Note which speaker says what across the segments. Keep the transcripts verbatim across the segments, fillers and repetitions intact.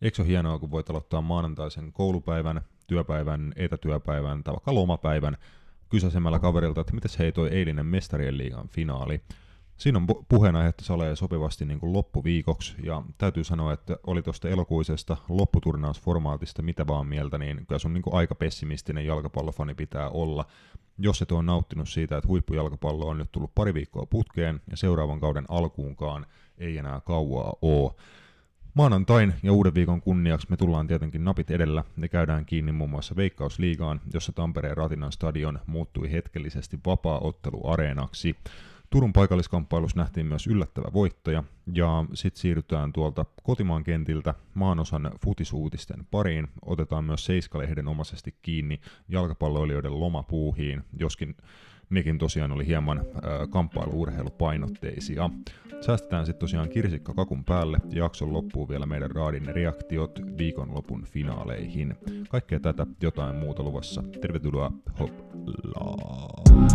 Speaker 1: Eikö ole hienoa, kun voit aloittaa maanantaisen koulupäivän, työpäivän, etätyöpäivän tai vaikka lomapäivän kysäsemällä kaverilta, että mitäs hei toi eilinen Mestarien liigan finaali. Siinä on puheena, että se ole sopivasti niin kuin loppuviikoksi, ja täytyy sanoa, että oli tuosta elokuisesta lopputurnausformaatista mitä vaan mieltä, niin kyllä sun niin kuin aika pessimistinen jalkapallofani pitää olla, jos et ole nauttinut siitä, että huippujalkapallo on nyt tullut pari viikkoa putkeen, ja seuraavan kauden alkuunkaan ei enää kauaa ole. Maanantain ja uuden viikon kunniaksi me tullaan tietenkin napit edellä ja käydään kiinni muun muassa Veikkausliigaan, jossa Tampereen Ratinan stadion muuttui hetkellisesti vapaa-otteluareenaksi. Turun paikalliskamppailussa nähtiin myös yllättävä voittoja, ja sitten siirrytään tuolta kotimaan kentiltä maanosan futisuutisten pariin. Otetaan myös Seiska-lehden omaisesti kiinni jalkapalloilijoiden lomapuuhiin, joskin nekin tosiaan oli hieman äh, kamppailu-urheilupainotteisia. Säästetään sitten tosiaan kirsikka kakun päälle ja jakson loppuun vielä meidän raadin reaktiot viikonlopun finaaleihin. Kaikkea tätä jotain muuta luvassa. Tervetuloa hopplaan!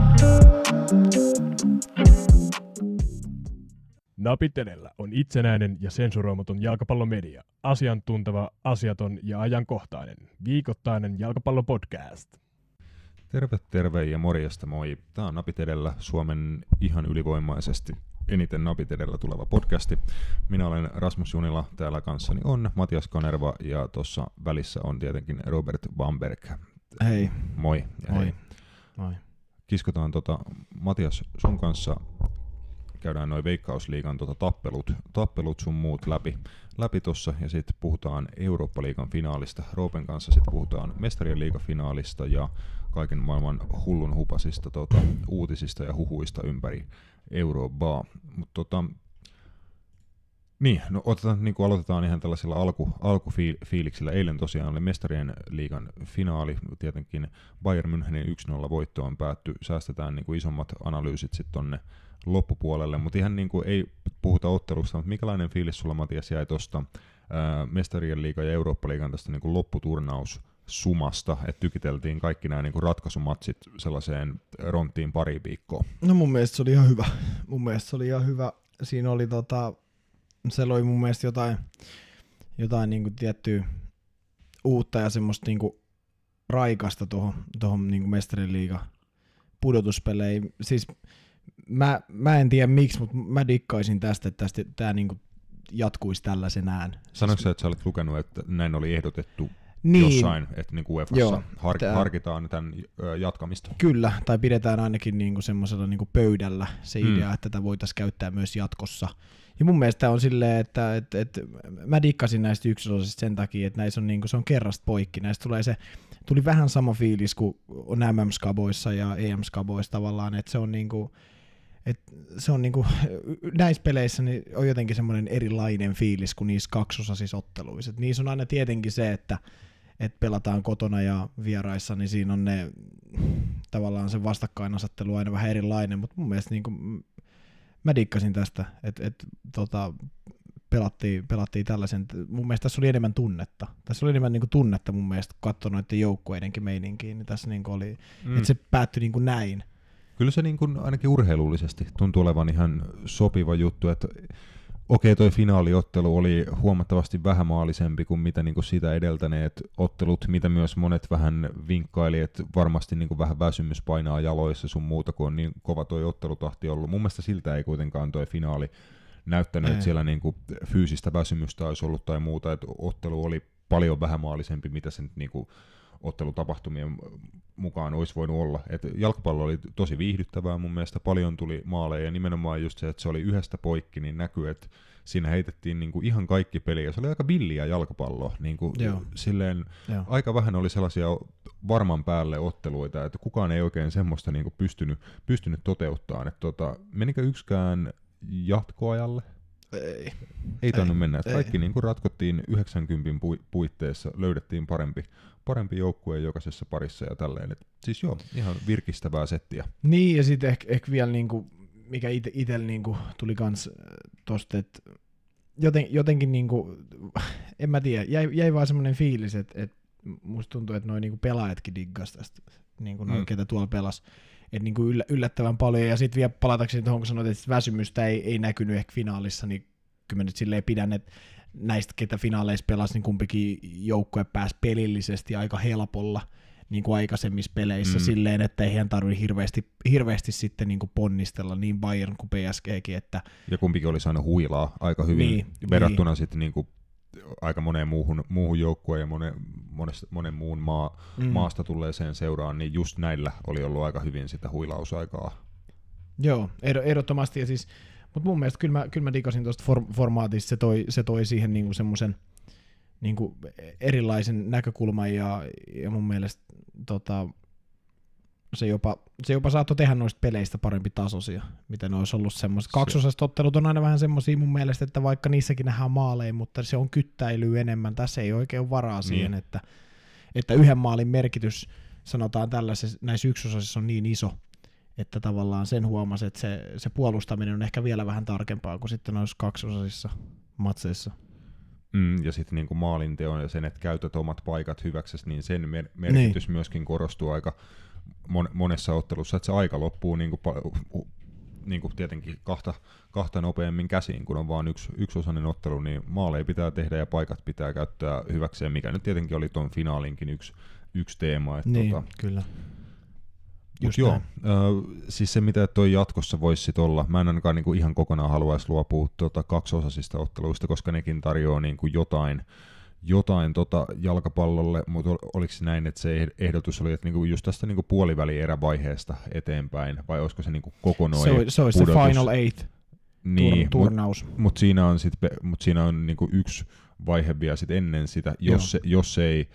Speaker 2: Napit edellä on itsenäinen ja sensuroimaton jalkapallomedia. Asiantunteva, asiaton ja ajankohtainen. Viikoittainen jalkapallopodcast.
Speaker 1: Terve, terve ja morjesta moi. Tää on Napit edellä, Suomen ihan ylivoimaisesti eniten Napit edellä tuleva podcasti. Minä olen Rasmus Junila, täällä kanssani on Matias Kanerva ja tuossa välissä on tietenkin Robert Bamberg.
Speaker 3: Hei.
Speaker 1: Moi. Ja
Speaker 3: Moi.
Speaker 1: hei.
Speaker 3: Moi.
Speaker 1: Kiskotaan tota, Matias sun kanssa, käydään noin Veikkausliigan tota tappelut, tappelut sun muut läpi, läpi tossa ja sitten puhutaan Eurooppa-liigan finaalista. Roopen kanssa sitten puhutaan Mestarien liigan finaalista ja kaiken maailman hullun hupasista tota, uutisista ja huhuista ympäri Eurooppaa. Mut tota, niin, no otetaan, niin kuin aloitetaan ihan tällaisella alku, alkufiiliksillä. Eilen tosiaan oli Mestarien liigan finaali. Tietenkin Bayern Münchenin yksi nolla voittoon päätty. Säästetään niin kuin isommat analyysit sitten tonne loppupuolelle, mutta ihan niin kuin ei puhuta ottelusta, mutta minkälainen fiilis sulla, Matias, jäi tuosta Mestarien liigan ja Eurooppa-liigan tästä niin kuin lopputurnaus sumasta, että tykiteltiin kaikki nämä niin kuin ratkaisumatsit sellaiseen ronttiin pari viikkoa?
Speaker 3: No mun mielestä se oli ihan hyvä. Mun mielestä se oli ihan hyvä. Siinä oli tota, se loi mun mielestä jotain, jotain niin kuin tiettyä uutta ja semmoista niin kuin raikasta tuohon, tuohon niin kuin Mestarien liigan pudotuspeleihin. Siis Mä, mä en tiedä miksi, mutta mä dikkaisin tästä, että tästä, tää niinku jatkuisi tällaisenään.
Speaker 1: Sanoitko sä, että sä olet lukenut, että näin oli ehdotettu
Speaker 3: niin,
Speaker 1: jossain, että niinku UEFassa har- tää, harkitaan tämän jatkamista?
Speaker 3: Kyllä, tai pidetään ainakin niinku semmoisella niinku pöydällä se idea, hmm. että tätä voitaisiin käyttää myös jatkossa. Ja mun mielestä on silleen, että et, et, mä dikkasin näistä yksilöllisesti sen takia, että näissä on, niinku, se on kerrasta poikki. Näistä tulee se, tuli vähän sama fiilis kuin on M M-skaboissa ja E M-skaboissa tavallaan, että se on niinku, Et se on niinku, näissä peleissä niin on jotenkin semmoinen erilainen fiilis kuin niissä kaksosaisissa otteluissa. Et niissä on aina tietenkin se, että et pelataan kotona ja vieraissa, niin siinä on ne tavallaan se vastakkainasettelu aina vähän erilainen, mutta mun mielestä niinku, mä dikkasin tästä, että et, tota, pelattiin, pelattiin tällaisen, mun mielestä tässä oli enemmän tunnetta. Tässä oli enemmän niinku tunnetta mun mielestä, kun katsoi noiden joukkueidenkin meininkiin, niin tässä niinku oli, mm. että se päättyi niinku näin.
Speaker 1: Kyllä se niin kuin ainakin urheilullisesti tuntuu olevan ihan sopiva juttu, että okei, toi finaaliottelu oli huomattavasti vähämaalisempi kuin mitä niin kuin sitä edeltäneet ottelut, mitä myös monet vähän vinkkaili, että varmasti niin kuin vähän väsymys painaa jaloissa sun muuta, kun on niin kova toi ottelutahti ollut. Mun mielestä siltä ei kuitenkaan toi finaali näyttänyt, ei. Että siellä niin kuin fyysistä väsymystä olisi ollut tai muuta, että ottelu oli paljon vähämaalisempi, mitä se nyt niin kuin ottelutapahtumien mukaan olisi voinut olla. Et jalkapallo oli tosi viihdyttävää mun mielestä, paljon tuli maaleja ja nimenomaan just se, että se oli yhdestä poikki, niin näkyy, että siinä heitettiin niinku ihan kaikki peliä. Se oli aika villiä jalkapalloa. Niinku silleen, aika vähän oli sellaisia varman päälle otteluita, että kukaan ei oikein semmoista niinku pystynyt, pystynyt toteuttamaan. Et tota, menikö yksikään jatkoajalle?
Speaker 3: Ei.
Speaker 1: Ei tainnut mennä. Ei. Kaikki niin kuin ratkottiin yhdeksänkymmentä puitteissa, löydettiin parempi, parempi joukkue jokaisessa parissa ja tälleen. Et siis joo, ihan virkistävää settiä.
Speaker 3: Niin, ja sitten ehkä, ehkä vielä, niinku, mikä itsellä niinku tuli kans tosta, että joten, jotenkin, niinku, en mä tiedä, jäi, jäi vaan semmoinen fiilis, että et musta tuntuu, että noi niinku pelaajatkin diggas tästä, niinku noi, mm. ketä tuolla pelas. Että niinku yllä, yllättävän paljon, ja sitten vielä palatakseni tuohon, kun sanoit, että väsymystä ei, ei näkynyt ehkä finaalissa, niin kyllä mä nyt silleen pidän, että näistä, ketä finaaleissa pelasi, niin kumpikin joukkue pääsi pelillisesti aika helpolla niin kuin aikaisemmissa peleissä mm. silleen, että ei heidän tarvitse hirveästi, hirveästi sitten niin kuin ponnistella niin Bayern kuin P S G:kin. Että
Speaker 1: ja kumpikin oli saanut huilaa aika hyvin
Speaker 3: niin,
Speaker 1: verrattuna
Speaker 3: niin.
Speaker 1: sitten niin kuin aika moneen muuhun, muuhun joukkueen ja monen, monesta, monen muun maa, mm. maasta tulleeseen seuraan, niin just näillä oli ollut aika hyvin sitä huilausaikaa.
Speaker 3: Joo, ehdottomasti. Ja siis, mutta mun mielestä kyllä mä, kyllä mä digasin tuosta for, formaatista, se toi, se toi siihen niinku semmoisen niinku erilaisen näkökulman ja, ja mun mielestä tota, se, jopa, se jopa saattoi tehdä noista peleistä parempi tasoisia, mitä ne olisi ollut semmoiset. Kaksosaiset ottelut on aina vähän semmoisia mun mielestä, että vaikka niissäkin nähdään maaleja, mutta se on kyttäilyä enemmän. Tässä ei oikein ole varaa siihen, niin. että, että yhden maalin merkitys, sanotaan tällaisessa, näissä yksosaisissa on niin iso, että tavallaan sen huomasi, että se, se puolustaminen on ehkä vielä vähän tarkempaa kuin sitten noissa kaksosaisissa matseissa.
Speaker 1: Mm, ja sitten niinku maalinteon ja sen, että käytät omat paikat hyväksesi, niin sen mer- merkitys niin. myöskin korostuu aika mon- monessa ottelussa, että se aika loppuu niinku pa- niinku tietenkin kahta, kahta nopeammin käsiin, kun on vain yksi, yksiosainen ottelu, niin maaleja pitää tehdä ja paikat pitää käyttää hyväkseen, mikä nyt tietenkin oli tuon finaalinkin yksi, yksi teema. Että
Speaker 3: niin,
Speaker 1: tota,
Speaker 3: kyllä.
Speaker 1: Mut joo, äh, siis se mitä toi jatkossa voisi sit olla, mä en ainakaan niinku ihan kokonaan haluaisi luopua tota kaksiosaisista otteluista, koska nekin tarjoaa niinku jotain, jotain tota jalkapallolle, mutta oliko se näin, että se ehdotus oli, että niinku just tästä niinku puoliväli-erävaiheesta eteenpäin, vai olisiko se niinku kokonaan
Speaker 3: se, se olisi se Final Eight
Speaker 1: niin,
Speaker 3: turnaus.
Speaker 1: Mutta mut siinä on, sit, mut siinä on niinku yksi vaihe vielä sit ennen sitä, jos se, jos se ei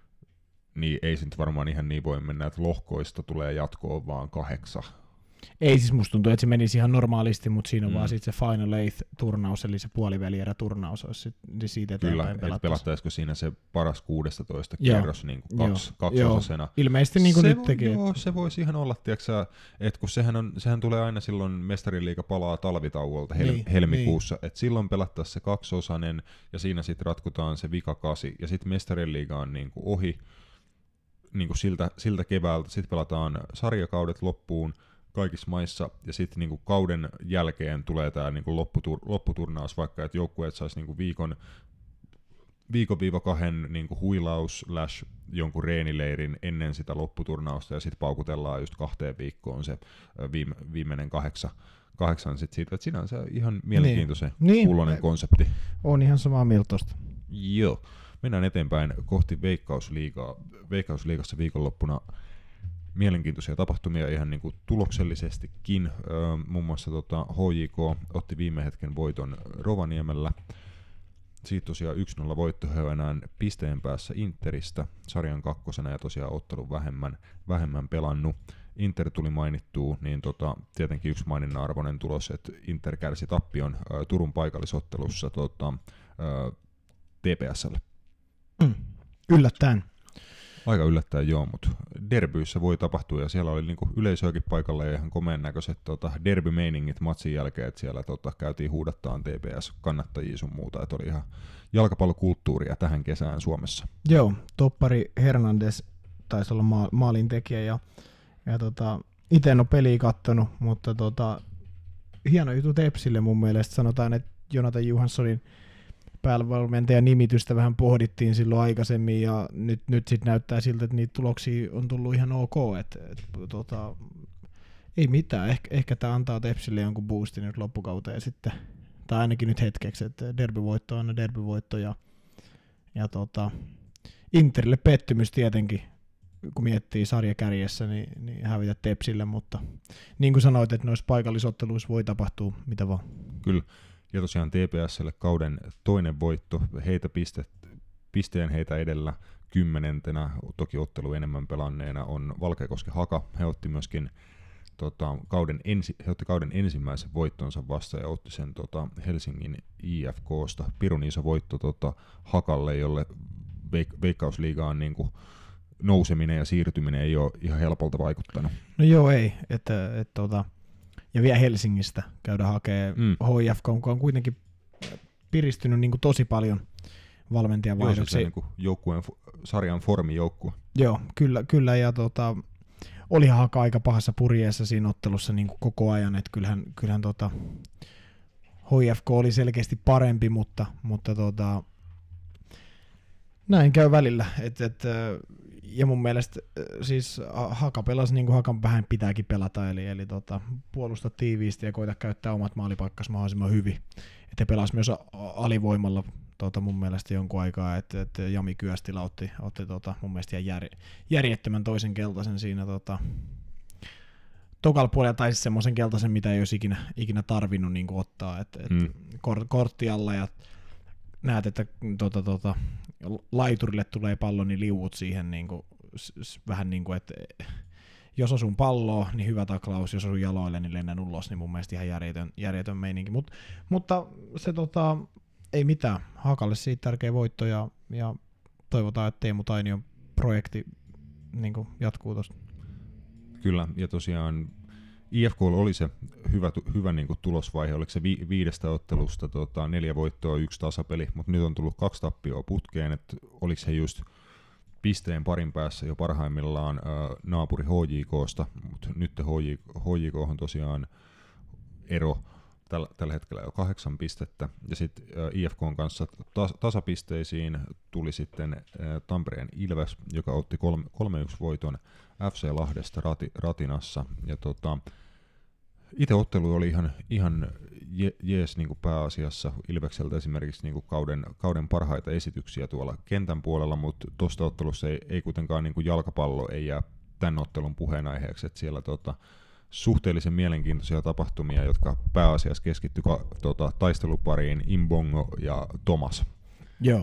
Speaker 1: niin ei se nyt varmaan ihan niin voi mennä, että lohkoista tulee jatkoon vaan kahdeksan.
Speaker 3: Ei siis musta tuntuu, että se menisi ihan normaalisti, mutta siinä on
Speaker 1: mm.
Speaker 3: vaan sitten se Final Eight-turnaus, eli se puolivälierä-turnaus olisi sit, siitä eteenpäin
Speaker 1: Kyllä,
Speaker 3: pelattaisiin.
Speaker 1: pelattaisiko siinä se paras kuusitoista kierros niin kuin kaksi, kaksosasena.
Speaker 3: Ilmeisesti niin kuin
Speaker 1: se
Speaker 3: nyt tekee.
Speaker 1: Joo, se voisi ihan olla, tiiäksä, että kun sehän, on, sehän tulee aina silloin, Mestariliiga palaa talvitauolta hel, niin, helmikuussa, niin. Että silloin pelattaisiin se kaksosainen, ja siinä sitten ratkotaan se vika kasi, ja sitten Mestariliiga on niin kuin ohi, niin kuin siltä, siltä keväältä, sitten pelataan sarjakaudet loppuun kaikissa maissa, ja sitten niin kuin kauden jälkeen tulee tämä niin kuin lopputur, lopputurnaus, vaikka että joukkueet saisi niin kuin viikon, viikon-kahden niin kuin huilaus slash jonkun reenileirin ennen sitä lopputurnausta, ja sitten paukutellaan just kahteen viikkoon se viime, viimeinen kahdeksan, kahdeksan sit siitä, että sinänsä ihan mielenkiintoisen
Speaker 3: niin.
Speaker 1: kuuloinen niin. konsepti.
Speaker 3: On ihan samaa mieltä tosta.
Speaker 1: Joo. Mennään eteenpäin kohti Veikkausliigaa. Veikkausliigassa viikonloppuna mielenkiintoisia tapahtumia ihan niin kuin tuloksellisestikin. Öö, muun muassa tota, H J K otti viime hetken voiton Rovaniemellä. Siitä tosiaan yksi nolla voitto, he on enää pisteen päässä Interistä sarjan kakkosena ja tosiaan ottelun vähemmän, vähemmän pelannut. Inter tuli mainittua, niin tota, tietenkin yksi maininnan arvoinen tulos, että Inter kärsi tappion ä, Turun paikallisottelussa tota, ä, T P S:lle.
Speaker 3: Mm. Yllättäen.
Speaker 1: Aika yllättäen joo, mutta derbyissä voi tapahtua ja siellä oli niinku yleisöäkin paikalla ja ihan komeen näköiset tota, derbymeiningit matsin jälkeen, että siellä tota, käytiin huudattaan T P S-kannattajia sun muuta, että oli ihan jalkapallokulttuuria tähän kesään Suomessa.
Speaker 3: Joo, toppari Hernandez taisi olla ma- maalintekijä ja, ja tota, itse en ole peliä kattonut, mutta tota, hieno juttu Tepsille mun mielestä. Sanotaan, että Jonathan Johanssonin päävalmentajan nimitystä vähän pohdittiin silloin aikaisemmin ja nyt, nyt sitten näyttää siltä, että niitä tuloksia on tullut ihan ok, että et, tota, ei mitään, ehkä, ehkä tämä antaa Tepsille jonkun boostin nyt loppukauteen sitten, tai ainakin nyt hetkeksi, että derbyvoitto on derbyvoitto ja, ja tota, Interille pettymys tietenkin, kun miettii sarjakärjessä, niin, niin hävitä Tepsille, mutta niin kuin sanoit, että noissa paikallisotteluissa voi tapahtua mitä vaan.
Speaker 1: Kyllä. Ja tosiaan T P S:lle kauden toinen voitto, heitä pistet, pisteen heitä edellä kymmenentenä, toki ottelu enemmän pelanneena on Valkeakoski Haka. He otti myöskin tota, kauden, ensi, he otti kauden ensimmäisen voittonsa vastaan ja otti sen tota, Helsingin I F K:sta. Pirun iso voitto tota, Hakalle, jolle veik- Veikkausliigaan niin kuin nouseminen ja siirtyminen ei ole ihan helpolta vaikuttanut.
Speaker 3: No joo, ei. Että, et, tota, ja vielä Helsingistä käydään hakemaan mm. H F K, on kuitenkin piristynyt niin kuin tosi paljon valmentajan vaihdoksia.
Speaker 1: Joo, se on niin joukkueen, sarjan formijoukkue.
Speaker 3: Joo, kyllä, kyllä ja tota, olihan Haka aika pahassa purjeessa siinä ottelussa niin kuin koko ajan, että kyllähän, kyllähän tota, H H I F K oli selkeästi parempi, mutta, mutta tota, näin käy välillä. Et, et, ja mun mielestä siis Haka pelasi niin kuin Hakan vähän pitääkin pelata, eli, eli tota, puolusta tiiviisti ja koita käyttää omat maalipaikkansa mahdollisimman hyvin. Että pelasi myös alivoimalla tota, mun mielestä jonkun aikaa, että et Jami Kyöstilä otti, otti tota, mun mielestä ihan jär, järjettömän toisen keltaisen siinä tota, tokalla puolella, tai siis semmoisen keltaisen, mitä ei olisi ikinä, ikinä tarvinnut niin kuin ottaa, että et, mm. kor, kortti alla ja näet, että tota, tota, laiturille tulee pallo, niin liuut siihen niin kuin, s- vähän niin kuin, että jos osun palloa, niin hyvä taklaus, jos osun jaloille, niin lennän ulos, niin mun mielestä ihan järjetön, järjetön meininki. Mut, mutta se tota, ei mitään. Hakalle siitä tärkeä voitto ja, ja toivotaan, että Teemu Tainion projekti niin kuin jatkuu tuosta.
Speaker 1: Kyllä, ja tosiaan I F K:lla oli se hyvä, hyvä niin kuin tulosvaihe, oliko se vi- viidestä ottelusta tota, neljä voittoa, yksi tasapeli, mutta nyt on tullut kaksi tappioa putkeen, että oliko he just pisteen parin päässä jo parhaimmillaan äh, naapuri H J K:sta, mutta nyt H J K on tosiaan ero tällä, tällä hetkellä jo kahdeksan pistettä, ja sitten äh, I F K:n kanssa tas- tasapisteisiin tuli sitten äh, Tampereen Ilves, joka otti kolme yksi voiton F C Lahdesta rati, Ratinassa, ja tota, itse ottelu oli ihan, ihan je, jees niin kuin pääasiassa Ilvekseltä esimerkiksi niin kuin kauden, kauden parhaita esityksiä tuolla kentän puolella, mutta tuosta ottelussa ei, ei kuitenkaan niin kuin jalkapallo ei jää tämän ottelun puheenaiheeksi, että siellä tota, suhteellisen mielenkiintoisia tapahtumia, jotka pääasiassa keskittyy tota, taistelupariin Imbongo ja Thomas.
Speaker 3: Joo,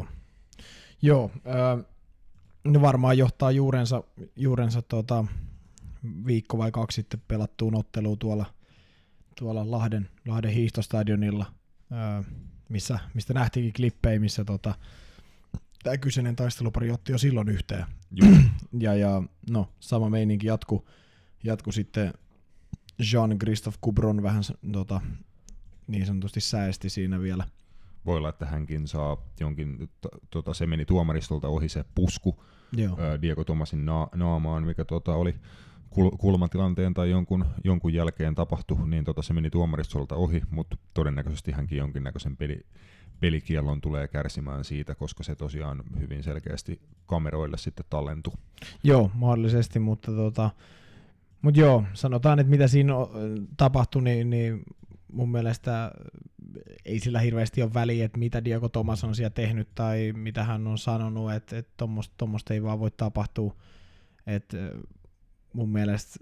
Speaker 3: Joo äh, ne varmaan johtaa juurensa, juurensa tota, viikko vai kaksi sitten pelattuun otteluun tuolla, tuolla Lahden, Lahden hiihtostadionilla, äh, missä, mistä nähtiinkin klippejä, missä tota, tämä kyseinen taistelupari otti jo silloin yhteen. ja, ja no, sama meininki jatku, jatku sitten Jean-Christophe Coubron vähän tota, niin sanotusti säesti siinä vielä.
Speaker 1: Voi olla, että hänkin saa jonkin, tota, se meni tuomaristolta ohi se pusku ää, Diego Thomasin na- naamaan, mikä tota, oli kul- kulmatilanteen tai jonkun, jonkun jälkeen tapahtui, niin tota, se meni tuomaristolta ohi, mutta todennäköisesti hänkin jonkinnäköisen peli, pelikiellon tulee kärsimään siitä, koska se tosiaan hyvin selkeästi kameroille sitten tallentui.
Speaker 3: Joo, mahdollisesti, mutta tota, mut joo, sanotaan, että mitä siinä tapahtui, niin, niin mun mielestä ei sillä hirveästi ole väliä, että mitä Diego Thomas on siellä tehnyt tai mitä hän on sanonut, että, että tuommoista ei vaan voi tapahtua. Että mun mielestä,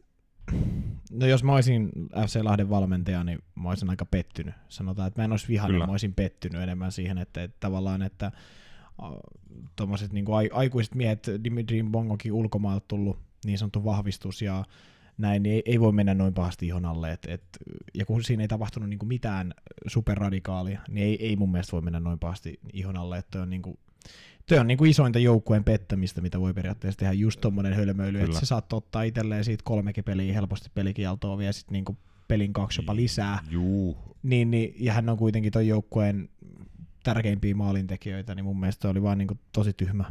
Speaker 3: no jos mä olisin F C Lahden valmentaja, niin mä olisin aika pettynyt. Sanotaan, että mä en olisi vihannut, mä olisin pettynyt enemmän siihen, että, että tavallaan, että tuommoiset niin kuin aikuiset miehet, Dimitri Bongokin ulkomailta tullut niin sanottu vahvistus ja näin, niin ei, ei voi mennä noin pahasti ihon alle, et, et, ja kun siinä ei tapahtunut niinku mitään superradikaalia, niin ei, ei mun mielestä voi mennä noin pahasti ihon alle, että toi on, niinku, toi on niinku isointa joukkueen pettämistä, mitä voi periaatteessa tehdä, just tommonen hölmöily, että se saat ottaa itselleen siitä kolmekin peliä helposti pelikieltoa vielä sit niinku pelin kaksi jopa lisää,
Speaker 1: Juu.
Speaker 3: Niin, niin, ja hän on kuitenkin ton joukkueen tärkeimpiä maalintekijöitä, niin mun mielestä se oli vaan niinku tosi tyhmä.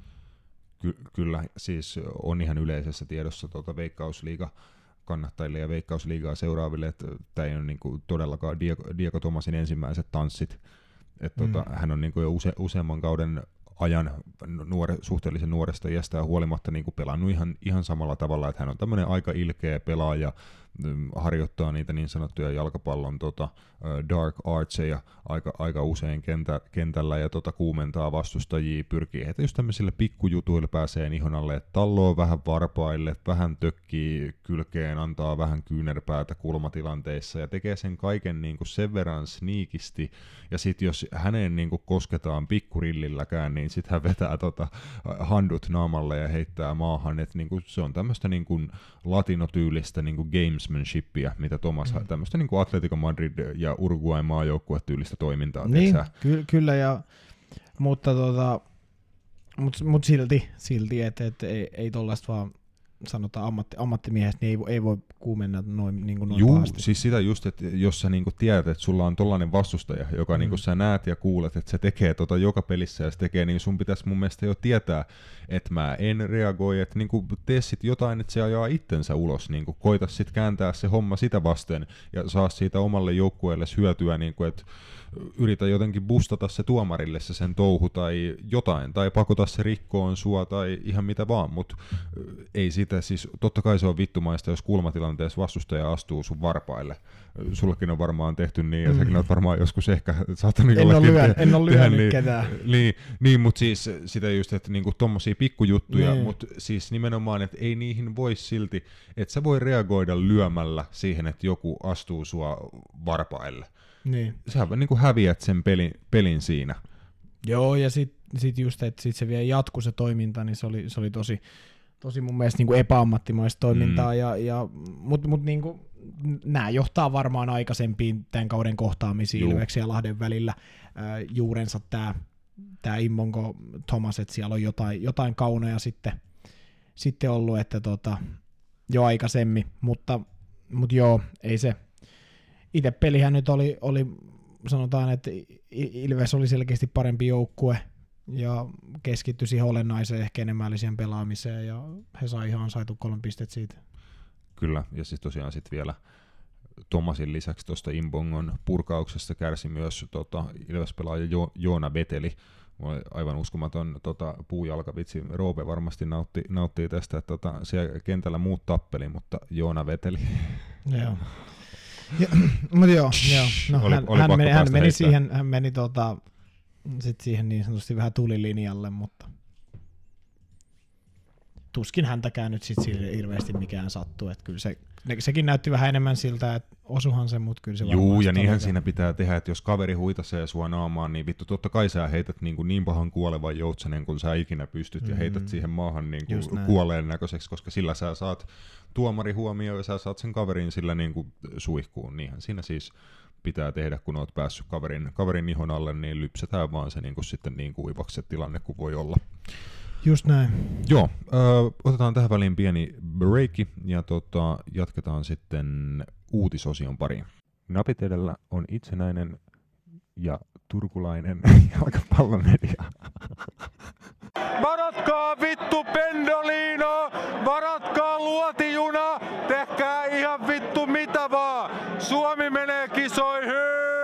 Speaker 1: Ky- kyllä, siis on ihan yleisessä tiedossa tuota Veikkausliiga kannattajille ja Veikkausliigaa seuraaville, että tämä ei ole niinku todellakaan Diego, Diego Thomasin ensimmäiset tanssit. Että mm. tota, hän on niinku jo use, useamman kauden ajan nuore, suhteellisen nuoresta iästään huolimatta niinku pelannut ihan, ihan samalla tavalla, että hän on tämmöinen aika ilkeä pelaaja, harjoittaa niitä niin sanottuja jalkapallon tota, dark artseja aika, aika usein kentä, kentällä ja tota, kuumentaa vastustajia, pyrkii heitä just tämmöisille pikkujutuille pääsee ihon alle, että talloo vähän varpaille, vähän tökkii kylkeen, antaa vähän kyynärpäätä kulmatilanteissa ja tekee sen kaiken niin kuin sen verran sniikisti ja sitten jos häneen niin kuin kosketaan pikkurillilläkään, niin sitten hän vetää tota, handut naamalle ja heittää maahan, että niin kuin se on tämmöistä niin kuin latinotyylistä niin kuin gamesmanshipia, mitä Thomas mm. tämmöistä niin kuin Atletico Madrid ja Uruguayn maajoukkuetyylistä toimintaa.
Speaker 3: Niin, ky- kyllä, ja, mutta tota, mut, mut silti, silti että et, ei, ei tollaista vaan sanotaan ammatti, ammattimiehestä, niin ei, ei voi paukkuu mennä noin, niin kuin noin
Speaker 1: Juu,
Speaker 3: pahasti.
Speaker 1: siis sitä just, että jos sä niinku tiedät, että sulla on tollainen vastustaja, joka mm. niinku sä näet ja kuulet, että se tekee tota joka pelissä ja se tekee, niin sun pitäisi mun mielestä jo tietää, että mä en reagoi, että niinku tee sit jotain, että se ajaa itsensä ulos, niinku koita sit kääntää se homma sitä vasten ja saa siitä omalle joukkueelle hyötyä, niinku, että yritä jotenkin bustata se tuomarille se sen touhu tai jotain, tai pakota se rikkoon sua tai ihan mitä vaan, mutta ei sitä siis, totta kai se on vittumaista, jos kulmatilanteessa vastustaja astuu sun varpaille. Sullakin on varmaan tehty niin, ja mm. säkin oot varmaan joskus ehkä saattanut jollekin
Speaker 3: lyön,
Speaker 1: te-
Speaker 3: en ole
Speaker 1: tehdä
Speaker 3: lyönyt
Speaker 1: niin,
Speaker 3: ketään.
Speaker 1: Niin, niin mutta siis sitä just, että niinku tommosia pikkujuttuja,
Speaker 3: niin.
Speaker 1: mutta siis nimenomaan, että ei niihin voi silti, että sä voi reagoida lyömällä siihen, että joku astuu sua varpaille. Niin. Sä niin kuin häviät sen pelin, pelin siinä.
Speaker 3: Joo, ja sitten sit just, että sit se vielä jatkuu se toiminta, niin se oli, se oli tosi, tosi mun mielestä niin kuin epäammattimaista toimintaa, mm. ja, ja, mutta mut niin kuin, nämä johtaa varmaan aikaisempiin tämän kauden kohtaamisiin Ilveksen ja Lahden välillä. Äh, juurensa tämä tää Immonko Thomas, että siellä on jotain, jotain kaunoja sitten, sitten ollut, että tota, jo aikaisemmin, mutta, mutta joo, ei se. Itse pelihän nyt oli, oli, sanotaan, että Ilves oli selkeästi parempi joukkue ja keskittyi siihen olennaiseen ehkä enemmän siihen pelaamiseen ja he sai ihan ansaitu kolme pistettä siitä.
Speaker 1: Kyllä, ja siis tosiaan sitten vielä Thomasin lisäksi tuosta Imbongon purkauksesta kärsi myös tota, Ilves-pelaaja jo- Joona Veteli. Aivan uskomaton tota, puujalkavitsi. Roope varmasti nautti, nauttii tästä, että tota, siellä kentällä muut tappeli, mutta Joona Veteli.
Speaker 3: Joo. Ja, mutta joo, joo. No,
Speaker 1: oli,
Speaker 3: hän,
Speaker 1: oli
Speaker 3: hän, meni, hän meni siihen, hän meni tota, sit siihen niin sanotusti vähän tulilinjalle, mutta tuskin häntäkään nyt sit sille hirveästi mikään sattuu, että kyllä se, ne, sekin näytti vähän enemmän siltä, että osuhan se, mutta kyllä se varmaan.
Speaker 1: Juu, ja niinhän siinä pitää tehdä, että jos kaveri huitasee sua naamaan, niin vittu totta kai sä heität niin, kuin niin pahan kuolevan joutsanen, kun sä ikinä pystyt, mm-hmm. ja heität siihen maahan niin kuin kuolleen näköiseksi, koska sillä sä saat tuomari huomioon ja sä saat sen kaverin sillä niin kuin suihkuun. Niinhän siinä siis pitää tehdä, kun oot päässyt kaverin, kaverin ihon alle, niin lypsetään vaan se niin kuin sitten niin kuivaksi se tilanne kuin voi olla.
Speaker 3: Just näin.
Speaker 1: Joo, ö, otetaan tähän väliin pieni breaki ja tota, jatketaan sitten uutisosion pariin. Napit edellä on itsenäinen ja turkulainen jalkapallomedia.
Speaker 4: Varatkaa vittu Pendolino, varatkaa luotijuna, tehkää ihan vittu mitä vaan. Suomi menee kisoihin!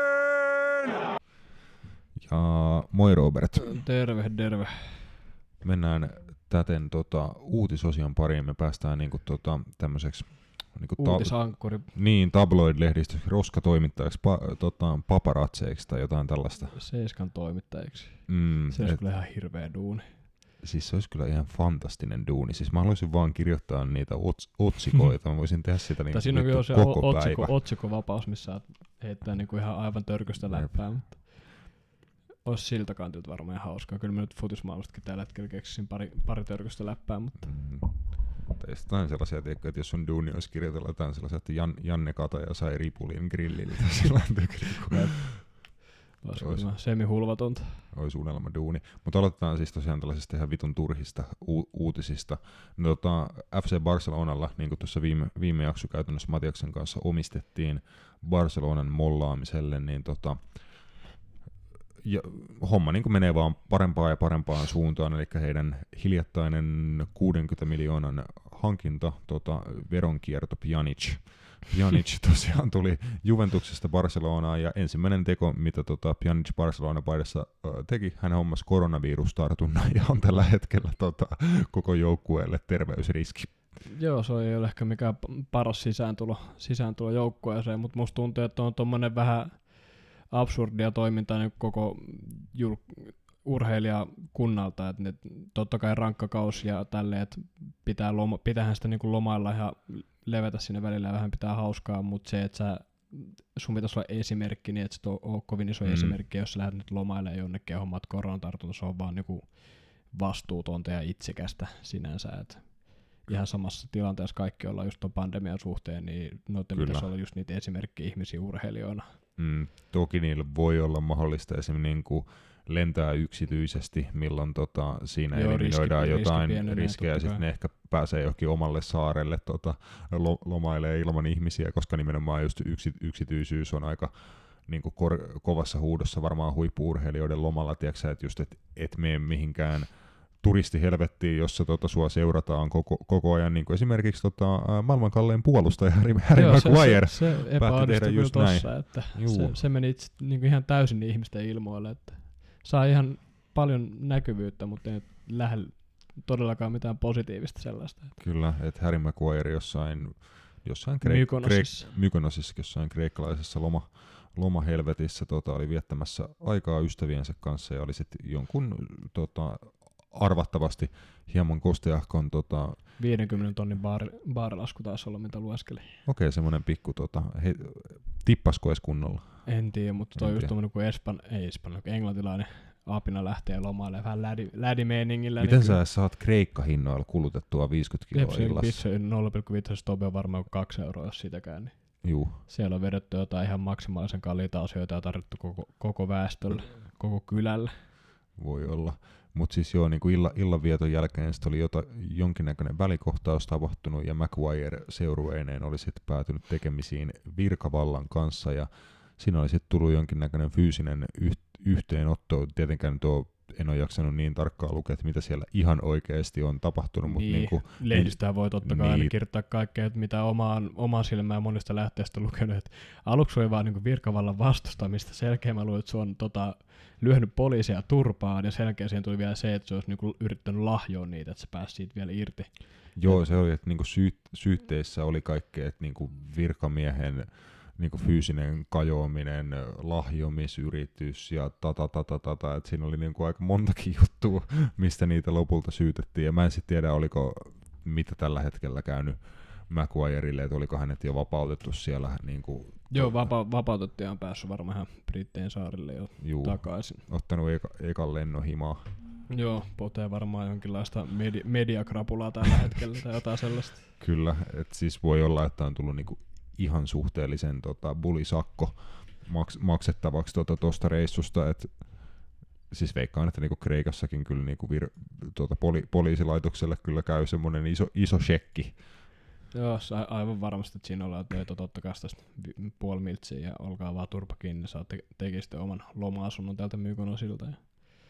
Speaker 1: Ja moi Robert.
Speaker 2: Terve, terve.
Speaker 1: Mennään täten tota, uutisosion pariin. Me päästään niinku, tota, tämmöiseksi niinku, ta-
Speaker 2: uutisankkuri.
Speaker 1: Niin, tabloid-lehdistöksi, roskatoimittajaksi, pa- tota, paparatseiksi tai jotain tällaista.
Speaker 2: Seiskan toimittajiksi.
Speaker 1: Mm,
Speaker 2: se olisi
Speaker 1: et,
Speaker 2: kyllä ihan hirveä duuni.
Speaker 1: Siis se olisi kyllä ihan fantastinen duuni. Siis mä haluaisin vaan kirjoittaa niitä ots- otsikoita. Mä voisin tehdä sitä niinku,
Speaker 2: siinä on se
Speaker 1: koko
Speaker 2: o-
Speaker 1: päivä.
Speaker 2: Otsikko, otsikovapaus, missä heittää niinku ihan aivan törköstä läppää. Mutta olisi siltä kantilta varmaan ihan hauskaa. Kyllä mä nyt futismaailmastakin tällä hetkellä keksisin pari, pari törköstä läppää. Mutta
Speaker 1: mm. Tai jotain sellaisia, että jos on duuni, olisi kirjoitella jotain sellaisia, että Jan, Janne Kataja sai ripulin grillille.
Speaker 2: Olisi semihulvatonta.
Speaker 1: Olisi unelma duuni. Mutta aloitetaan siis tosiaan tällaisista ihan vitun turhista u- uutisista. No, tota, F C Barcelonalla, niin kuin tuossa viime, viime jakso käytännössä Matiaksen kanssa omistettiin Barcelonan mollaamiselle, niin tota, ja homma niin kuin menee vaan parempaan ja parempaan suuntaan, eli heidän hiljattainen kuudenkymmenen miljoonan hankinta, tota, veronkierto Pjanic. Pjanic tosiaan tuli Juventuksesta Barcelonaan, ja ensimmäinen teko, mitä tota Pjanic Barcelona-paidassa ö, teki, hän hommasi koronavirustartunnan, ja on tällä hetkellä tota, koko joukkueelle terveysriski.
Speaker 2: Joo, se ei ole ehkä mikään paras sisääntulo, sisääntulo joukkueeseen, mutta musta tuntuu, että on tommonen vähän absurdia toimintaa niin koko jul- urheilijakunnalta, että ne, totta kai rankka kausi ja tälleen, että pitää loma, pitäähän sitä niin kuin lomailla ja levätä sinne välillä ja vähän pitää hauskaa, mutta se, että sä, sun pitäisi olla esimerkki, niin että se on kovin iso mm. esimerkki, jos sä lähdet nyt lomailemaan jonnekin ja hommat koronatartunta, se on vaan niin kuin vastuutonta ja itsekästä sinänsä, että ihan samassa tilanteessa kaikki ollaan just ton pandemian suhteen, niin noiden pitäisi olla just niitä esimerkki-ihmisiä urheilijoina.
Speaker 1: Mm, toki niillä voi olla mahdollista esimerkiksi niin kuin lentää yksityisesti, milloin tota, siinä
Speaker 2: Joo,
Speaker 1: eliminoidaan
Speaker 2: riski-
Speaker 1: jotain
Speaker 2: riski
Speaker 1: riskejä, ja sitten ne ehkä pääsee johonkin omalle saarelle tota, lo- lomailee ilman ihmisiä, koska nimenomaan just yksi- yksityisyys on aika niin kuin kor- kovassa huudossa varmaan huippu-urheilijoiden lomalla, tiiäksä, että just et, et mene mihinkään turistihelvettiin, jossa tota, sua seurataan koko, koko ajan, niin kuin esimerkiksi tota, maailman kallein puolustaja Harry, Harry
Speaker 2: Joo,
Speaker 1: Maguire
Speaker 2: se, se, se
Speaker 1: päätti
Speaker 2: epäonnistui
Speaker 1: tehdä
Speaker 2: kyllä
Speaker 1: just
Speaker 2: tossa,
Speaker 1: näin.
Speaker 2: että
Speaker 1: Juu.
Speaker 2: se, se meni itse, niin kuin ihan täysin ihmisten ilmoille, että saa ihan paljon näkyvyyttä, mutta ei lähde todellakaan mitään positiivista sellaista.
Speaker 1: Kyllä, että Harry Maguire jossain, jossain Kreik-
Speaker 2: Mykonosissa.
Speaker 1: Kreik- Mykonosissa, jossain kreikkalaisessa loma, lomahelvetissä tota, oli viettämässä aikaa ystäviensä kanssa ja oli sitten jonkun tota, arvattavasti hieman kosteahkon tota,
Speaker 2: viidenkymmenen tonnin baari, baarilasku taisi olla, mitä lueskeli.
Speaker 1: okei, okay, semmoinen pikku tota, he, tippasko edes kunnolla?
Speaker 2: En tiedä, mutta toi
Speaker 1: En
Speaker 2: on just
Speaker 1: tiedä.
Speaker 2: tommonen kuin Espan, ei Espan, englantilainen apina lähtee lomailemaan vähän lädi, lädimeiningillä.
Speaker 1: Miten
Speaker 2: niin
Speaker 1: sä saat kreikkahinnoilla kulutettua viisikymmentä kiloa
Speaker 2: Pepsi
Speaker 1: illassa?
Speaker 2: pisse nolla pilkku viisi stobi on varmaan kaksi euroa, jos sitäkään. Niin
Speaker 1: Juu,
Speaker 2: siellä on vedetty jotain ihan maksimaalisen kalliita asioita ja tarjottu koko, koko väestölle, koko kylälle.
Speaker 1: voi olla. Mutta siis joo, niin kuin illa, illanvieton jälkeen sit oli jota, jonkinnäköinen välikohtaus tapahtunut ja Maguire seurueineen oli sitten päätynyt tekemisiin virkavallan kanssa ja siinä oli sitten tullut jonkinnäköinen fyysinen yht, yhteenotto. Tietenkään tuo en ole jaksanut niin tarkkaan lukea, että mitä siellä ihan oikeasti on tapahtunut, mutta
Speaker 2: Niin,
Speaker 1: niin kuin,
Speaker 2: lehdistöhän voi totta kai aina
Speaker 1: niin.
Speaker 2: kirjoittaa kaikkea, että mitä omaan, omaan silmään monista lähteistä lukenut. Että aluksi oli vaan niin virkavallan vastustamista. Selkeä mä luulen, että se on tota, lyönyt poliisia turpaan ja sen jälkeen siihen tuli vielä se, että se olisi niin yrittänyt lahjoa niitä, että se pääsi siitä vielä irti.
Speaker 1: joo, se oli, että niinku syyt, syytteissä oli kaikkea, että niinku virkamiehen niinku fyysinen kajoaminen, lahjomisyritys ja tata, tata, tata, että siinä oli niinku aika montakin juttua, mistä niitä lopulta syytettiin, ja mä en sitten tiedä, oliko mitä tällä hetkellä käynyt Maguirelle, että oliko hänet jo vapautettu siellä niinku,
Speaker 2: Joo, vapa- vapautettu ja on päässyt varmaan ihan Brittein saarille jo
Speaker 1: juu,
Speaker 2: takaisin.
Speaker 1: ottanut eka, ekan lennon himaa.
Speaker 2: Joo, potee varmaan jonkinlaista medi- mediakrapulaa tällä hetkellä tai jotain sellaista.
Speaker 1: Kyllä, että siis voi olla, että on tullut niinku ihan suhteellisen tota, bulisakko maks- maksettavaksi tuosta tota, reissusta, että siis veikkaan, että niinku Kreikassakin kyllä niinku vir- tuota, poli- poliisilaitokselle kyllä käy semmoinen iso, iso shekki.
Speaker 2: Joo, a- aivan varmasti, että siinä ollaan töitä, totta kai tästä vi- puoli miltsiä ja olkaa vaan turpa kiinni, saatte teki sitten oman loma-asunnon täältä Mykonosilta. Ja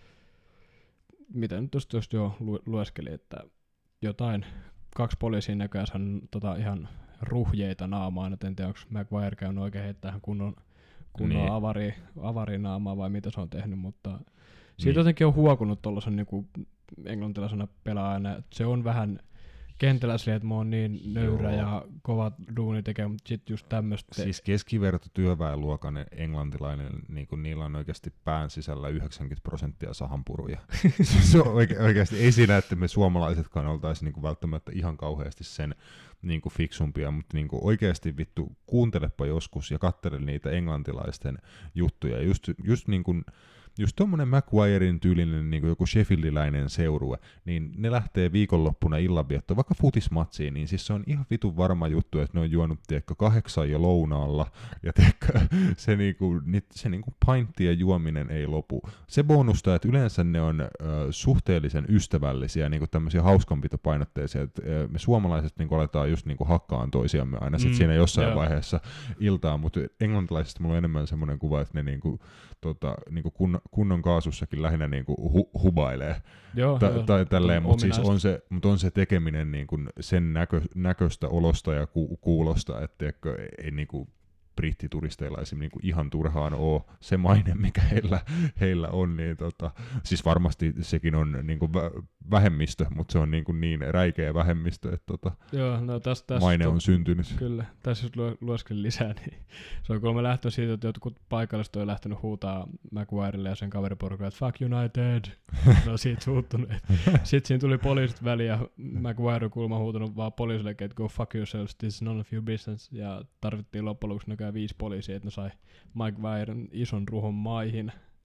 Speaker 2: mitä nyt tuosta just jo lu- lueskeli, että jotain, kaksi poliisia näköjään tota ihan ruhjeita naamaan, et en tiedä, onko Maguire käynyt oikein heittää kunnon, kunnon
Speaker 1: Niin.
Speaker 2: avari, avarinaamaa vai mitä se on tehnyt, mutta siitä
Speaker 1: Niin.
Speaker 2: jotenkin on huokunut tuollaisen niinku englantilaisena pelaajana, että se on vähän kentällä silleen, että mä oon niin nöyrä
Speaker 1: Joo.
Speaker 2: ja kova duuni tekee, mutta sit just tämmöstä.
Speaker 1: Siis keskiverto työväenluokan englantilainen, niin kuin niillä on oikeasti pään sisällä yhdeksänkymmentä prosenttia sahanpuruja. Se on oike- oikeasti, ei siinä, että me suomalaisetkaan oltaisiin niin kuin välttämättä ihan kauheasti sen niin kuin fiksumpia, mutta niin kuin oikeasti vittu kuuntelepa joskus ja katsele niitä englantilaisten juttuja. Just, just niin kuin Just tommonen Maguiren tyylinen niin kuin joku Sheffieldiläinen seurue, niin ne lähtee viikonloppuna illanviettoon, vaikka futismatsiin, niin siis se on ihan vitun varma juttu, että ne on juonut tiedätkö, kahdeksan jo lounaalla, ja tiedätkö, se, niinku, se niinku pinttien juominen ei lopu. Se bonusta, että yleensä ne on ö, suhteellisen ystävällisiä, niinku tämmöisiä hauskanpitopainotteisia, että ö, me suomalaiset niinku aletaan just niinku hakkaan toisiamme aina sit
Speaker 2: Mm,
Speaker 1: siinä jossain
Speaker 2: joo.
Speaker 1: vaiheessa iltaa, mutta englantilaisista mulla on enemmän semmoinen kuva, että ne niinku, tota, niinku kun, kunnon kaasussakin lähinnä niinku hu, hubailee.
Speaker 2: Joo,
Speaker 1: Ta-
Speaker 2: joo,
Speaker 1: tai tälleen, mutta siis
Speaker 2: ominaista.
Speaker 1: on se, mut on se tekeminen niin kuin sen näkö, näköistä olosta ja ku, kuulosta, että tiedätkö, ei, ei niin kuin brittituristeilla esimerkiksi niin kuin ihan turhaan ole se maine, mikä heillä, heillä on, niin tota, siis varmasti sekin on niin kuin vä- vähemmistö, mutta se on niin, kuin niin räikeä vähemmistö, että tota,
Speaker 2: Joo, no tästä, tästä
Speaker 1: maine on syntynyt.
Speaker 2: Kyllä, tässä jos lu- lueskelin lisää, niin se on kolme lähtöä siitä, että jotkut paikalliset on lähtenyt huutaa Maguirelle ja sen kaveriporukalle, että fuck United, ne on siitä suuttunut. Sitten siinä tuli poliisit väliin ja Maguire on kuulemma huutanut vaan poliisille, että go fuck yourselves, this is none of your business, ja tarvittiin loppujen lopuksi näköjään viisi poliisia, että ne sai Maguiren ison ruhon maihin.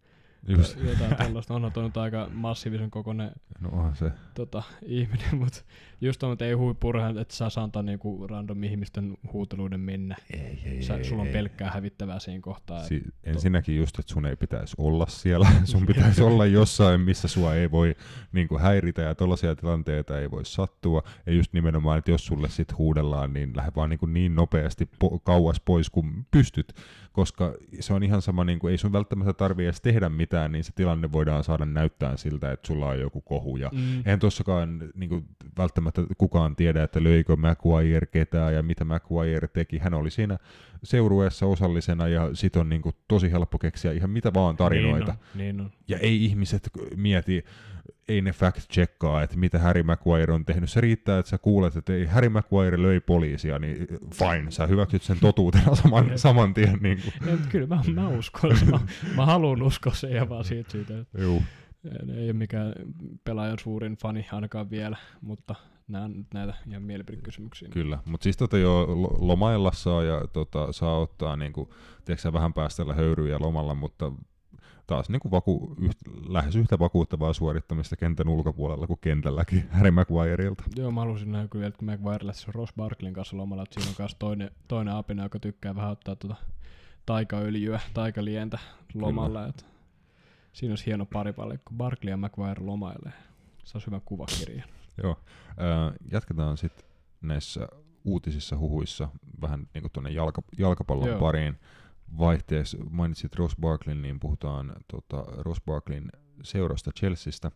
Speaker 1: Just.
Speaker 2: Jotain tällaista. Onhan toi nyt aika massiivisen kokoinen
Speaker 1: No onhan se.
Speaker 2: tota, ihminen, mutta just on, että ei huippurheilija, että saa antaa niinku random ihmisten huuteluiden mennä.
Speaker 1: Ei, ei,
Speaker 2: Sä,
Speaker 1: ei,
Speaker 2: sulla on
Speaker 1: ei.
Speaker 2: pelkkää hävittävää siinä kohtaa.
Speaker 1: Si- ensinnäkin just, että sun ei pitäisi olla siellä. Sun pitäisi olla jossain, missä sua ei voi niin kuin häiritä ja tollaisia tilanteita ei voi sattua. Ja just nimenomaan, että jos sulle sit huudellaan, niin lähde vaan niin, kuin niin nopeasti po- kauas pois kuin pystyt. Koska se on ihan sama, niin kuin ei sun välttämättä tarvitse edes tehdä mitään, niin se tilanne voidaan saada näyttää siltä, että sulla on joku kohu. Ja
Speaker 2: Mm.
Speaker 1: eihän tossakaan niin kuin, välttämättä kukaan tiedä, että löikö Maguire ketään ja mitä Maguire teki. Hän oli siinä seurueessa osallisena ja sit on niin kuin, tosi helppo keksiä ihan mitä vaan tarinoita.
Speaker 2: Niin on, niin on.
Speaker 1: Ja ei ihmiset mieti, ei ne fact-checkaa, että mitä Harry Maguire on tehnyt. Se riittää, että sä kuulet, että ei Harry Maguire löi poliisia, niin fine, sä hyväksyt sen totuutena saman, saman tien. Niin kuin.
Speaker 2: Ja, kyllä mä, mä uskon, mä, mä haluan uskoa se ja vaan siitä, siitä että
Speaker 1: Juu.
Speaker 2: ei ole mikään pelaajan suurin fani ainakaan vielä, mutta nämä on nyt näitä ihan mielipidekysymyksiä.
Speaker 1: Kyllä, mutta siis tota jo lo- lomailla saa ja tota, saa ottaa niinku, tiedätkö, vähän päästellä höyryjä lomalla, mutta taas niinku vaku, yht, lähes yhtä vakuuttavaa suorittamista kentän ulkopuolella kuin kentälläkin Harry Maguireilta.
Speaker 2: Joo, mä halusin nähdä kyllä, että kun Maguire lähti Ross Barkleyn kanssa lomalla, että siinä on myös toinen, toinen apina, joka tykkää vähän ottaa tuota taikaöljyä, taikalientä lomalla. Että siinä olisi hieno paripalle, kun Barkley ja Maguire lomailee. Se olisi hyvä kuvakirja.
Speaker 1: Joo, äh, jatketaan sitten näissä uutisissa, huhuissa vähän niinku tuonne jalka, jalkapallon
Speaker 2: Joo.
Speaker 1: pariin. Vaihteeksi mainitsit Ross Barkleyn, niin puhutaan tota, Ross Barkleyn seurasta Chelseasta,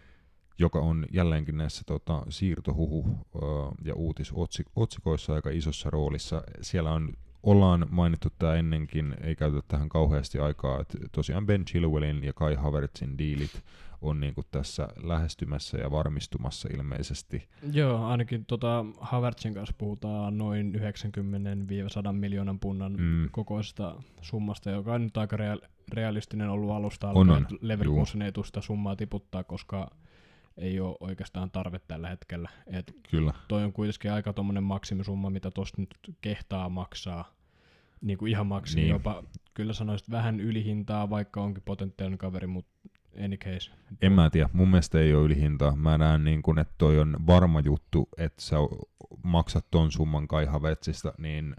Speaker 1: joka on jälleenkin näissä tota, siirtohuhu- ö, ja uutisotsikoissa aika isossa roolissa. Siellä on, ollaan mainittu tämä ennenkin, ei käytetä tähän kauheasti aikaa, että tosiaan Ben Chilwellin ja Kai Havertzin diilit on niinku tässä lähestymässä ja varmistumassa ilmeisesti.
Speaker 2: Joo, ainakin tota Havertzin kanssa puhutaan noin yhdeksänkymmentä sata miljoonan punnan
Speaker 1: Mm.
Speaker 2: kokoisesta summasta, joka on nyt aika real- realistinen ollut alusta
Speaker 1: On,
Speaker 2: alkaen.
Speaker 1: on.
Speaker 2: Leverkusen ei tule sitä summaa tiputtaa, koska ei ole oikeastaan tarve tällä hetkellä. Et
Speaker 1: Kyllä.
Speaker 2: toi on kuitenkin aika tommonen maksimisumma, mitä tosta nyt kehtaa maksaa. Niin kuin ihan maksimi,
Speaker 1: Niin.
Speaker 2: jopa kyllä sanoisit vähän ylihintaa, vaikka onkin potentiaalinen kaveri, mutta any case.
Speaker 1: En mä tiedä, mun mielestä ei ole ylihintaa. Mä näen, niin kun, että toi on varma juttu, että sä maksat ton summan Kai Havertzista, niin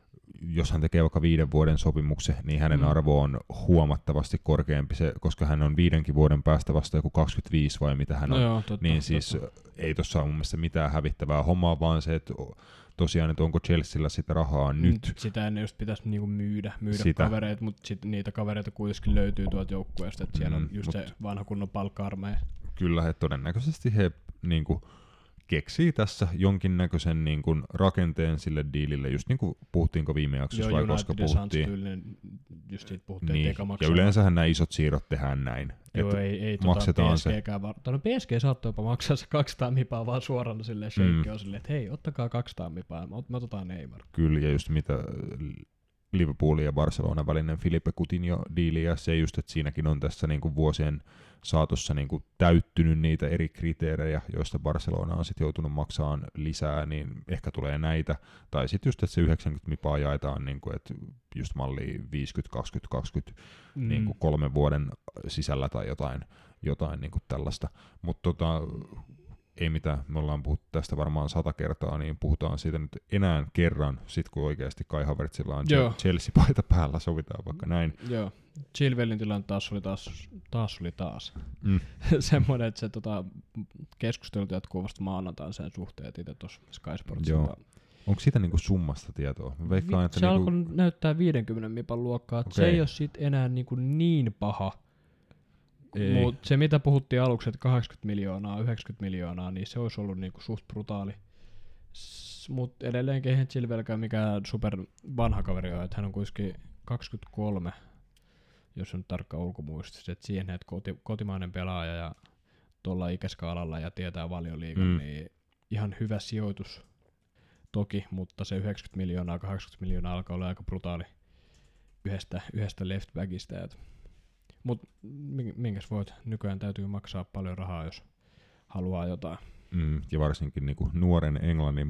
Speaker 1: jos hän tekee vaikka viiden vuoden sopimuksen, niin hänen
Speaker 2: Mm.
Speaker 1: arvo on huomattavasti korkeampi, se, koska hän on viidenkin vuoden päästä vasta joku kaksikymmentäviisi vai mitä hän on.
Speaker 2: No joo, totta,
Speaker 1: niin
Speaker 2: totta.
Speaker 1: siis ei tossa ole mun mielestä mitään hävittävää hommaa, vaan se, että tosiaan, että onko Chelsealla sitä rahaa
Speaker 2: Mm,
Speaker 1: nyt.
Speaker 2: Sitä ennen just pitäisi niinku myydä, myydä
Speaker 1: Sitä.
Speaker 2: kavereita, mutta sit niitä kavereita kuitenkin löytyy tuolta joukkueesta, että siellä
Speaker 1: Mm,
Speaker 2: on just
Speaker 1: mut-
Speaker 2: se vanha kunnon palkka-armeija.
Speaker 1: Kyllä, he todennäköisesti he niin kuin, keksii tässä jonkinnäköisen niin kuin, rakenteen sille diilille, just niin kuin puhuttiinko viime jaksossa vai koska puhuttiin.
Speaker 2: tyylinen, just siitä puhuttiin,
Speaker 1: Niin.
Speaker 2: että eka
Speaker 1: Ja
Speaker 2: maksaa.
Speaker 1: yleensähän nämä isot siirrot tehdään näin.
Speaker 2: Joo,
Speaker 1: että
Speaker 2: ei, ei
Speaker 1: maksetaan
Speaker 2: tota
Speaker 1: se.
Speaker 2: P S G:kään var... No P S G saattoi jopa maksaa se kaksisataa mipaa vaan suorana silleen, Sheikki
Speaker 1: Mm.
Speaker 2: on silleen, että hei, ottakaa kaksisataa mipaa, me, ot- me otetaan Neymar.
Speaker 1: Kyllä, ja just mitä Liverpoolin ja Barcelonan välinen Filipe Coutinho-diili, ja se just, että siinäkin on tässä niin kuin vuosien saatossa niin kuin täyttynyt niitä eri kriteerejä, joista Barcelona on sitten joutunut maksamaan lisää, niin ehkä tulee näitä. Tai sitten just, että se yhdeksänkymmentä mipaa jaetaan, niin kuin, että just malli viisikymmentä kaksikymmentä kaksikymmentä
Speaker 2: Mm.
Speaker 1: niin kuin kolmen vuoden sisällä tai jotain, jotain niin kuin tällaista. Mutta tota, ei mitään, me ollaan puhuttu tästä varmaan sata kertaa, niin puhutaan siitä nyt enää kerran, sit kun oikeasti Kai Havertzilla on
Speaker 2: Joo.
Speaker 1: Chelsea-paita päällä, sovitaan vaikka näin.
Speaker 2: Joo. Chilwellin tilanne taas oli taas, taas oli taas.
Speaker 1: Mm.
Speaker 2: Semmoinen, että se tota, keskustelut jatkuu vasta maanantain sen suhteen, että itse tuossa Sky Sportsilta.
Speaker 1: Joo. Onko siitä niinku summasta tietoa? Mä veikkaan, että
Speaker 2: se
Speaker 1: niinku,
Speaker 2: alkoi näyttää viidenkymmenen mipan luokkaa, että se
Speaker 1: Okei.
Speaker 2: ei ole sit enää niinku niin paha.
Speaker 1: Ei.
Speaker 2: Mutta se mitä puhuttiin aluksi, että kahdeksankymmentä miljoonaa, yhdeksänkymmentä miljoonaa, niin se olisi ollut niinku suht brutaali. Mutta edelleenkin eihän Chilwellkään mikään super vanha kaveri ole, että hän on kuitenkin kaksikymmentäkolme, jos on tarkka ulkomuistis, että siihen, että koti, kotimainen pelaaja ja tuolla ikäskaalalla ja tietää Valioliigan,
Speaker 1: Mm.
Speaker 2: niin ihan hyvä sijoitus toki, mutta se yhdeksänkymmentä miljoonaa, kahdeksankymmentä miljoonaa alkaa olla aika brutaali yhdestä, yhdestä left backista. Mutta minkäs voit, nykyään täytyy maksaa paljon rahaa, jos haluaa jotain.
Speaker 1: Mm, ja varsinkin niinku nuoren Englannin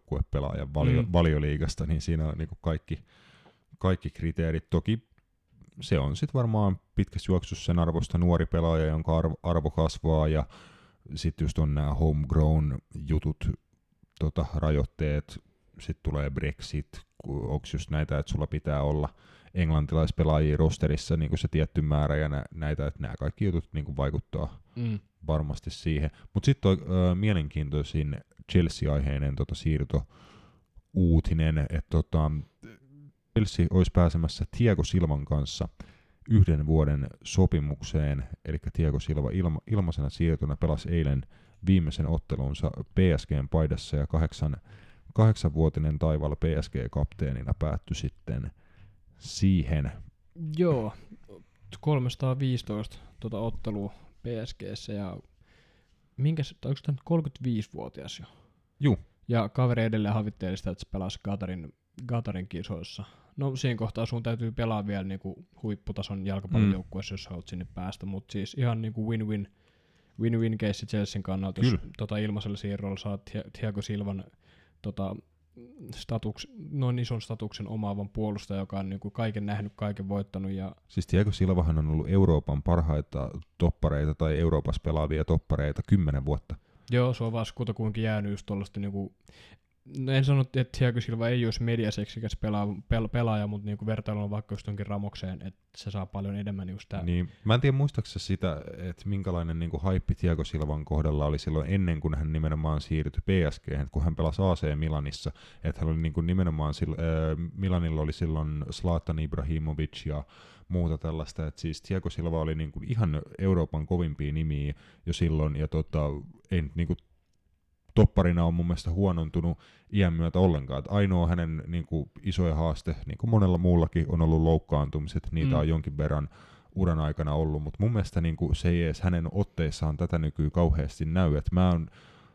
Speaker 1: maajoukkuepelaajan valio,
Speaker 2: Mm.
Speaker 1: valioliigasta, niin siinä on niinku kaikki, kaikki kriteerit. Toki se on sitten varmaan pitkässä juoksussa sen arvosta nuori pelaaja, jonka arvo, arvo kasvaa, ja sitten just on nämä homegrown jutut, tota, rajoitteet, sitten tulee Brexit, onko just näitä, että sulla pitää olla englantilaispelaajia rosterissa niin kuin se tietty määrä, ja nä, näitä, että nämä kaikki jutut niin kuin vaikuttaa mm. varmasti siihen. Mutta sitten on mielenkiintoisin Chelsea-aiheinen tota, siirto-uutinen, että tota, Chelsea olisi pääsemässä Thiago Silvan kanssa yhden vuoden sopimukseen, eli Thiago Silva ilma, ilmaisena siirtona pelasi eilen viimeisen ottelunsa P S G:n paidassa, ja kahdeksan, kahdeksanvuotinen taivaalla P S G-kapteenina päättyi sitten siihen.
Speaker 2: Joo, kolmesataaviisitoista tuota ottelua P S G:ssä, ja minkäs, onko tämä kolmekymmentäviisivuotias jo?
Speaker 1: Juu.
Speaker 2: Ja kaveri edelleen havitteeli sitä, että se pelasi Qatarin, Qatarin kisoissa. No siinä kohtaa sun täytyy pelaa vielä niinku huipputason jalkapallojoukkueessa, mm. jos haluat sinne päästä, mutta siis ihan niinku win-win, win-win case Chelsean kannalta, jos tota ilmaisella siirrolla saat Thiago Silvan tota, statuks, noin ison statuksen omaavan puolustaja, joka on niinku kaiken nähnyt, kaiken voittanut. Ja
Speaker 1: siis Thiago Silvahan on ollut Euroopan parhaita toppareita tai Euroopassa pelaavia toppareita kymmenen vuotta.
Speaker 2: Joo, se on vaan kutakuinkin jäänyt just tuollaista niinku, no en sano, että Thiago Silva ei olisi mediaseksikäs pelaa, pel, pelaaja, mutta niinku vertailu on vaikka just jonkin Ramokseen, että se saa paljon enemmän just tää.
Speaker 1: Niin, mä en tiedä muistaaksä sitä, että minkälainen niinku haippi Thiago Silvan kohdalla oli silloin ennen kuin hän nimenomaan siirtyi P S G:hen, kun hän pelasi A C Milanissa, että hän oli niinku nimenomaan, sil, äh, Milanilla oli silloin Zlatan Ibrahimovic ja muuta tällaista, että siis Thiago Silva oli niinku ihan Euroopan kovimpia nimiä jo silloin, ja tota, ei niinku topparina on mun mielestä huonontunut iän myötä ollenkaan. Et ainoa hänen niin kuin, isoja haaste, niin kuin monella muullakin, on ollut loukkaantumiset. Niitä mm. on jonkin verran uran aikana ollut, mutta mun mielestä niin kuin, se ei edes hänen otteissaan tätä nykyään kauheasti näy. Et mä oon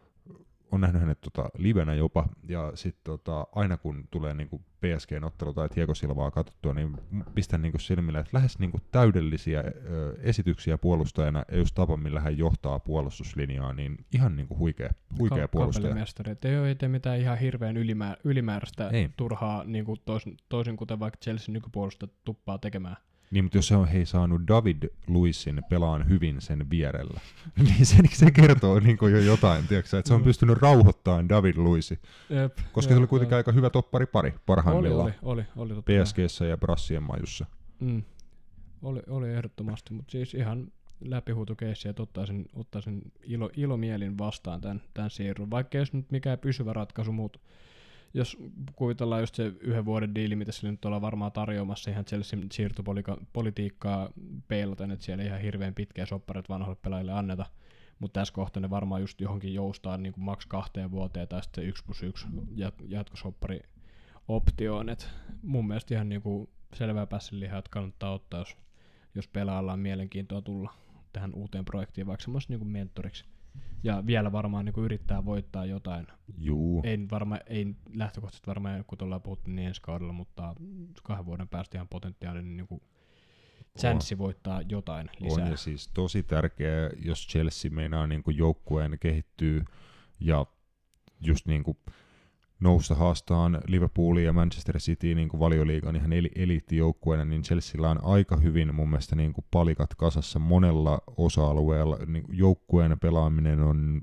Speaker 1: on nähnyt hänet tota, livenä jopa, ja sitten tota, aina kun tulee niinku P S G:n ottelu tai Thiago Silvaa katsottua, niin pistän niinku silmille, että lähes niinku täydellisiä ö, esityksiä puolustajana, ja just tapa, millä hän johtaa puolustuslinjaa, niin ihan niinku huikea, huikea Ka- puolustaja.
Speaker 2: Että ei ole mitään ihan hirveän ylimäär- ylimääräistä
Speaker 1: ei.
Speaker 2: turhaa, niinku toisin, toisin kuten vaikka Chelsea nykypuolusta tuppaa tekemään.
Speaker 1: Niin, mutta jos se on hei saanut David Luizin pelaan hyvin sen vierellä, niin se, se kertoo niin jo jotain, tiedätkö, että se on pystynyt rauhoittamaan David Luizi. Jep, koska jep, se oli kuitenkin jep. aika hyvä topparipari parhaimmillaan.
Speaker 2: Oli, oli, oli, oli
Speaker 1: P S G:ssä ja Brassien majussa.
Speaker 2: Mm. Oli, oli ehdottomasti, mutta siis ihan läpihuutokeissi, että ottaisin, ottaisin ilo, ilomielin vastaan tämän, tämän siirron. Vaikka ei olisi nyt mikään pysyvä ratkaisu, mutta jos kuvitellaan just se yhden vuoden diili, mitä sille nyt ollaan varmaan tarjoamassa ihan Chelsean siirtopolitiikkaa peilaten, että siellä ihan hirveän pitkiä soppareita vanhoille pelaajille anneta, mutta tässä kohtaa ne varmaan just johonkin joustaa niin kuin maks kahteen vuoteen tai sitten yksi plus yksi jatkosoppari optioon, että mun mielestä ihan niin kuin selvää pässinlihaa, että kannattaa ottaa, jos, jos pelaajalla on mielenkiintoa tulla tähän uuteen projektiin vaikka semmoista niin kuin mentoriksi. Ja vielä varmaan niin yrittää voittaa jotain.
Speaker 1: Juu.
Speaker 2: Ei, varma, ei lähtökohtaisesti varmaan, kun ollaan puhuttu niin ensi kaudella, mutta kahden vuoden päästä ihan potentiaalinen niin chanssi voittaa jotain lisää.
Speaker 1: On, ja siis tosi tärkeää, jos Chelsea meinaa niin kuin joukkueen kehittyy ja just niin kuin nousta haastaan Liverpoolia ja Manchester City niin kuin Valioliigan ihan eli- eliittijoukkueena, niin Chelsealla on aika hyvin mun mielestä niin kuin palikat kasassa monella osa-alueella. Niin joukkueen pelaaminen on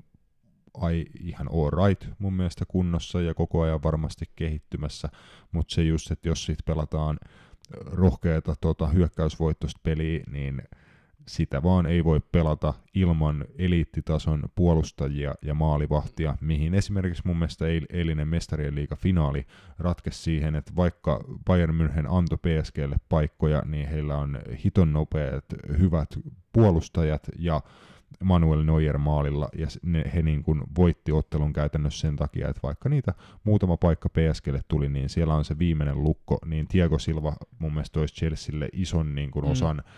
Speaker 1: ai, ihan all right mun mielestä kunnossa ja koko ajan varmasti kehittymässä, mutta se just, että jos siitä pelataan rohkeata tota, hyökkäysvoittoista peliä, niin sitä vaan ei voi pelata ilman eliittitason puolustajia ja maalivahtia, mihin esimerkiksi mun mielestä eilinen Mestarien liiga finaali ratkesi siihen, että vaikka Bayern München antoi P S G:lle paikkoja, niin heillä on hiton nopeat, hyvät puolustajat ja Manuel Neuer maalilla, ja ne, he niin kuin voitti ottelun käytännössä sen takia, että vaikka niitä muutama paikka P S G:lle tuli, niin siellä on se viimeinen lukko, niin Thiago Silva mun mielestä toisi Chelsealle ison niin kuin osan, mm.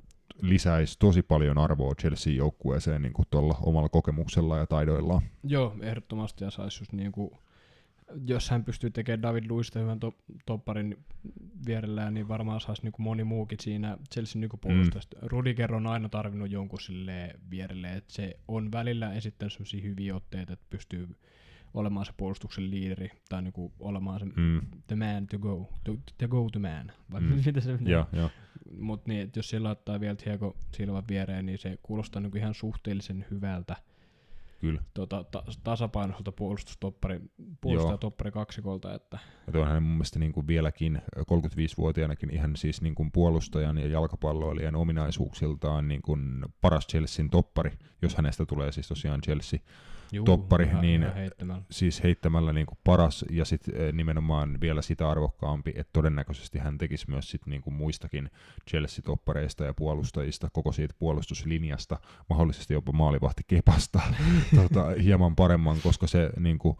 Speaker 1: lisäisi tosi paljon arvoa Chelsea-joukkueeseen niin kuin tuolla omalla kokemuksella ja taidoillaan.
Speaker 2: Joo, ehdottomasti, ja saisi just niin kuin, jos hän pystyy tekemään David Luizista hyvän to- topparin vierellään, niin varmaan saisi niin kuin moni muukin siinä Chelsean nykypuolustajasta. Mm. Rudiger on aina tarvinnut jonkun silleen vierelle, että se on välillä esittänyt sellaisia hyviä otteita, että pystyy olemaan se puolustuksen liideri, tai niinku olemaan se mm. the man to go, to, the go to man, vai mm. mitä se
Speaker 1: ja, ja.
Speaker 2: Mutta niin, jos se laittaa vielä Thiago Silvan viereen, niin se kuulostaa niinku ihan suhteellisen hyvältä.
Speaker 1: Kyllä.
Speaker 2: Tota, ta- tasapainoiselta puolustustoppari, puolustaja-toppari kaksikolta. Että.
Speaker 1: Ja tuo on hänen mun mielestä niin kuin vieläkin kolmekymmentäviisivuotiaanakin ihan siis niin kuin puolustajan ja jalkapalloilijan ominaisuuksiltaan niin kuin paras Chelsean toppari, jos hänestä tulee siis tosiaan Chelsea
Speaker 2: Juu,
Speaker 1: toppari,
Speaker 2: ihan,
Speaker 1: niin
Speaker 2: ihan heittämällä.
Speaker 1: siis heittämällä niin kuin paras ja sitten nimenomaan vielä sitä arvokkaampi, että todennäköisesti hän tekisi myös sit niin kuin muistakin Chelsea-toppareista ja puolustajista, koko siitä puolustuslinjasta, mahdollisesti jopa maalivahti Kepasta tota, hieman paremman, koska se niin kuin,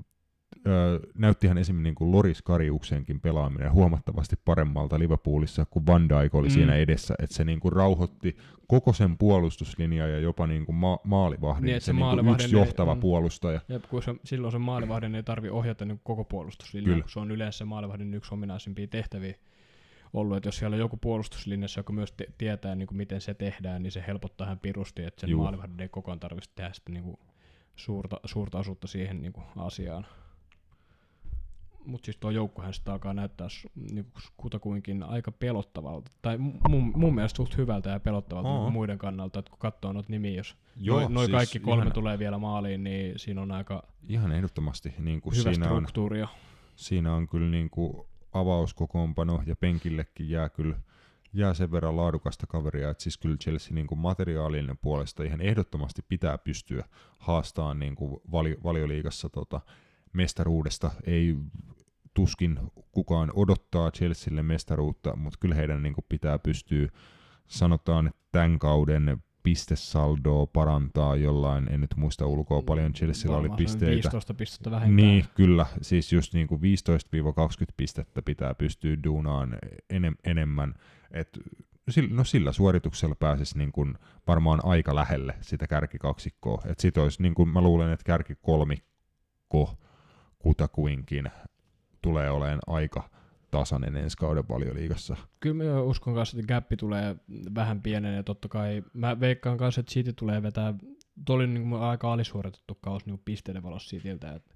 Speaker 1: ö, näyttihän esimerkiksi niin kuin Loris Kariuksenkin pelaaminen huomattavasti paremmalta Liverpoolissa, kun Van Dijk oli mm. siinä edessä, että se niin kuin rauhoitti koko sen puolustuslinja ja jopa niin kuin ma- maalivahdin,
Speaker 2: niin,
Speaker 1: se,
Speaker 2: se
Speaker 1: niin kuin yksi johtava
Speaker 2: mm,
Speaker 1: puolustaja.
Speaker 2: Ja kun se, silloin se maalivahdin ei tarvitse ohjata niin koko puolustuslinjaa, kun se on yleensä se maalivahdin yksi ominaisimpia tehtäviä ollut, että jos siellä on joku puolustuslinjassa, joka myös te- tietää, niin kuin miten se tehdään, niin se helpottaa hän pirusti, että sen Juu. maalivahdin ei koko ajan tarvitse tehdä sitä niin kuin suurta, suurta osuutta siihen niin kuin asiaan. Mutta siis tuo joukkohan sitä alkaa näyttää niin kutakuinkin aika pelottavalta, tai mun, mun mielestä suht hyvältä ja pelottavalta oh. muiden kannalta, että kun katsoo noita nimiä, jos Joo, noin noi siis kaikki kolme ihan, tulee vielä maaliin, niin siinä on aika
Speaker 1: ihan ehdottomasti niin kuin
Speaker 2: hyvä
Speaker 1: siinä
Speaker 2: struktuuri.
Speaker 1: On, siinä on kyllä niin kuin avauskokoonpano ja penkillekin jää kyllä jää sen verran laadukasta kaveria, että siis kyllä Chelsea niin kuin materiaalinen puolesta ihan ehdottomasti pitää pystyä haastamaan niin kuin vali, valioliigassa tota, mestaruudesta. Ei tuskin kukaan odottaa Chelsealle mestaruutta, mutta kyllä heidän niin kuin pitää pystyä, sanotaan, että tämän kauden pistesaldoa parantaa jollain, en nyt muista ulkoa paljon Chelsealla oli pisteitä.
Speaker 2: viisitoista pistettä vähintään.
Speaker 1: Niin, kyllä, siis just niin kuin viisitoista kaksikymmentä pistettä pitää pystyä duunaan enem, enemmän, että no sillä suorituksella pääsisi niin kuin varmaan aika lähelle sitä kärkikaksikkoa, että sit olisi, niin kuin mä luulen, että kärkikolmikko kutakuinkin tulee olemaan aika tasainen ensi kauden Valioliigassa.
Speaker 2: Kyllä mä uskon kanssa, että gappi tulee vähän pienen, ja totta kai mä veikkaan kanssa, että City tulee vetää, tuo oli niin kuin aika alisuoritettu kaus niin pisteiden valossa Cityltä, että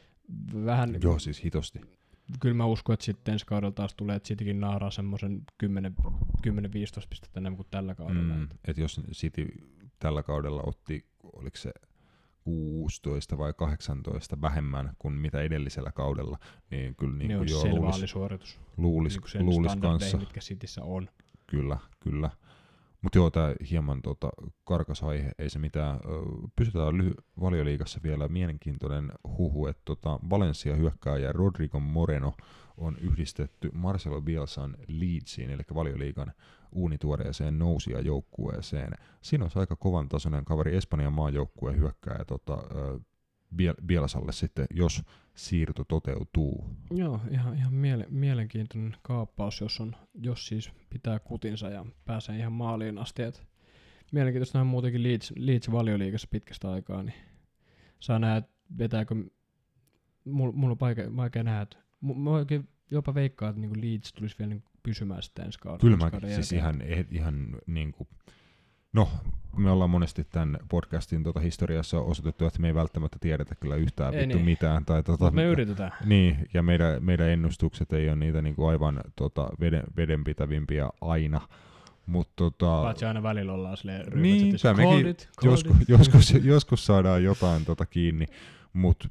Speaker 2: vähän,
Speaker 1: joo, siis hitosti.
Speaker 2: Kyllä mä uskon, että sitten ensi kaudella taas tulee, että Citykin naaraa semmoisen kymmenen viisitoista pistettä enemmän kuin tällä kaudella. Mm,
Speaker 1: että jos City tällä kaudella otti, oliko se kuusitoista vai kahdeksantoista vähemmän kuin mitä edellisellä kaudella, niin kyllä niin kuin jo
Speaker 2: selvä
Speaker 1: luulis,
Speaker 2: alisuoritus.
Speaker 1: luulis,
Speaker 2: niin
Speaker 1: luulis kanssa.
Speaker 2: Mitkä Cityssä on.
Speaker 1: Kyllä, kyllä. Mutta joo, tämä hieman tota, karkas aihe, ei se mitään. Pysytään lyhy- Valioliigassa vielä mielenkiintoinen huhu, että tota, Valencia hyökkääjä Rodrigo Moreno on yhdistetty Marcelo Bielsan Leedsiin, eli Valioliigan uunituoreeseen nousijajoukkueeseen. Siinä olisi aika kovan tasoinen kaveri Espanjan maajoukkueen hyökkääjä tota, Bielsalle sitten, jos siirto toteutuu.
Speaker 2: Joo, ihan, ihan miele- mielenkiintoinen kaappaus, jos, on, jos siis pitää kutinsa ja pääsee ihan maaliin asti. Et mielenkiintoista on muutenkin Leeds, Leeds Valioliigassa pitkästä aikaa, niin saa nähdä, vetääkö, mulla mul on vaikea, vaikea nähdä, että mä oikein jopa veikkaan, että niinku Leeds tulisi vielä niinku pysymään sitä ensi kauden.
Speaker 1: Kyllä mäkin, siis ihan, ihan niinku, no me ollaan monesti tämän podcastin tota historiassa osoitettu, että me ei välttämättä tiedetä kyllä yhtään ei vittu niin. mitään. Tai tota,
Speaker 2: me yritetään.
Speaker 1: Niin, ja meidän, meidän ennustukset ei ole niitä niinku aivan tota, veden, vedenpitävimpiä aina. Mut, tota,
Speaker 2: paitsi aina välillä ollaan silleen
Speaker 1: niin, mekin it, joskus, joskus, joskus saadaan jotain tota kiinni, mutta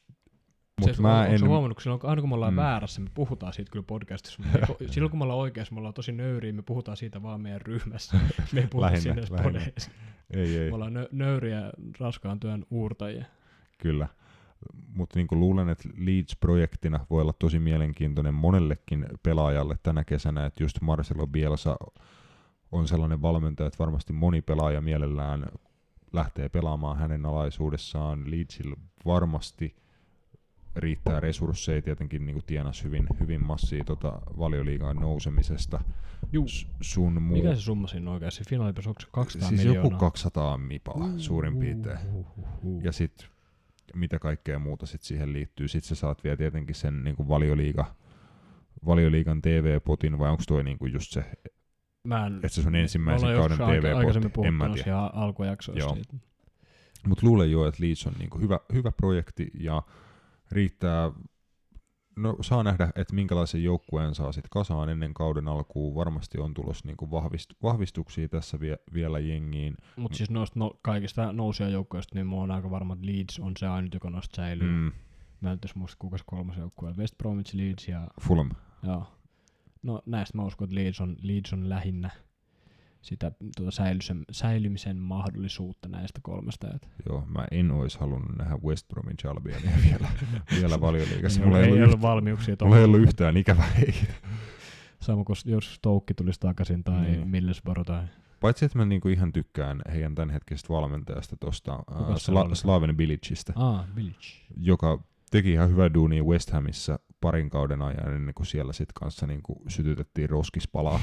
Speaker 2: Mut se, mä on, en... se huomannut, kun silloin, aina kun me ollaan mm. väärässä, me puhutaan siitä kyllä podcastissa. Silloin kun me ollaan oikeassa, me ollaan tosi nöyriä, me puhutaan siitä vaan meidän ryhmässä. Me ei puhuta siinä edes podeissa.
Speaker 1: Ei, ei.
Speaker 2: Me ollaan nö- nöyriä raskaan työn uurtajia.
Speaker 1: Kyllä, mutta niin luulen, että Leeds-projektina voi olla tosi mielenkiintoinen monellekin pelaajalle tänä kesänä, että just Marcelo Bielsa on sellainen valmentaja, että varmasti moni pelaaja mielellään lähtee pelaamaan hänen alaisuudessaan. Leedsillä varmasti riittää resursseja, tietenkin niin tienas hyvin, hyvin massia tota Valioliigaan nousemisesta.
Speaker 2: Juu.
Speaker 1: Sun muu...
Speaker 2: Mikä se summa siinä oikeasti? Finaalipäässä onko se kaksisataa
Speaker 1: siis
Speaker 2: miljoonaa?
Speaker 1: Joku kaksisataa mipaa uh, suurin piirtein.
Speaker 2: Uh, uh, uh.
Speaker 1: Ja sitten mitä kaikkea muuta sit siihen liittyy. Sitten sä saat vielä tietenkin sen niin Valioliiga, Valioliigan T V-potin, vai onko toi niin just se, että se on ensimmäisen kauden T V-potti?
Speaker 2: Aikaisemmin puhuttanut ihan alkujaksoista.
Speaker 1: Mutta luulen jo, että Leeds on niin hyvä, hyvä projekti ja riittää No saa nähdä, että minkälaisen joukkueen saa sit kasaan ennen kauden alkuun. Varmasti on tulossa niinku vahvist- vahvistuksia tässä vie- vielä jengiin.
Speaker 2: Mutta siis noista no, kaikista nousijajoukkueista, niin mä oon aika varma, että Leeds on se ainut, joka noista säilyy. Mm. Mä en tässä muista kukas kolmas joukkue. West Bromwich, Leeds ja...
Speaker 1: Fulham.
Speaker 2: Joo. No näistä mä uskon, että Leeds on, Leeds on lähinnä sitä tuota säilymisen, säilymisen mahdollisuutta näistä kolmesta.
Speaker 1: Joo, mä en ois halunnut nähdä West Bromwich Albionia vielä, vielä Valioliigassa.
Speaker 2: Mulla ei, ei ollut valmiuksia.
Speaker 1: Mulla ei ollut yhtään ikävä heitä.
Speaker 2: Sama kuin jos Stoke tulisi takaisin tai mm. Middlesbrough tai...
Speaker 1: Paitsi, että mä niinku ihan tykkään heidän tämänhetkisestä valmentajasta tuosta uh, Sla- Slaven Bilicistä,
Speaker 2: ah, Bilic.
Speaker 1: joka teki ihan hyvää duunia West Hamissa parin kauden ajan ennen kuin siellä sit kanssa niinku sytytettiin roskispalaa.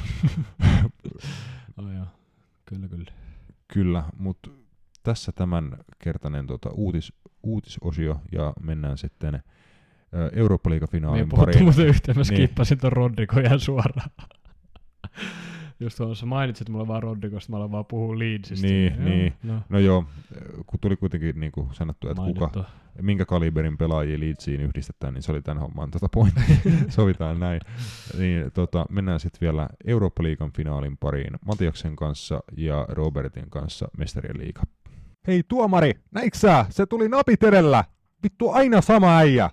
Speaker 2: Oh, joo. Kyllä, kyllä.
Speaker 1: Kyllä, mutta tässä tämän kertainen tota, uutis, uutisosio ja mennään sitten ä, Eurooppa-liigafinaalin pariin. Me
Speaker 2: puhuttu muuten yhteen, mä skippasin ton Rodrigo ihan suoraan. Just tuossa mainitsit mulle vaan Rodrigosta, mä aloin vaan puhua Leedsistä.
Speaker 1: Niin,
Speaker 2: joo,
Speaker 1: niin.
Speaker 2: No.
Speaker 1: no joo, kun tuli kuitenkin niin kuin sanottu, että kuka, minkä kaliberin pelaajia Leedsiin yhdistetään, niin se oli tämän homman tota pointti. Sovitaan näin. Niin, tota, mennään sitten vielä Eurooppa-liigan finaalin pariin Matiaksen kanssa ja Robertin kanssa Mestarien liiga.
Speaker 4: Hei tuomari, näitkö sä? Se tuli napit edellä. Vittu aina sama äijä.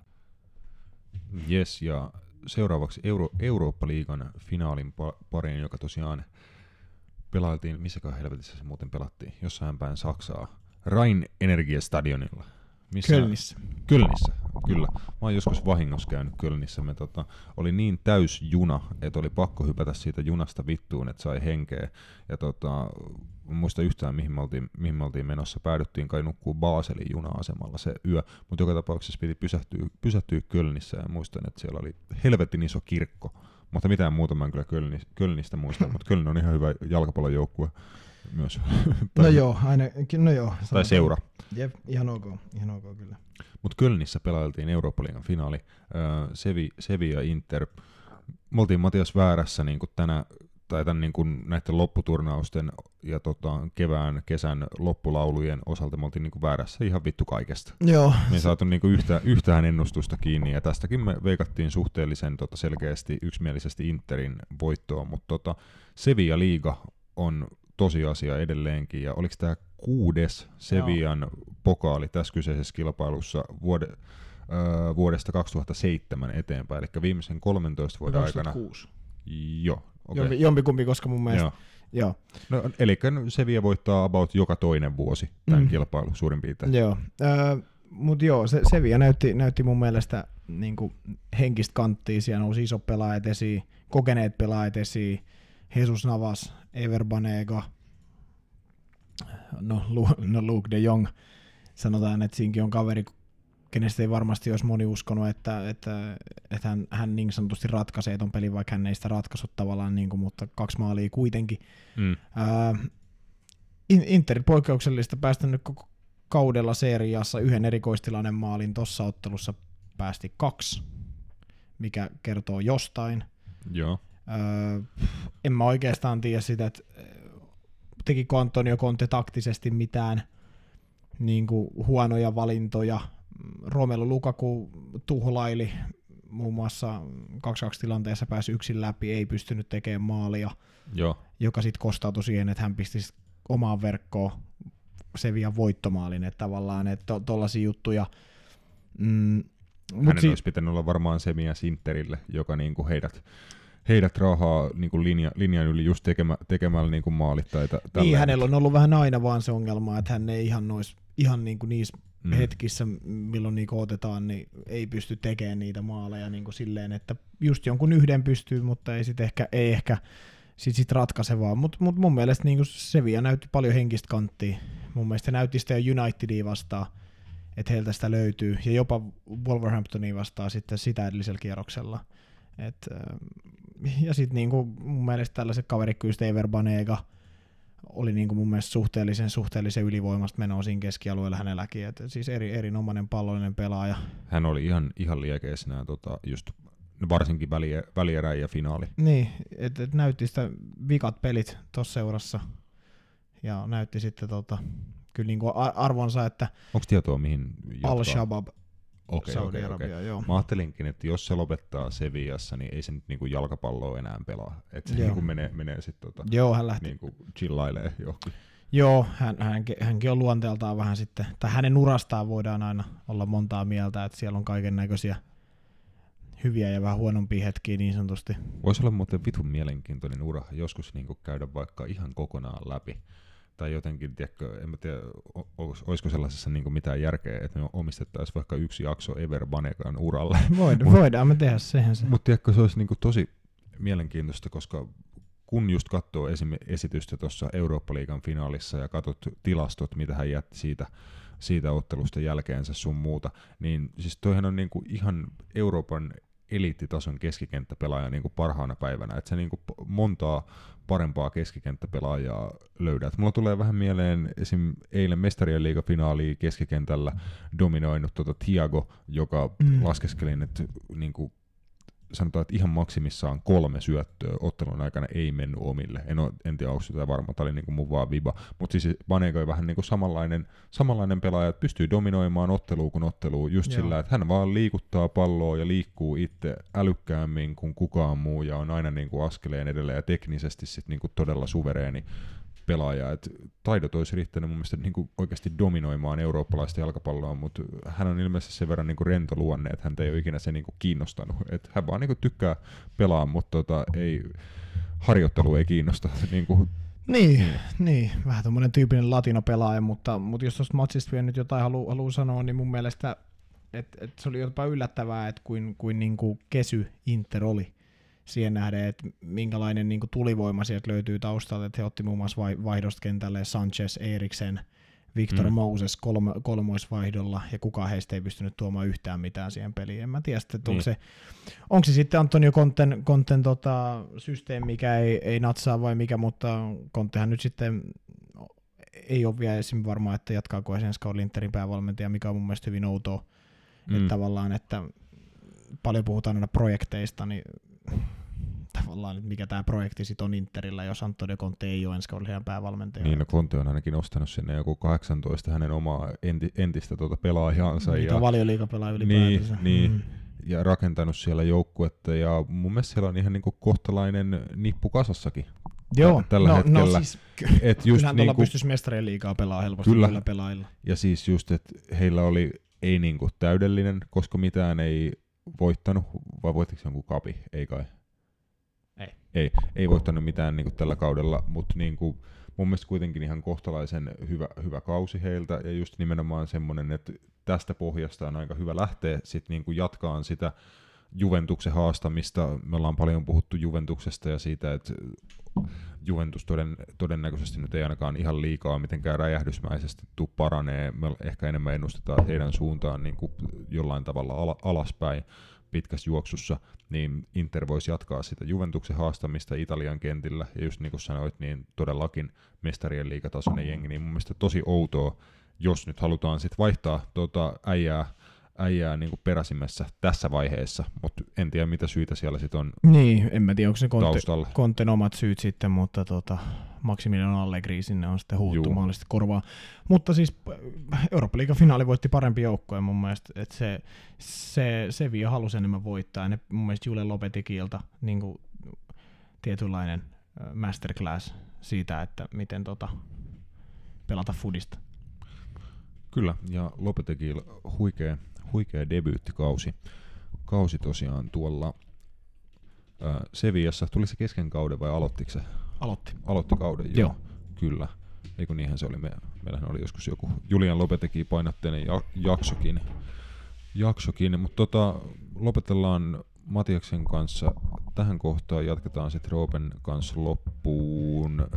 Speaker 1: Yes, ja seuraavaksi Euro- Eurooppa-liigan finaalin pa- pariin, joka tosiaan pelailtiin, missäkään helvetissä se muuten pelattiin, jossain päin Saksaa, Rhein-Energiastadionilla. Missä?
Speaker 3: Kölnissä.
Speaker 1: Kölnissä, kyllä. Mä oon joskus vahingossa käynyt Kölnissä. Me tota, oli niin täys juna, että oli pakko hypätä siitä junasta vittuun, että sai henkeä. Ja tota, en muista yhtään, mihin me, oltiin, mihin me oltiin menossa. Päädyttiin kai nukkuu Baselin juna-asemalla se yö, mutta joka tapauksessa piti pysähtyä, pysähtyä Kölnissä, ja muistan, että siellä oli helvetin iso kirkko. Mutta mitään muuta mä en kyllä Kölnistä, Kölnistä muista, mutta Köln on ihan hyvä jalkapallojoukkue myös.
Speaker 3: No joo, aina, no joo.
Speaker 1: Tai seura.
Speaker 3: Jep, ihan ok, ihan ok kyllä.
Speaker 1: Mutta Kölnissä pelailtiin Eurooppa-liigan finaali, äh, Sevi, Sevi ja Inter. Me oltiin Matias väärässä niin tänä, tai tämän, niin näiden lopputurnausten ja tota, kevään, kesän loppulaulujen osalta me oltiin niin väärässä ihan vittu kaikesta.
Speaker 3: Joo.
Speaker 1: Me ei saatu niin yhtä, yhtään ennustusta kiinni, ja tästäkin me veikattiin suhteellisen tota, selkeästi yksimielisesti Interin voittoon, mutta tota, Sevilla liiga on tosiasia edelleenkin, ja oliko tämä kuudes Sevillan Joo. pokaali tässä kyseisessä kilpailussa vuode, äh, vuodesta kaksituhattaseitsemän eteenpäin, eli viimeisen kolmentoista vuoden
Speaker 3: kaksituhattakuusi.
Speaker 1: aikana. Joo. Okay.
Speaker 3: Jompi, jompikumpi, koska mun mielestä... Joo.
Speaker 1: Joo. No, eli Sevilla voittaa about joka toinen vuosi tämän mm. kilpailun suurin piirtein.
Speaker 3: Joo, äh, mutta joo, se, Sevilla näytti, näytti mun mielestä niinku henkistä kanttia, siellä nousi iso pelaajat esiin, kokeneet pelaajat esiin, Jesus Navas, Ever Banega, no, Lu, no Luke de Jong, sanotaan, että siinkin on kaveri, kenestä ei varmasti olisi moni uskonut, että, että, että hän, hän niin sanotusti ratkaisee ton pelin, vaikka hän ei sitä ratkaisut tavallaan, niin kuin, mutta kaksi maalia kuitenkin. Mm. Ää, Inter poikkeuksellista päästä nyt koko kaudella seriassa yhden erikoistilanne maalin, tuossa ottelussa päästi kaksi, mikä kertoo jostain.
Speaker 1: Joo.
Speaker 3: Öö, en mä oikeastaan tiedä sitä, että tekikö Antonio Conte taktisesti mitään niin kuin huonoja valintoja. Romelu Lukaku tuhlaili muun muassa kaksi kaksi tilanteessa, pääsi yksin läpi, ei pystynyt tekemään maalia, Joo. joka sitten kostautui siihen, että hän pisti omaan verkkoon Sevillan voittomaalin, että tavallaan että tollaisia juttuja. Mm,
Speaker 1: Hänen si- olisi pitänyt olla varmaan Semia Sinterille, joka niinku heidät heidät raahaa niin linja, linjan yli just tekemä, tekemällä niin maalit. Tai t-
Speaker 3: niin, hänellä on ollut vähän aina vaan se ongelma, että hän ei ihan, nois, ihan niin kuin niissä mm. hetkissä, milloin niin otetaan, niin ei pysty tekemään niitä maaleja niin kuin silleen, että just jonkun yhden pystyy, mutta ei, sit ehkä, ei ehkä sit, sit ratkaisevaa. Mutta mut mun mielestä niin kuin Sevilla näytti paljon henkistä kanttia. Mun mielestä näytti sitä jo Unitedia vastaan, että heiltä sitä löytyy, ja jopa Wolverhamptonia vastaan sitten sitä edellisellä kierroksella. Et, ja sitten niinku mun mielestä tällaiset kaverit kuin Ever Banega oli niinku mun mielestä suhteellisen, suhteellisen ylivoimasta menoa siinä keskialueella hänelläkin. Et siis eri, erinomainen pallollinen pelaaja.
Speaker 1: Hän oli ihan, ihan liekeis nää, tota, just varsinkin väliä, välierä ja finaali.
Speaker 3: Niin, että et näytti sitä vikat pelit tuossa seurassa ja näytti sitten tota, kyllä niinku arvonsa, että
Speaker 1: onko tietoa mihin jatkaa?
Speaker 3: Al-Shabaab
Speaker 1: Okei,
Speaker 3: Saudi-Arabia,
Speaker 1: okei, okei.
Speaker 3: joo.
Speaker 1: Mä ajattelinkin, että jos se lopettaa Sevillassa, niin ei se nyt niinku jalkapalloa enää pelaa. Että se
Speaker 3: Joo.
Speaker 1: niinku menee, menee sitten tota,
Speaker 3: Joo, hän lähti.
Speaker 1: niinku chillailee johonkin.
Speaker 3: Joo, hän, hänkin, hänkin on luonteeltaan vähän sitten, tai hänen urastaan voidaan aina olla montaa mieltä, että siellä on kaiken näköisiä hyviä ja vähän huonompia hetkiä niin sanotusti.
Speaker 1: Voisi olla muuten vitun mielenkiintoinen ura joskus niinku käydä vaikka ihan kokonaan läpi. Tai jotenkin, tiedätkö, en mä tiedä, olisiko sellaisessa niinku mitään järkeä, että me omistettaisiin vaikka yksi jakso Ever Banegan uralle.
Speaker 3: Void, voidaan me tehdä sehän se.
Speaker 1: Mutta tiedätkö, se olisi niinku tosi mielenkiintoista, koska kun just katsoo esim. Esitystä tuossa Eurooppa-liigan finaalissa ja katsot tilastot, mitä hän jätti siitä, siitä ottelusta jälkeensä sun muuta, niin siis toihan on niinku ihan Euroopan eliittitason keskikenttäpelaaja niinku parhaana päivänä, että se niinku montaa parempaa keskikenttäpelaajaa löydät. Mulla tulee vähän mieleen esim. Eilen Mestarien liigafinaaliin keskikentällä dominoinut tota Thiago, joka mm. laskeskelin, että niinku sanotaan, että ihan maksimissaan kolme syöttöä ottelun aikana ei mennyt omille. En, ole, en tiedä, onko sitä varma, tämä oli niin kuin mun vaan viba. Mutta siis Banega on vähän niin kuin samanlainen, samanlainen pelaaja, että pystyy dominoimaan ottelua kuin ottelua just Joo. sillä, että hän vaan liikuttaa palloa ja liikkuu itse älykkäämmin kuin kukaan muu ja on aina niin kuin askeleen edelleen ja teknisesti sit niin kuin todella suvereeni pelaaja. Et taidot olisi riittänyt mun mielestä niinku oikeasti dominoimaan eurooppalaista jalkapalloa, mutta hän on ilmeisesti sen verran niinku rento luonne, että häntä ei ole ikinä se niinku kiinnostanut. Et hän vaan niinku tykkää pelaa, mutta tota, ei, harjoittelu ei kiinnosta. niinku,
Speaker 3: niin, niin. niin, vähän tommonen tyypillinen latinopelaaja, mutta, mutta jos tuosta matsista vielä nyt jotain haluaa haluu sanoa, niin mun mielestä et, et se oli jopa yllättävää, että kuin, kuin niinku kesy Inter oli. Siihen nähden, että minkälainen niin kuin tulivoima sieltä löytyy taustalta, että he otti muun muassa vaihdosta kentälle Sanchez, Eriksen, Victor mm. Moses kolmo, kolmoisvaihdolla, ja kukaan heistä ei pystynyt tuomaan yhtään mitään siihen peliin. En mä tiedä, että onko, mm. se, onko se sitten Antonio Conten, Conten tota, systeemi, mikä ei, ei natsaa vai mikä, mutta Contehan nyt sitten ei ole vielä esim. Varmaa, että jatkaako ensi kaudella Interin päävalmentaja, mikä on mun mielestä hyvin outoa, mm. että tavallaan, että paljon puhutaan aina projekteista, niin tavallaan, mikä tämä projekti sitten on Interillä, jos Antonio Conte ei ole ensi kaudella ihan päävalmentaja.
Speaker 1: Niin, no Conte on ainakin ostanut sinne joku kahdeksantoista hänen omaa enti, entistä tuota pelaajaansa.
Speaker 3: Niitä
Speaker 1: ja,
Speaker 3: on valioliigapelaaja ylipäätänsä.
Speaker 1: Niin, niin
Speaker 3: mm.
Speaker 1: ja rakentanut siellä joukkuetta, ja mun mielestä siellä on ihan niinku kohtalainen nippu kasassakin.
Speaker 3: Joo,
Speaker 1: tällä
Speaker 3: no,
Speaker 1: hetkellä.
Speaker 3: No siis,
Speaker 1: et just
Speaker 3: kyllähän
Speaker 1: niinku,
Speaker 3: tuolla pystyisi mestarien liigaa pelaamaan helposti
Speaker 1: kyllä.
Speaker 3: kyllä pelaajilla.
Speaker 1: Ja siis just, että heillä oli ei niinku täydellinen, koska mitään ei voittanut, vai voittiko jonkun kapi? Ei kai.
Speaker 3: Ei.
Speaker 1: Ei, ei voittanut mitään niinku tällä kaudella, mutta niinku, mun mielestä kuitenkin ihan kohtalaisen hyvä, hyvä kausi heiltä, ja just nimenomaan semmoinen, että tästä pohjasta on aika hyvä lähteä sit niinku jatkaan sitä Juventuksen haastamista. Me ollaan paljon puhuttu Juventuksesta ja siitä, että Juventus toden, todennäköisesti nyt ei ainakaan ihan liikaa mitenkään räjähdysmäisesti tuu paranee. Me ehkä enemmän ennustetaan, että heidän suuntaan niin kuin jollain tavalla al- alaspäin pitkässä juoksussa, niin Inter voisi jatkaa sitä Juventuksen haastamista Italian kentillä. Ja just niin kuin sanoit, niin todellakin mestarien liigatasoinen jengi, niin mun mielestä tosi outoa, jos nyt halutaan sitten vaihtaa tuota äijää, äijää niin kuin peräsimmässä tässä vaiheessa, mutta en tiedä mitä syitä siellä sitten on
Speaker 3: niin, en mä tiedä, onko se
Speaker 1: taustalla.
Speaker 3: Conten omat syyt sitten, mutta tota, Maximiliano Allegri sinne on sitten huuttu mahdollisesti korvaa. Mutta siis Eurooppa-liigan finaali voitti parempi joukkoja mun mielestä, että se, se Sevilla halusi enemmän voittaa, ja ne mun mielestä Julen Lopetegilta niin kuin tietynlainen masterclass siitä, että miten tota, pelata foodista.
Speaker 1: Kyllä, ja Lopetegilla huikea, huikea debyyttikausi. Kausi tosiaan tuolla ää, Sevillassa. Tuli se kesken kauden vai aloittiko se?
Speaker 3: Aloitti.
Speaker 1: Aloitti kauden, joo. joo. Kyllä. Eikö niinhän se oli. Me, meillähän oli joskus joku Julian Lopetegi painotteinen ja, jaksokin. jaksokin. Mutta tota, lopetellaan Matiaksen kanssa tähän kohtaan. Jatketaan sitten Roopen kanssa loppuun.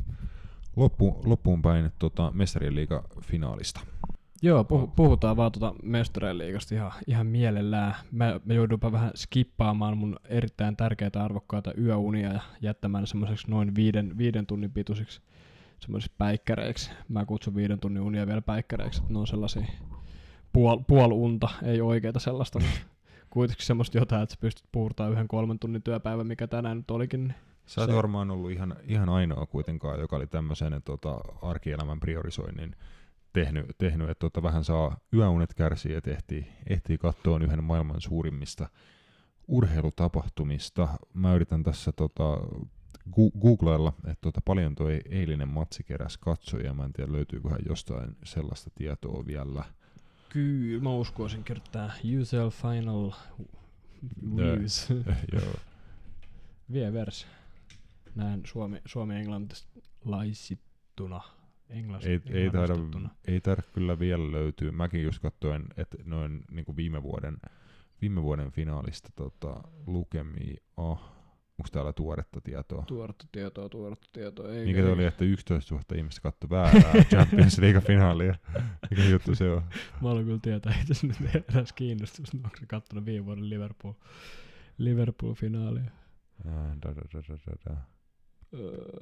Speaker 1: Loppu, loppuun päin tota, Mestarien liiga-finaalista.
Speaker 2: Joo, puh- puhutaan vaan tuota Mestarien liigasta ihan, ihan mielellään. Mä, mä joudunpa vähän skippaamaan mun erittäin tärkeitä arvokkaita yöunia ja jättämään semmoiseksi noin viiden, viiden tunnin pituisiksi semmoisiksi päikkäreiksi. Mä kutsun viiden tunnin unia vielä päikkäreiksi, että ne on sellaisia puol, puol unta, ei oikeita sellaista, mutta kuitenkin semmoista jotain, että sä pystyt puhurtaan yhden kolmen tunnin työpäivän, mikä tänään nyt olikin. Niin
Speaker 1: sä et varmaan ollut ihan, ihan ainoa kuitenkaan, joka oli tämmöisen tota, arkielämän priorisoinnin tehnyt, tehnyt että tota, vähän saa yöunet kärsiä, ja ehtii, ehtii katsoa yhden maailman suurimmista urheilutapahtumista. Mä yritän tässä tota, gu- googlailla, että tota, paljon toi eilinen matsi keräsi katsojia. Mä en tiedä, löytyyköhän jostain sellaista tietoa vielä.
Speaker 2: Kyllä, mä uskoisin kertaa U S L Final Views.
Speaker 1: Joo.
Speaker 2: Vie vers. Näin suomi, suomi-englantilaisittuna. Englantis,
Speaker 1: Ei, ei, taida,
Speaker 2: englannistettuna.
Speaker 1: ei taida kyllä vielä löytyy. Mäkin just katsoin, että noin niin kuin viime vuoden viime vuoden finaalista tota, lukemia. Oh, onko täällä tuoretta tietoa?
Speaker 2: Tuoretta tietoa, tuoretta tietoa. Ei,
Speaker 1: Mikä
Speaker 2: ei.
Speaker 1: oli, että yksitoistatuhatta ihmistä katsoi väärää Champions League-finaalia? Mikä juttu se on?
Speaker 2: Mä haluan kyllä tietää, että se nyt eräs kiinnostus. Onko se kattonut viime vuoden Liverpool, Liverpool-finaalia?
Speaker 1: Ah, da, da, da, da, da.
Speaker 2: Öö.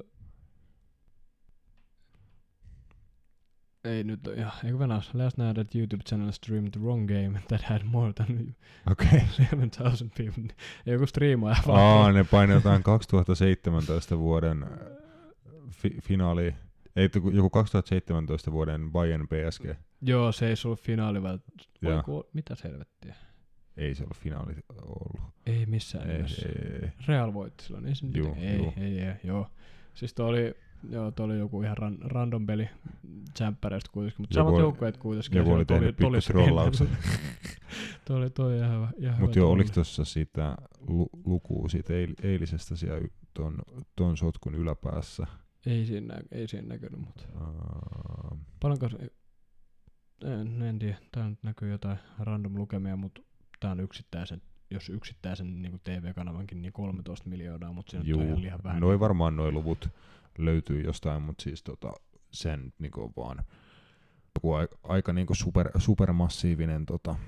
Speaker 2: Ei nyt, ja, eikö venäs? Last night at YouTube channel streamed the wrong game that had more than
Speaker 1: Okei.
Speaker 2: seven thousand people. Ei joku striimaaja
Speaker 1: Aa, ne painetaan kaksituhattaseitsemäntoista vuoden fi- finaali. Ei, tu- joku kaksituhattaseitsemäntoista vuoden Bayern P S G.
Speaker 2: Joo, se ei ollut finaali, vaan
Speaker 1: Joo.
Speaker 2: oliko, mitä selvettiä?
Speaker 1: Ei se ollut finaali ollut.
Speaker 2: Ei missään
Speaker 1: Ei,
Speaker 2: nimessä.
Speaker 1: ei, ei.
Speaker 2: Real voitti silloin, ei se
Speaker 1: Juu,
Speaker 2: mitään. Ei,
Speaker 1: juu.
Speaker 2: ei, ei, joo. Siis toi oli, joo, toi oli joku ihan ran, random peli tsemppäreistä kuitenkin, mutta
Speaker 1: Joku
Speaker 2: samat
Speaker 1: oli-
Speaker 2: joukkueet kuitenkin.
Speaker 1: joku
Speaker 2: ja
Speaker 1: oli
Speaker 2: siellä
Speaker 1: tehnyt
Speaker 2: tuli-
Speaker 1: pikku
Speaker 2: tuli-
Speaker 1: trollauksen.
Speaker 2: toi oli toi ihan hyvä. Ihan
Speaker 1: Mut
Speaker 2: hyvä
Speaker 1: joo,
Speaker 2: trolli.
Speaker 1: oliko tuossa sitä lu- lukua siitä eil- eilisestä siellä y- ton, ton sotkun yläpäässä?
Speaker 2: Ei siinä, nä- ei siinä näkynyt, mutta
Speaker 1: Uh,
Speaker 2: paljonko se, en, en tiedä, täällä nyt näkyy jotain random lukemia, mutta tää on yksittäisen, jos yksittäisen niin T V-kanavankin, niin kolmetoista miljoonaa, mutta siinä
Speaker 1: juu,
Speaker 2: on ihan liian vähän.
Speaker 1: noi varmaan noi luvut löytyy jostain, mutta siis tota, sen niinku vaan joku aika, aika niinku super, supermassiivinen tota,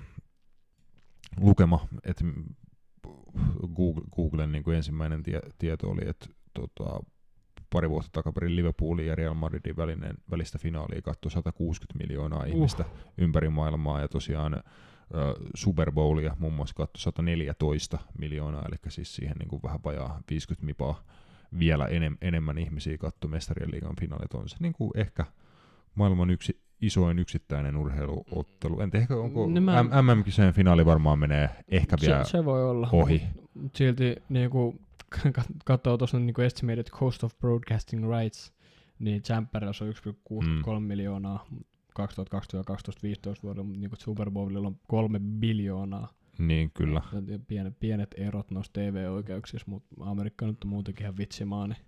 Speaker 1: lukema, että Google, Googlen niinku ensimmäinen tie, tieto oli, että tota, pari vuotta takaperin Liverpoolin ja Real Madridin välinen, välistä finaalia katsoi sata kuusikymmentä miljoonaa
Speaker 2: Uh.
Speaker 1: ihmistä ympäri maailmaa, ja tosiaan äh, Super Bowlia muun muassa katsoi sata neljätoista miljoonaa, eli siis siihen niinku vähän vajaa viisikymmentä mipaa vielä enem, enemmän ihmisiä katsoi Mestarien liigan finaalit. On se niinku ehkä maailman yksi isoin yksittäinen urheiluottelu. En tiedä, ehkä onko
Speaker 2: No mä-
Speaker 1: M M-kisojen finaali varmaan menee ehkä vielä
Speaker 2: se, se voi olla.
Speaker 1: ohi.
Speaker 2: Mut silti niinku, katsoo tuossa niinku estimated cost of broadcasting rights, niin Champerilla se on yksi pilkku kuusikymmentäkolme mm. miljoonaa kaksituhattakaksikymmentä kaksituhattaviisitoista vuodella, mutta niinku Super Bowlilla on kolme biljoonaa.
Speaker 1: Niin, kyllä.
Speaker 2: Ja Pienet, pienet erot noissa T V-oikeuksissa, mutta Amerikka nyt on muutenkin ihan vitsimaa, niin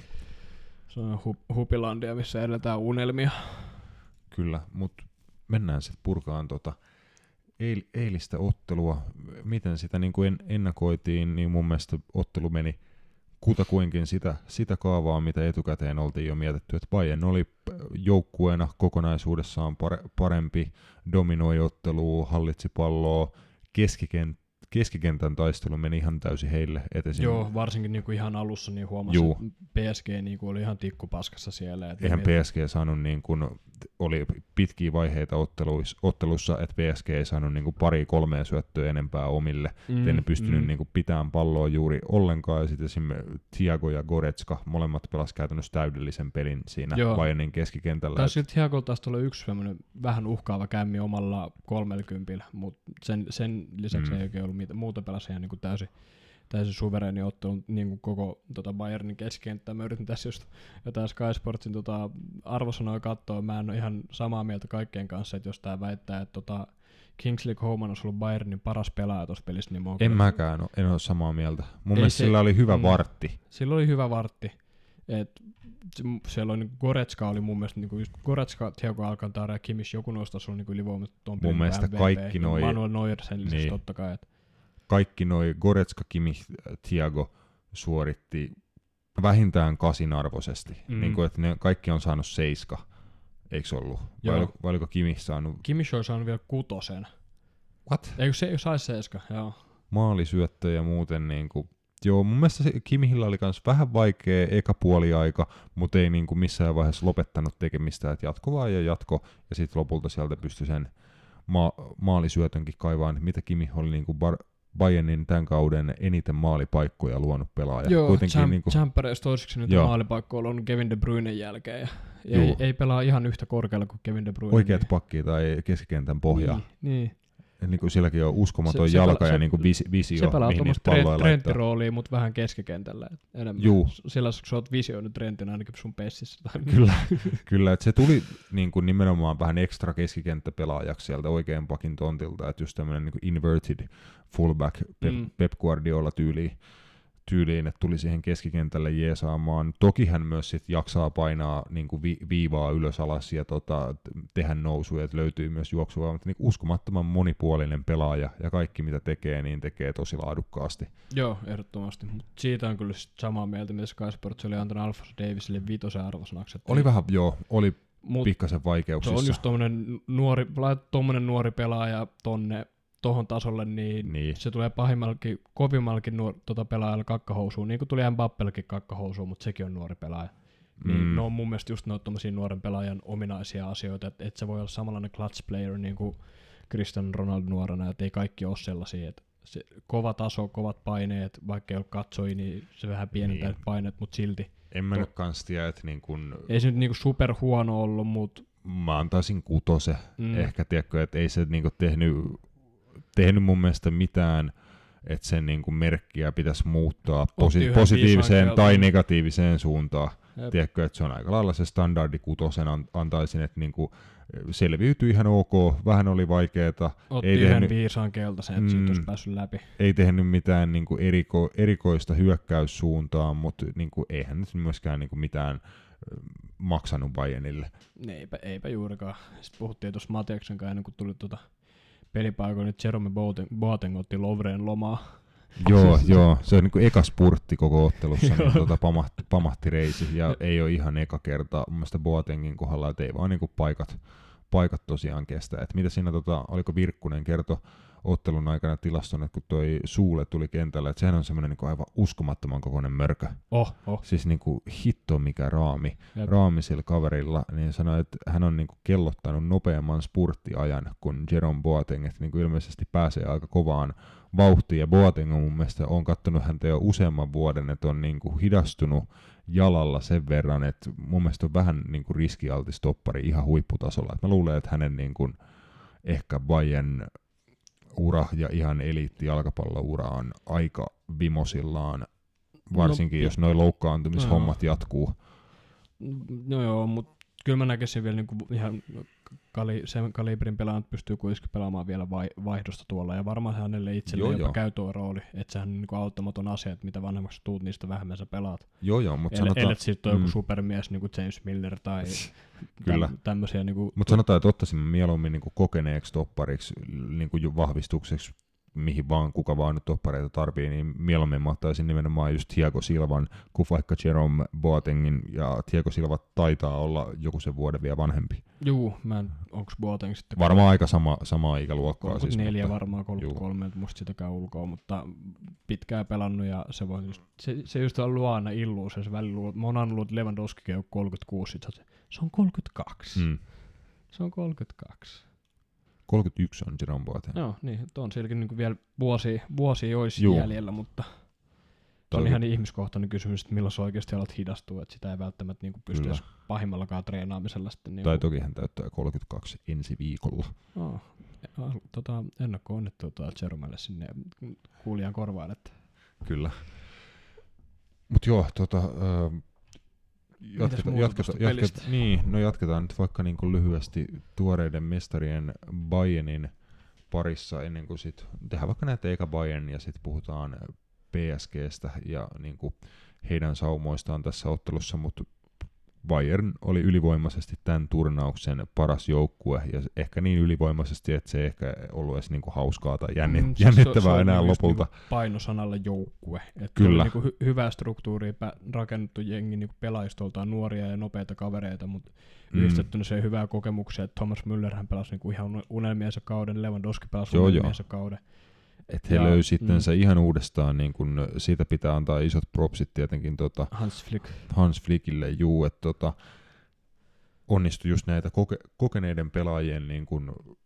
Speaker 2: se on hu- hupilandia, missä eletään unelmia.
Speaker 1: Kyllä, mutta mennään sitten purkaan tota eil- eilistä ottelua. Miten sitä niin kuin en- ennakoitiin, niin mun mielestä ottelu meni kutakuinkin sitä, sitä kaavaa, mitä etukäteen oltiin jo mietitty, että Bayern oli joukkueena kokonaisuudessaan pare- parempi, dominoi ottelua, hallitsi palloa, keskikent- keskikentän taistelu meni ihan täysin heille. Et esim.
Speaker 2: Joo, varsinkin niinku ihan alussa niin huomasi,
Speaker 1: Juu.
Speaker 2: että P S G niinku oli ihan tikkupaskassa siellä. Et
Speaker 1: Eihän
Speaker 2: ne
Speaker 1: P S G saanut, niin kuin, oli pitkiä vaiheita otteluissa, ottelussa, että P S G ei saanut niin kuin pari kolmea syöttöä enempää omille.
Speaker 2: Mm,
Speaker 1: ei ne pystynyt
Speaker 2: mm.
Speaker 1: niin kuin pitämään palloa juuri ollenkaan, ja sitten esimerkiksi Thiago ja Goretzka, molemmat pelasivat käytännössä täydellisen pelin siinä
Speaker 2: Joo.
Speaker 1: Bayernin keskikentällä.
Speaker 2: Tai silti Thiagolla taas tulee yksi semmoinen vähän uhkaava kämmi omalla kolmelkympillä, mutta sen, sen lisäksi
Speaker 1: Mm.
Speaker 2: ei oikein ollut mitään. Muuta pelasi ihan niinku täysin, täysin suvereeni ottelu niinku koko tota Bayernin keskikenttää. Mä yritin tässä just jotain Sky Sportsin tota arvosanoja katsoa. Mä en ole ihan samaa mieltä kaikkien kanssa, että jos tää väittää, että tota Kingsley Coman olisi ollut Bayernin paras pelaaja tuossa pelissä, niin mä oon
Speaker 1: En
Speaker 2: kyllä-
Speaker 1: mäkään, ole- en ole samaa mieltä. Mun
Speaker 2: Ei
Speaker 1: mielestä
Speaker 2: se-
Speaker 1: sillä oli hyvä
Speaker 2: mm.
Speaker 1: vartti.
Speaker 2: Sillä oli hyvä vartti. Et se- siellä oli niinku Goretzka oli mun mielestä niinku just Goretzka, Thiago Alcantara ja Kimmich, joku noista taas oli niinku ylivoimaisesti
Speaker 1: Mun mielestä kaikki noi-
Speaker 2: Manuel Neuer sen lisäksi
Speaker 1: Niin.
Speaker 2: totta kai. Et
Speaker 1: Kaikki noi Goretzka, Kimmich, Thiago suoritti vähintään kasin arvoisesti.
Speaker 2: Mm.
Speaker 1: Niin kuin, että ne kaikki on saanut seiska, eikö ollut? Vai,
Speaker 2: Joo.
Speaker 1: oliko, vai oliko Kimmich saanut
Speaker 2: Kimmich olisi saanut vielä kutosen.
Speaker 1: what?
Speaker 2: Eikö se saisi seiska? Joo.
Speaker 1: maalisyöttö ja muuten niinku. Joo, mun mielestä se Kimmichillä oli kans vähän vaikea eka puoliaika, mutta ei niinku missään vaiheessa lopettanut tekemistä, että jatko vaan ja jatko, ja sitten lopulta sieltä pystyi sen ma- maalisyötönkin kaivaan, mitä Kimmich oli niinku bar- Bayernin tämän kauden eniten maalipaikkoja luonut pelaaja.
Speaker 2: Joo,
Speaker 1: Kuitenkin
Speaker 2: Champ-
Speaker 1: niinku,
Speaker 2: Champereissa toiseksi nyt
Speaker 1: Joo.
Speaker 2: maalipaikkoilla on Kevin De Bruynen jälkeen. Ja ei,
Speaker 1: Juu.
Speaker 2: ei pelaa ihan yhtä korkealla kuin Kevin De Bruyne.
Speaker 1: oikeat
Speaker 2: niin.
Speaker 1: pakki tai keskikentän pohja.
Speaker 2: Niin, niin.
Speaker 1: Niin kuin silläkin on uskomaton
Speaker 2: Se- se
Speaker 1: jalka
Speaker 2: pela-
Speaker 1: ja
Speaker 2: se-
Speaker 1: niinku vis-
Speaker 2: Se
Speaker 1: visio,
Speaker 2: pelaa
Speaker 1: mihin niitä
Speaker 2: tuommoista
Speaker 1: palloja laittaa.
Speaker 2: Trenttiroolia, mutta vähän keskikentällä et enemmän.
Speaker 1: Juu.
Speaker 2: Sillä sä oot visioinut Trentin ainakin sun pessissä. Tai
Speaker 1: Kyllä, kyllä, että se tuli niin kuin nimenomaan vähän ekstra keskikenttäpelaajaksi sieltä oikean pakin tontilta, että just tämmöinen niin kuin inverted fullback Pep,
Speaker 2: Mm.
Speaker 1: Pep Guardiola tyyliin, tyyliin, että tuli siihen keskikentälle jeesaamaan. Toki hän myös sit jaksaa painaa niin kuin vi- viivaa ylös alas ja tota, tehdä nousuja, että löytyy myös juoksua, mutta niin kuin uskomattoman monipuolinen pelaaja ja kaikki mitä tekee, niin tekee tosi laadukkaasti.
Speaker 2: Joo, ehdottomasti. Mut siitä on kyllä sit samaa mieltä, mitä Sky Sports oli antanut Alphonso Davisille vitosen arvosanaksi. että
Speaker 1: Oli vähän, joo, oli
Speaker 2: mut
Speaker 1: pikkasen
Speaker 2: se
Speaker 1: vaikeuksissa.
Speaker 2: on just tommonen nuori, laitat tommonen nuori pelaaja tonne tohon tasolle, niin,
Speaker 1: Niin.
Speaker 2: se tulee pahimmallakin, kovimmallakin nuor, tota pelaajalle kakkahousuun, niin kuin tuli Mbappellekin kakkahousuun, mutta sekin on nuori pelaaja. Niin
Speaker 1: Mm.
Speaker 2: ne on mun mielestä just noita tommosia nuoren pelaajan ominaisia asioita, että et se voi olla samanlainen clutch player niin kuin Cristiano Ronaldo nuorena, että ei kaikki ole sellaisia, että se kova taso, kovat paineet, vaikka ei ole katsoi, niin se vähän pienentää
Speaker 1: Niin.
Speaker 2: niin. paineet, mutta silti.
Speaker 1: En mä
Speaker 2: To-
Speaker 1: nyt kans tiedä, että niin kun
Speaker 2: Ei se nyt niinku super huono ollut, mutta
Speaker 1: mä antaisin kutose.
Speaker 2: mm,
Speaker 1: Ehkä tiedätkö, että ei se niinku tehnyt, tehnyt mun mielestä mitään, että sen niinku merkkiä pitäisi muuttaa posi-
Speaker 2: yhden
Speaker 1: positiiviseen
Speaker 2: viisaan
Speaker 1: tai
Speaker 2: keltan.
Speaker 1: negatiiviseen suuntaan.
Speaker 2: Jep.
Speaker 1: Tiedätkö, että se on aika lailla se standardi kutosen an- antaisin, että niinku selviytyi ihan ok, vähän oli vaikeeta,
Speaker 2: otti
Speaker 1: ei
Speaker 2: yhden
Speaker 1: tehnyt,
Speaker 2: viisaan keltaisen, että
Speaker 1: Mm.
Speaker 2: siitä olisi päässyt läpi.
Speaker 1: ei tehnyt mitään niinku eriko, erikoista hyökkäyssuuntaan, mutta niinku, eihän nyt myöskään niinku mitään ö, maksanut Bayernille.
Speaker 2: Eipä, eipä juurikaan. Sitten puhuttiin tuossa Matiaksen kanssa ennen kuin tuli tuota pelipaikoilla, niin Jerome Boateng, Boateng otti Lovreen lomaa.
Speaker 1: Joo, joo, se on niinku eka spurtti koko ottelussa, niin
Speaker 2: Joo.
Speaker 1: tota pamahti, pamahti reisi, ja ei ole ihan eka kerta mun mielestä Boatengin kohdalla, että ei vaan niinku paikat, paikat tosiaan kestää. Et mitä siinä, tota, oliko Virkkunen kerto ottelun aikana tilaston, että kun toi Suule tuli kentällä, että sehän on semmoinen niinku aivan uskomattoman kokoinen mörkö.
Speaker 2: Oh, oh.
Speaker 1: Siis niinku hitto mikä raami,
Speaker 2: Jep.
Speaker 1: raami sillä kaverilla, niin sanoi, että hän on niinku kellottanut nopeamman spurttiajan kuin Jerome Boateng, että niinku ilmeisesti pääsee aika kovaan vauhtiin, ja Boateng on mun mielestä, on kattonut häntä jo useamman vuoden, että on niinku hidastunut jalalla sen verran, että mun mielestä on vähän niinku riskialtis toppari ihan huipputasolla. Et mä luulen, että hänen niinku ehkä Bayern ura ja ihan eliitti jalkapalloura on aika vimosillaan, varsinkin
Speaker 2: No,
Speaker 1: jos noi loukkaantumishommat jatkuu.
Speaker 2: No joo, mutta kyllä mä näkisin vielä niinku ihan kali, sen kalibrin pelaajat pystyy kuitenkin pelaamaan vielä vai, vaihdosta tuolla, ja varmaan hänelle itselle
Speaker 1: Joo,
Speaker 2: jopa
Speaker 1: joo.
Speaker 2: käy tuo rooli, että sehän on niinku auttamaton asia, että mitä vanhemmaksi tuut, niistä vähemmän sä pelaat.
Speaker 1: Joo joo, mutta
Speaker 2: El,
Speaker 1: sanotaan,
Speaker 2: ellet sitten joku
Speaker 1: mm.
Speaker 2: supermies niinku James Milner tai
Speaker 1: Kyllä.
Speaker 2: täm, tämmöisiä niinku,
Speaker 1: Mutta sanotaan, että ottaisimme mieluummin niinku kokeneeksi toppariksi niinku ju- vahvistukseksi, mihin vaan kuka vaan nyt toppareita tarvii, niin mieluummin mä ottaisin nimenomaan just Thiago Silvan, kuin vaikka Jerome Boatengin, ja Thiago Silva taitaa olla joku sen vuoden vielä vanhempi.
Speaker 2: juu, mä en, onks Boateng sitten
Speaker 1: Varmaan aika sama, samaa ikäluokkaa. Siis,
Speaker 2: kolmekymmentäneljä
Speaker 1: mutta,
Speaker 2: varmaan, kolmekymmentäkolme, että musta sitä käy ulkoa, mutta pitkään pelannut, ja se, voi just, se, se just on luo aina illuus, se välillä luulee, mä oon aina luullut, että Lewandowski käy kolmekymmentäkuusi, sit se, se on kolmekymmentäkaksi.
Speaker 1: mm.
Speaker 2: Se on kolmekymmentäkaksi.
Speaker 1: kolmekymmentäyksi on Jerome Boateng.
Speaker 2: Joo, niin, on sielläkin niinku vielä vuosia, vuosia olisi
Speaker 1: Juu.
Speaker 2: jäljellä, mutta se
Speaker 1: Toi-
Speaker 2: on ihan ihmiskohtainen kysymys, että milloin se oikeasti alat hidastua, että sitä ei välttämättä niinku pysty
Speaker 1: Kyllä.
Speaker 2: edes pahimmallakaan treenaamisella sitten. Niinku,
Speaker 1: Tai toki hän täyttää kolmekymmentäkaksi ensi viikolla.
Speaker 2: oh, tota, ennakko onnittua tuolta Jeromelle sinne kuulijan korvaan, että
Speaker 1: Kyllä. Mut joo, tota, öö, jatketa,
Speaker 2: muuta
Speaker 1: jatketa,
Speaker 2: tosta
Speaker 1: jatketa,
Speaker 2: pelistä?
Speaker 1: niin, no jatketaan nyt vaikka niinku lyhyesti tuoreiden mestarien Bayernin parissa ennen kuin sit tehdään vaikka näitä eka Bayern ja sitten puhutaan P S G:stä ja niinku heidän saumoistaan tässä ottelussa, mutta Bayern oli ylivoimaisesti tämän turnauksen paras joukkue, ja ehkä niin ylivoimaisesti, että se ei ehkä ollut edes niinku hauskaa tai jännit,
Speaker 2: Mm, siis
Speaker 1: jännittävää
Speaker 2: se- se on
Speaker 1: enää
Speaker 2: just
Speaker 1: lopulta.
Speaker 2: Niinku painosanalla joukkue. Et
Speaker 1: Kyllä.
Speaker 2: Niinku hy- hyvää struktuuria pä- rakennettu jengi niinku pelaajistoltaan nuoria ja nopeita kavereita, mutta
Speaker 1: Mm.
Speaker 2: yhdistettynä se hyvää kokemuksia, että Thomas Müllerhän pelasi niinku ihan unelmiensa kauden, Lewandowski pelasi
Speaker 1: Joo,
Speaker 2: unelmiensa kauden.
Speaker 1: Että he
Speaker 2: Ja-
Speaker 1: löysi itsensä
Speaker 2: mm.
Speaker 1: ihan uudestaan, niin kun siitä pitää antaa isot propsit tietenkin tota
Speaker 2: Hans Flick.
Speaker 1: Hans Flickille, juu, että tota, onnistui just näitä koke- kokeneiden pelaajien niin kun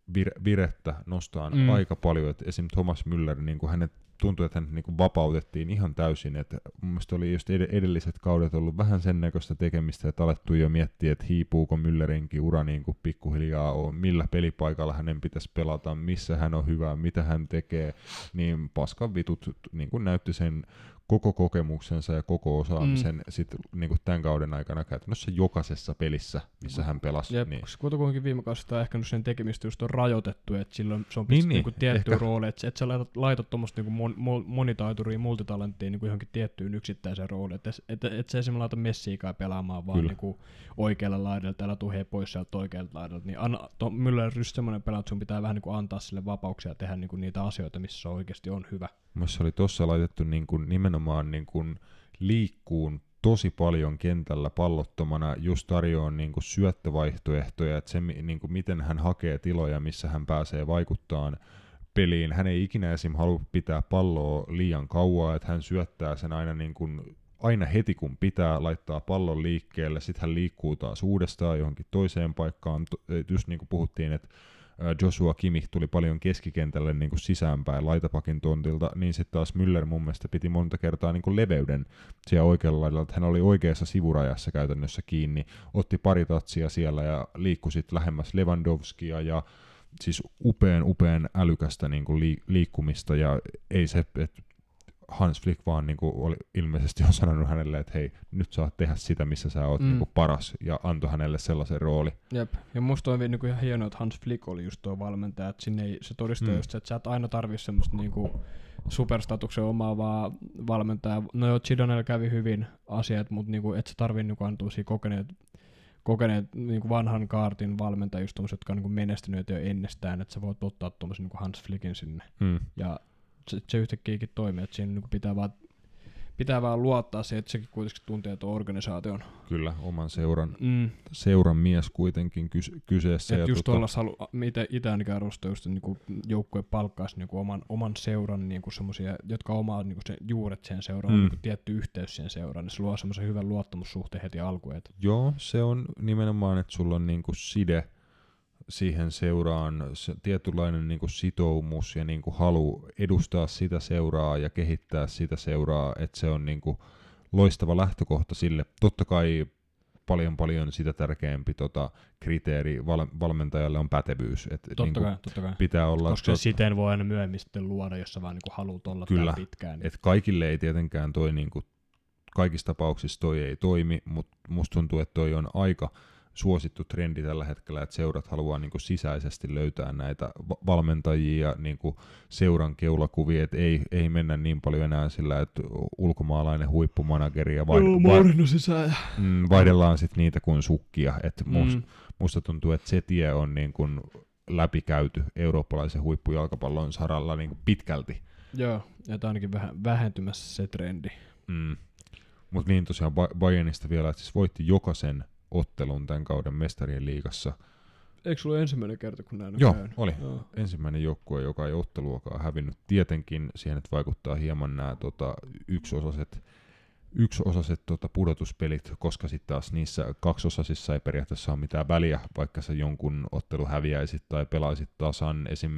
Speaker 1: vir- virettä nostaa
Speaker 2: Mm.
Speaker 1: aika paljon, että esim. Thomas Müller, niin kuin hänet tuntui, että hänet niin kuin vapautettiin ihan täysin, että mun mielestä oli just ed- edelliset kaudet ollut vähän sen näköistä tekemistä, että alettu jo miettiä, että hiipuuko Müllerinkin ura niin kuin pikkuhiljaa on, millä pelipaikalla hänen pitäisi pelata, missä hän on hyvä, mitä hän tekee, niin paskan vitut niin kuin näytti sen koko kokemuksensa ja koko osaamisen mm. sit, niin kuin tämän kauden aikana käytännössä jokaisessa pelissä, missä hän pelasi.
Speaker 2: Jep,
Speaker 1: niin.
Speaker 2: kuitenkin viime kaudesta ehkä sen tekemistä just on rajoitettu, että silloin se on
Speaker 1: Niin,
Speaker 2: niin,
Speaker 1: niin,
Speaker 2: niinku tietty
Speaker 1: ehkä.
Speaker 2: rooli, että et sä laitat, laitat tuommoista niinku mon, mon, monitaituria, multitalenttia niinku johonkin tiettyyn yksittäiseen rooliin, että et, et, et sä esimerkiksi laita Messiikaan pelaamaan vaan niinku oikealla laidalta, älä tuu hei pois sieltä oikealta laidalta, niin anna, to, Müller on just semmoinen pelaaja, että sun pitää vähän niinku antaa sille vapauksia tehdä niinku niitä asioita, missä se oikeasti on hyvä.
Speaker 1: Minusta oli tuossa laitettu niin kuin nimenomaan niin kuin liikkuun tosi paljon kentällä pallottomana, just tarjoaa niin kuin syöttövaihtoehtoja, että se niin kuin miten hän hakee tiloja, missä hän pääsee vaikuttamaan peliin. Hän ei ikinä esim. Halua pitää palloa liian kauaa, että hän syöttää sen aina, niin kuin, aina heti kun pitää laittaa pallon liikkeelle, sitten hän liikkuu taas uudestaan johonkin toiseen paikkaan. Just niin kuin puhuttiin, että Joshua Kimmich tuli paljon keskikentälle niin kuin sisäänpäin laitapakin tontilta, niin sitten taas Müller mun mielestä piti monta kertaa niin kuin leveyden siellä oikealla laidalla, että hän oli oikeassa sivurajassa käytännössä kiinni, otti pari tatsia siellä ja liikkui sitten lähemmäs Lewandowskia ja siis upean, upean älykästä niin kuin liik- liikkumista ja ei se, että Hans Flick vaan niin kuin oli ilmeisesti on sanonut hänelle, että hei, nyt saat tehdä sitä, missä sä oot mm. niin kuin paras, ja antoi hänelle sellaisen rooli.
Speaker 2: Jep, ja musta on niin kuin ihan hienoa, että Hans Flick oli just tuo valmentaja, että sinne ei, se todistaa mm. just se, että sä et aina tarvii semmoista niin kuin superstatuksen omaavaa valmentajaa. No joo, Zidonella kävi hyvin asiat, mutta niin kuin, et sä tarvii niin kuin antua siihen kokeneet, kokeneet niin kuin vanhan kaartin valmentaja, just tommoset, jotka on niin kuin menestyneet jo ennestään, että sä voit ottaa tuommoisen niin kuin Hans Flickin sinne. Mm. Ja se, se yhtäkkiäkin toimii, että siinä niin pitää, vaan, pitää vaan luottaa siihen, että sekin kuitenkin tuntee tuon organisaation.
Speaker 1: Kyllä, oman seuran,
Speaker 2: mm.
Speaker 1: seuran mies kuitenkin kys- kyseessä.
Speaker 2: Että just
Speaker 1: tota...
Speaker 2: tuolla halu, itse ainakin arvostaa just, että niinku joukkue palkkaisi niinku oman, oman seuran, niinku semmosia, jotka omaa niinku se juuret siihen seuraan, mm. niinku tietty yhteys siihen seuraan, niin se luo semmoisen hyvän luottamussuhteen heti alkuun.
Speaker 1: Joo, se on nimenomaan, että sulla on niinku side siihen seuraan, se tietynlainen niin kuin sitoumus ja niin kuin halu edustaa sitä seuraa ja kehittää sitä seuraa, että se on niin kuin loistava lähtökohta sille. Totta kai paljon paljon sitä tärkeämpi tota, kriteeri val- valmentajalle on pätevyys. Et,
Speaker 2: totta,
Speaker 1: niin kuin
Speaker 2: kai, totta kai,
Speaker 1: pitää olla,
Speaker 2: koska
Speaker 1: tot...
Speaker 2: siten voi aina myöhemmin sitten luoda, jos sä vaan niin haluat olla
Speaker 1: Kyllä,
Speaker 2: tämän pitkään. Niin.
Speaker 1: Et kaikille ei tietenkään toi, niin kuin, kaikissa tapauksissa toi ei toimi, mutta musta tuntuu, että toi on aika suosittu trendi tällä hetkellä, että seurat haluaa niin kuin sisäisesti löytää näitä valmentajia ja niin kuin seuran keulakuvia, että ei, ei mennä niin paljon enää sillä, että ulkomaalainen huippumanageri ja vaihd-
Speaker 2: vaihd-
Speaker 1: mm, vaihdellaan sitten niitä kuin sukkia. Että must, mm. musta tuntuu, että se tie on niin kuin läpikäyty eurooppalaisen huippujalkapallon saralla niin kuin pitkälti.
Speaker 2: Joo, ja tämä ainakin vähän vähentymässä se trendi.
Speaker 1: Mm. Mutta niin tosiaan Bayernista vielä, että siis voitti jokaisen ottelun tämän kauden mestarien liigassa.
Speaker 2: Eikö sulla ensimmäinen kerta, kun näin on
Speaker 1: Joo,
Speaker 2: käynyt?
Speaker 1: oli.
Speaker 2: Joo.
Speaker 1: Ensimmäinen joukkue, joka ei otteluakaan hävinnyt. Tietenkin siihen, että vaikuttaa hieman nämä tota, yksiosaset, yksiosaset tota, pudotuspelit, koska sitten taas niissä kaksosasissa ei periaatteessa ole mitään väliä, vaikka sä jonkun ottelu häviäisit tai pelaisit tasan. Esim.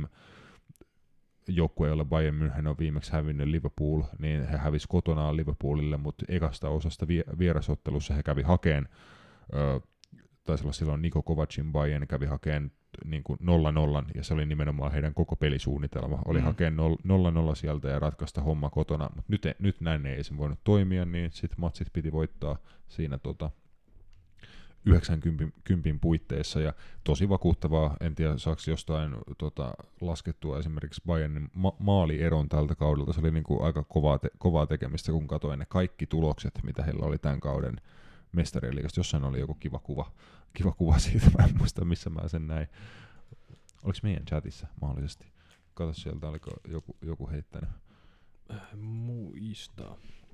Speaker 1: Joukkue, jolle Bayern München on viimeksi hävinnyt Liverpool, niin he hävisi kotonaan Liverpoolille, mutta ekasta osasta vierasottelussa he kävi hakeen Öö, taisi olla silloin Niko Kovacin Bayern kävi hakeen niin kuin nolla nolla, ja se oli nimenomaan heidän koko pelisuunnitelma. Oli mm. hakea nolla nolla sieltä ja ratkaista homma kotona, mutta nyt, nyt näin ei esim. Voinut toimia, niin sitten matsit piti voittaa siinä tota, yhdeksänkymmentä puitteissa, ja tosi vakuuttavaa, en tiedä saako jostain tota, laskettua esimerkiksi Bayernin ma- maalieron tältä kaudelta, se oli niin kuin aika kovaa, te- kovaa tekemistä, kun katsoin ne kaikki tulokset, mitä heillä oli tämän kauden mestarien liigasta. Jossain oli joku kiva kuva, kiva kuva siitä, mä en muista missä mä sen näin. Oliko meidän chatissa mahdollisesti? Kato sieltä, oliko joku, joku heittänyt.
Speaker 2: Muistaa.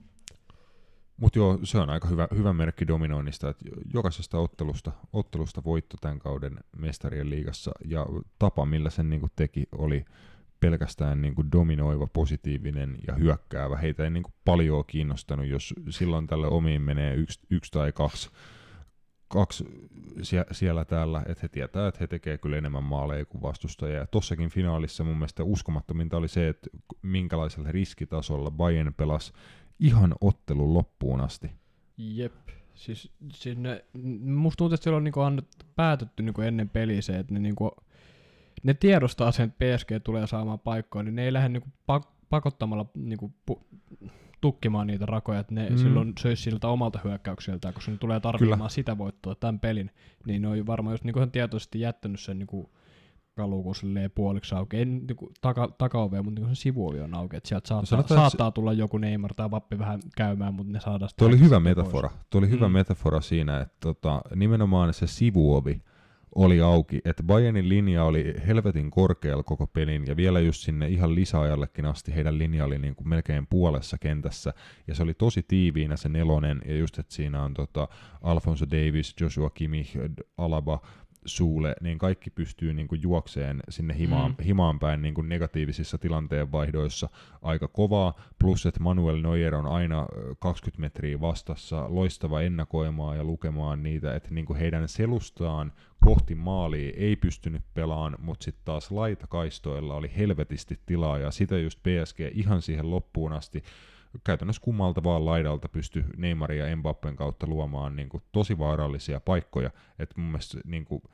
Speaker 1: Mutta joo, se on aika hyvä, hyvä merkki dominoinnista, että jokaisesta ottelusta, ottelusta voitto tämän kauden mestarien liigassa, ja tapa millä sen niinku teki oli pelkästään niin kuin dominoiva, positiivinen ja hyökkäävä. Heitä ei niin kuin paljon kiinnostanut, jos silloin tälle omiin menee yksi, yksi tai kaksi, kaksi sie- siellä täällä, että he tietää, että he tekee kyllä enemmän maaleja kuin vastustajia. Ja tossakin finaalissa mun mielestä uskomattominta oli se, että minkälaisella riskitasolla Bayern pelasi ihan ottelun loppuun asti.
Speaker 2: Jep. Siis sinne, musta tuntuu, että siellä on niinku annettu, päätetty niinku ennen peliä se, että ne, niinku, ne tiedostaa sen, että P S G tulee saamaan paikkoja, niin ne ei lähde niinku pak- pakottamalla niinku pu- tukkimaan niitä rakoja, että ne mm. silloin söisi siltä omalta hyökkäykseltään, koska ne tulee tarvitsemaan Kyllä. sitä voittoa tämän pelin, niin ne on varmaan just niinku ihan tietoisesti jättänyt sen niinku kaluukun silleen puoliksi auki, ei niinku taka, takaovea, mutta niinku se sivuovi on auki, että sieltä saattaa, no saattaa se... tulla joku Neymar tai Vappi vähän käymään, mutta ne saadaan sitä.
Speaker 1: Tuo oli hyvä metafora, tuo oli hyvä mm. metafora siinä, että tota, nimenomaan se sivuovi oli auki, että Bayernin linja oli helvetin korkealla koko pelin, ja vielä just sinne ihan lisäajallekin asti heidän linja oli niin kuin melkein puolessa kentässä, ja se oli tosi tiiviinä se nelonen, ja just, että siinä on tota Alphonso Davies, Joshua Kimmich, Alaba, Suule, niin kaikki pystyy niin kuin juokseen sinne himaan, mm. himaan päin niin kuin negatiivisissa tilanteenvaihdoissa aika kovaa, plus että Manuel Neuer on aina kaksikymmentä metriä vastassa, loistava ennakoimaan ja lukemaan niitä, että niin kuin heidän selustaan kohti maalia ei pystynyt pelaamaan, mutta sitten taas laitakaistoilla oli helvetisti tilaa, ja sitä just P S G ihan siihen loppuun asti käytännössä kummalta vaan laidalta pystyi Neymarin ja Mbappen kautta luomaan niin kuin tosi vaarallisia paikkoja. Et mun mielestä niin kuin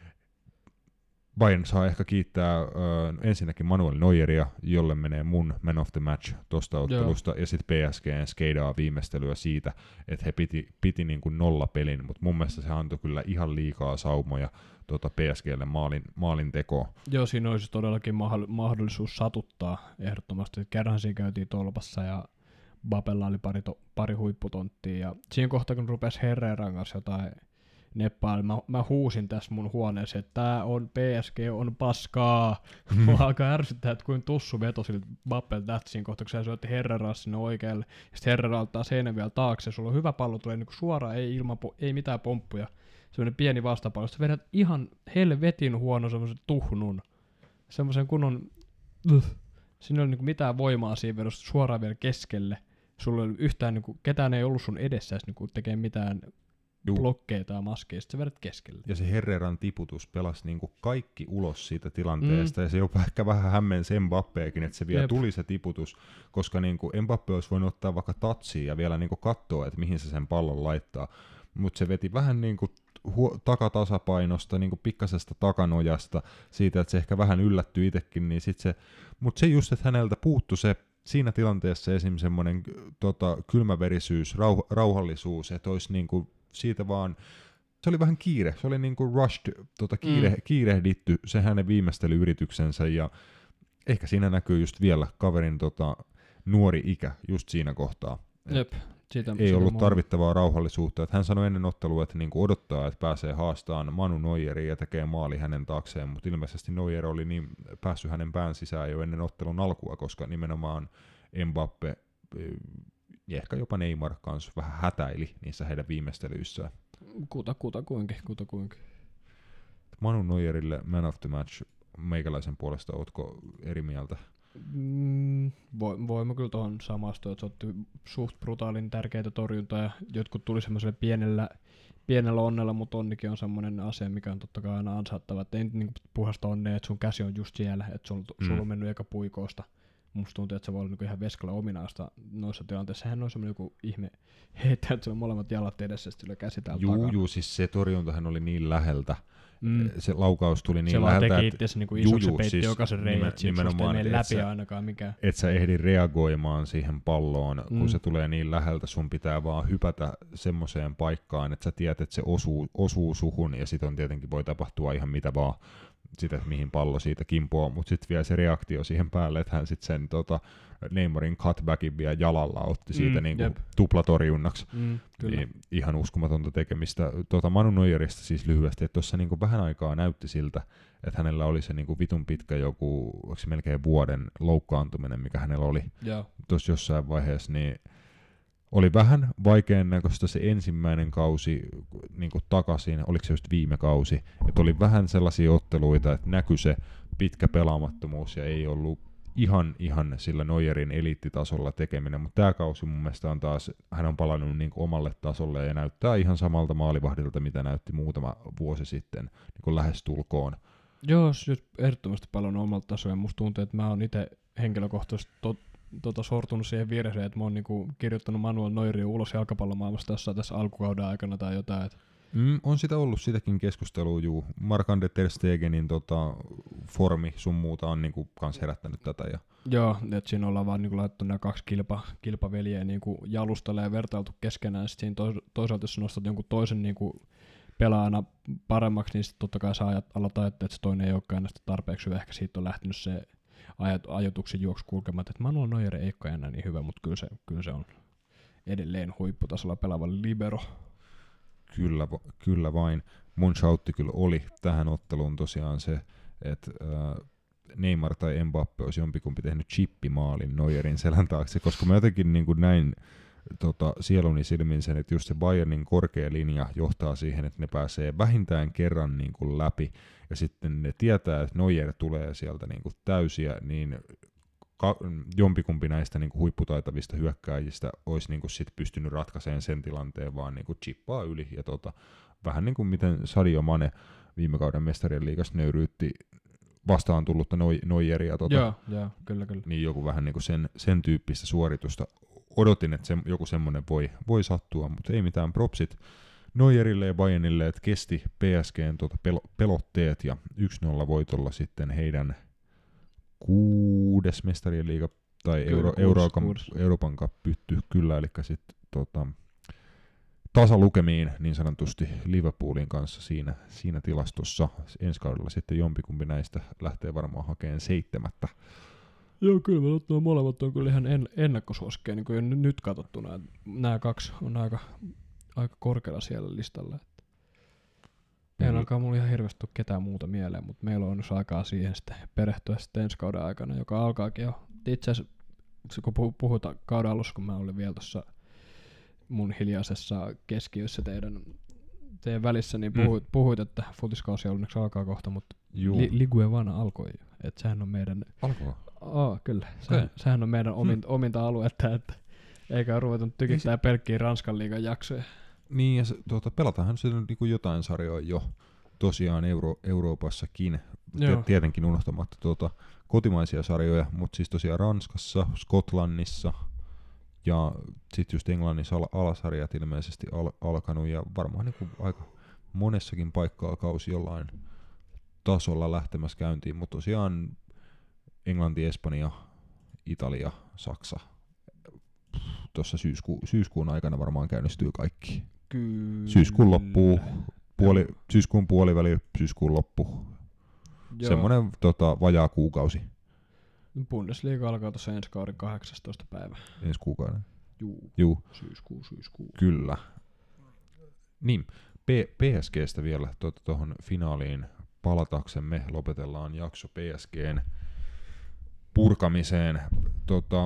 Speaker 1: Bayern saa ehkä kiittää ö, ensinnäkin Manuel Neueria, jolle menee mun man of the match tuosta ottelusta, Joo. ja sitten P S G:n skeidaa viimeistelyä siitä, että he piti, piti niin kuin nollapelin, mutta mun mielestä se antoi kyllä ihan liikaa saumoja tuota P S G:lle maalin, maalin tekoon.
Speaker 2: Joo, siinä olisi todellakin mahdollisuus satuttaa ehdottomasti. Kerran siinä käytiin tolpassa ja Babella oli pari, to, pari huipputonttia, ja siinä kohtaa kun rupesi Herreran kanssa jotain neppaa, mä, mä huusin tässä mun huoneeseen, että tää on P S G on paskaa. Mm. Mua alkaa ärsyttää, että kuin tussu veto siltä Babbel tähtä siinä kohtaa, kun sä syötti Herreraa sinne oikealle, ja sitten Herrera ottaa seinän vielä taakse, sulla on hyvä pallo, tulee niinku suoraan, ei, ilman, ei mitään pomppuja, semmoinen pieni vastapallo, sitten vedät ihan helvetin huono semmoisen tuhnun, semmoisen kunnon, uh, siinä ei ole niinku mitään voimaa siinä vedossa suoraan vielä keskelle. Sulla ei ollut yhtään, niin kuin, ketään ei ollut sun edessä niin tekee mitään Juh. blokkeja tai maskeja, sitten sä vedät keskelle.
Speaker 1: Ja se Herreran tiputus pelasi niin kuin kaikki ulos siitä tilanteesta, mm. ja se jopa ehkä vähän hämmensi Mbappeekin, että se vielä Jep. tuli se tiputus, koska niin kuin Mbappe olisi voinut ottaa vaikka tatsia ja vielä niin kuin katsoa, että mihin se sen pallon laittaa, mutta se veti vähän niin kuin huo- takatasapainosta, niin kuin pikkasesta takanojasta, siitä, että se ehkä vähän yllättyi itsekin, niin sit se, mutta se just, että häneltä puuttui se siinä tilanteessa esimerkiksi semmoinen tota, kylmäverisyys, rauh- rauhallisuus, että olisi niinku siitä vaan, se oli vähän kiire, se oli niinku rushed, tota, kiire, mm. kiirehditty se hänen viimeistelyyrityksensä, ja ehkä siinä näkyy just vielä kaverin tota, nuori ikä just siinä kohtaa.
Speaker 2: Jep. Siitä,
Speaker 1: ei
Speaker 2: siitä
Speaker 1: ollut tarvittavaa rauhallisuutta. Että hän sanoi ennen ottelua, että niinku odottaa, että pääsee haastamaan Manu Neueria ja tekee maali hänen taakseen, mutta ilmeisesti Neuer oli niin päässyt hänen pään sisään jo ennen ottelun alkua, koska nimenomaan Mbappe ja ehkä jopa Neymar kanssa vähän hätäili niissä heidän viimeistelyissään.
Speaker 2: Kuta, kuta kuinkin, kuta kuinkin.
Speaker 1: Manu Neuerille man of the match meikäläisen puolesta, ootko eri mieltä?
Speaker 2: Mm, voimme kyllä tuohon samastua, että se otti suht brutaalin tärkeitä torjuntoja, jotkut tuli semmoiselle pienellä, pienellä onnella, mutta onnikin on semmoinen asia, mikä on totta kai aina ansaittava, että ei nyt niin puhasta onnea, että sun käsi on just siellä, että sulla mm. on mennyt eka puikoosta. Musta tuntuu, että se voi olla niin ihan Veskalle ominaista noissa tilanteissa. Sehän on semmoinen joku ihme heittää, että sillä on molemmat jalat edessä, ja sillä käsi täällä
Speaker 1: juu,
Speaker 2: takana.
Speaker 1: Juu, siis se torjuntahan oli niin läheltä. Mm. Se laukaus tuli niin
Speaker 2: se
Speaker 1: läheltä,
Speaker 2: että... Se vaan teki itse niin isoksi, se peitti siis jokaisen reijän, että
Speaker 1: nimenomaan,
Speaker 2: ei mene läpi
Speaker 1: sä,
Speaker 2: ainakaan mikään.
Speaker 1: Et sä ehdi reagoimaan siihen palloon, mm. kun se tulee niin läheltä, sun pitää vaan hypätä semmoiseen paikkaan, että sä tiedät, että se osuu, osuu suhun, ja sit on tietenkin voi tapahtua ihan mitä vaan, sitä, mihin pallo siitä kimpoaa, mutta sitten vielä se reaktio siihen päälle, että hän sitten sen tota, Neymarin cutbackin vielä jalalla otti siitä mm, niinku tuplatorjunnaksi. Mm, niin ihan uskomatonta tekemistä. Tota Manu Neuerista siis lyhyesti, että tuossa niinku vähän aikaa näytti siltä, että hänellä oli se niinku vitun pitkä joku, onko se melkein vuoden loukkaantuminen, mikä hänellä oli tuossa jossain vaiheessa, niin oli vähän vaikean näköistä se ensimmäinen kausi niin kuin takaisin, oliko se just viime kausi, että oli vähän sellaisia otteluita, että näkyi se pitkä pelaamattomuus ja ei ollut ihan, ihan sillä Neuerin eliittitasolla tekeminen, mutta tämä kausi mun mielestä on taas, hän on palannut niin kuin omalle tasolle ja näyttää ihan samalta maalivahdilta, mitä näytti muutama vuosi sitten, niin kuin lähestulkoon.
Speaker 2: Joo, siis ehdottomasti paljon omalta tasolla. Musta tuntuu, että mä oon itse henkilökohtaisesti tot, tota, sortunut siihen virheeseen, että mä oon niinku kirjoittanut Manuel Neueria ulos jalkapallomaailmasta jossain tässä alkukauden aikana tai jotain. Et.
Speaker 1: Mm, on sitä ollut sitäkin keskustelua, juu. Marc-Andre ter Stegenin tota, formi sun muuta on niinku kans herättänyt tätä. Ja
Speaker 2: Joo, että siinä ollaan vaan niinku laitettu nämä kaksi kilpa, kilpaveljeä niinku jalustalle ja vertailtu keskenään. Sitten siinä tois, toisaalta, jos nostat jonkun toisen niinku pelaajana paremmaksi, niin sitten totta kai sä ajat, alat ajattelee, että se toinen ei olekaan enää tarpeeksi hyvä. Ehkä siitä on lähtenyt se ajat, ajatuksen juoksu kulkemaan, että Manuel Neuer ei olekaan enää niin hyvä, mutta kyllä se, kyllä se on edelleen huipputasolla pelaava libero.
Speaker 1: Kyllä, kyllä vain. Mun shoutti kyllä oli tähän otteluun tosiaan se, että äh, Neymar tai Mbappe olisi jompikumpi tehnyt chippimaalin Neuerin selän taakse, koska mä jotenkin niin kuin näin tota, sieluni silmin sen, että just se Bayernin korkea linja johtaa siihen, että ne pääsee vähintään kerran niin kuin läpi, ja sitten ne tietää, että Neuer tulee sieltä niin kuin täysiä, niin ka- jompikumpi näistä niin kuin huipputaitavista hyökkääjistä olisi niin kuin sit pystynyt ratkaisemaan sen tilanteen, vaan niin kuin chippaa yli, ja tota, vähän niin kuin miten Sadio Mane viime kauden mestarien liigassa nöyryytti vastaan tullutta Neueria, tota,
Speaker 2: Joo, joo, kyllä, kyllä.
Speaker 1: niin joku vähän niin kuin sen, sen tyyppistä suoritusta. Odotin, että se, joku semmoinen voi, voi sattua, mutta ei mitään propsit Neuerille ja Bayernille, että kesti P S G:n tuota pel- pelotteet ja yksi nolla voitolla sitten heidän kuudes mestarien liiga tai
Speaker 2: Kyllä,
Speaker 1: Euro,
Speaker 2: kuudes,
Speaker 1: Euroopan,
Speaker 2: kuudes.
Speaker 1: Euroopan Cup pytty kyllä, eli sitten tota, tasalukemiin niin sanotusti Liverpoolin kanssa siinä, siinä tilastossa. Ensi kaudella sitten jompikumpi näistä lähtee varmaan hakemaan seitsemättä.
Speaker 2: Joo, kyllä mä nuo molemmat on kyllä ihan en, ennakkosuosikkeja, niin kuin jo n- nyt katsottuna. Nämä kaksi on aika, aika korkealla siellä listalla. Että ei
Speaker 1: Mm.
Speaker 2: alkaa mulla ihan hirveästi ketään muuta mieleen, mutta meillä on nyt aikaa siihen sitten perehtyä sitten ensi kauden aikana, joka alkaakin jo. Itse asiassa, kun puh- puhutaan kauden alussa, kun mä olin vielä tuossa mun hiljaisessa keskiössä teidän, teidän välissä, niin puhuit, mm. puhuit että futiskausi onneksi alkaa kohta, mutta li, Ligue Vana alkoi jo. Että sehän on meidän...
Speaker 1: Alkoi?
Speaker 2: Oh, kyllä. Se,
Speaker 1: Okay.
Speaker 2: Sehän on meidän ominta,
Speaker 1: hmm.
Speaker 2: ominta aluetta, että eikä ruveta tykittää pelkkiä Ranskan liigan jaksoja.
Speaker 1: Niin, ja se, tuota, pelataanhan siellä niin jotain sarjoja jo tosiaan Euro, Euroopassakin,
Speaker 2: Joo.
Speaker 1: tietenkin unohtamatta tuota, kotimaisia sarjoja, mutta siis tosiaan Ranskassa, Skotlannissa ja sitten just Englannissa al- alasarjat ilmeisesti al- alkanut ja varmaan niin kuin aika monessakin paikkaa kausi jollain tasolla lähtemässä käyntiin, mutta tosiaan Englanti, Espanja, Italia, Saksa. Tuossa syysku- syyskuun aikana varmaan käynnistyy kaikki.
Speaker 2: Kyllä.
Speaker 1: Syyskuun loppuu, puoli, syyskuun puoliväli, syyskuun loppu.
Speaker 2: Joo.
Speaker 1: Semmoinen tota, vajaa kuukausi
Speaker 2: Bundesliga alkaa tuossa ensi kauden kahdeksastoista päivä.
Speaker 1: ensi kuukauden.
Speaker 2: Juu.
Speaker 1: Juu,
Speaker 2: Syyskuu, syyskuu.
Speaker 1: kyllä. Niin, P- PSGstä vielä tuohon tota, finaaliin palataksemme. Lopetellaan jakso P S G:n purkamiseen. Tota,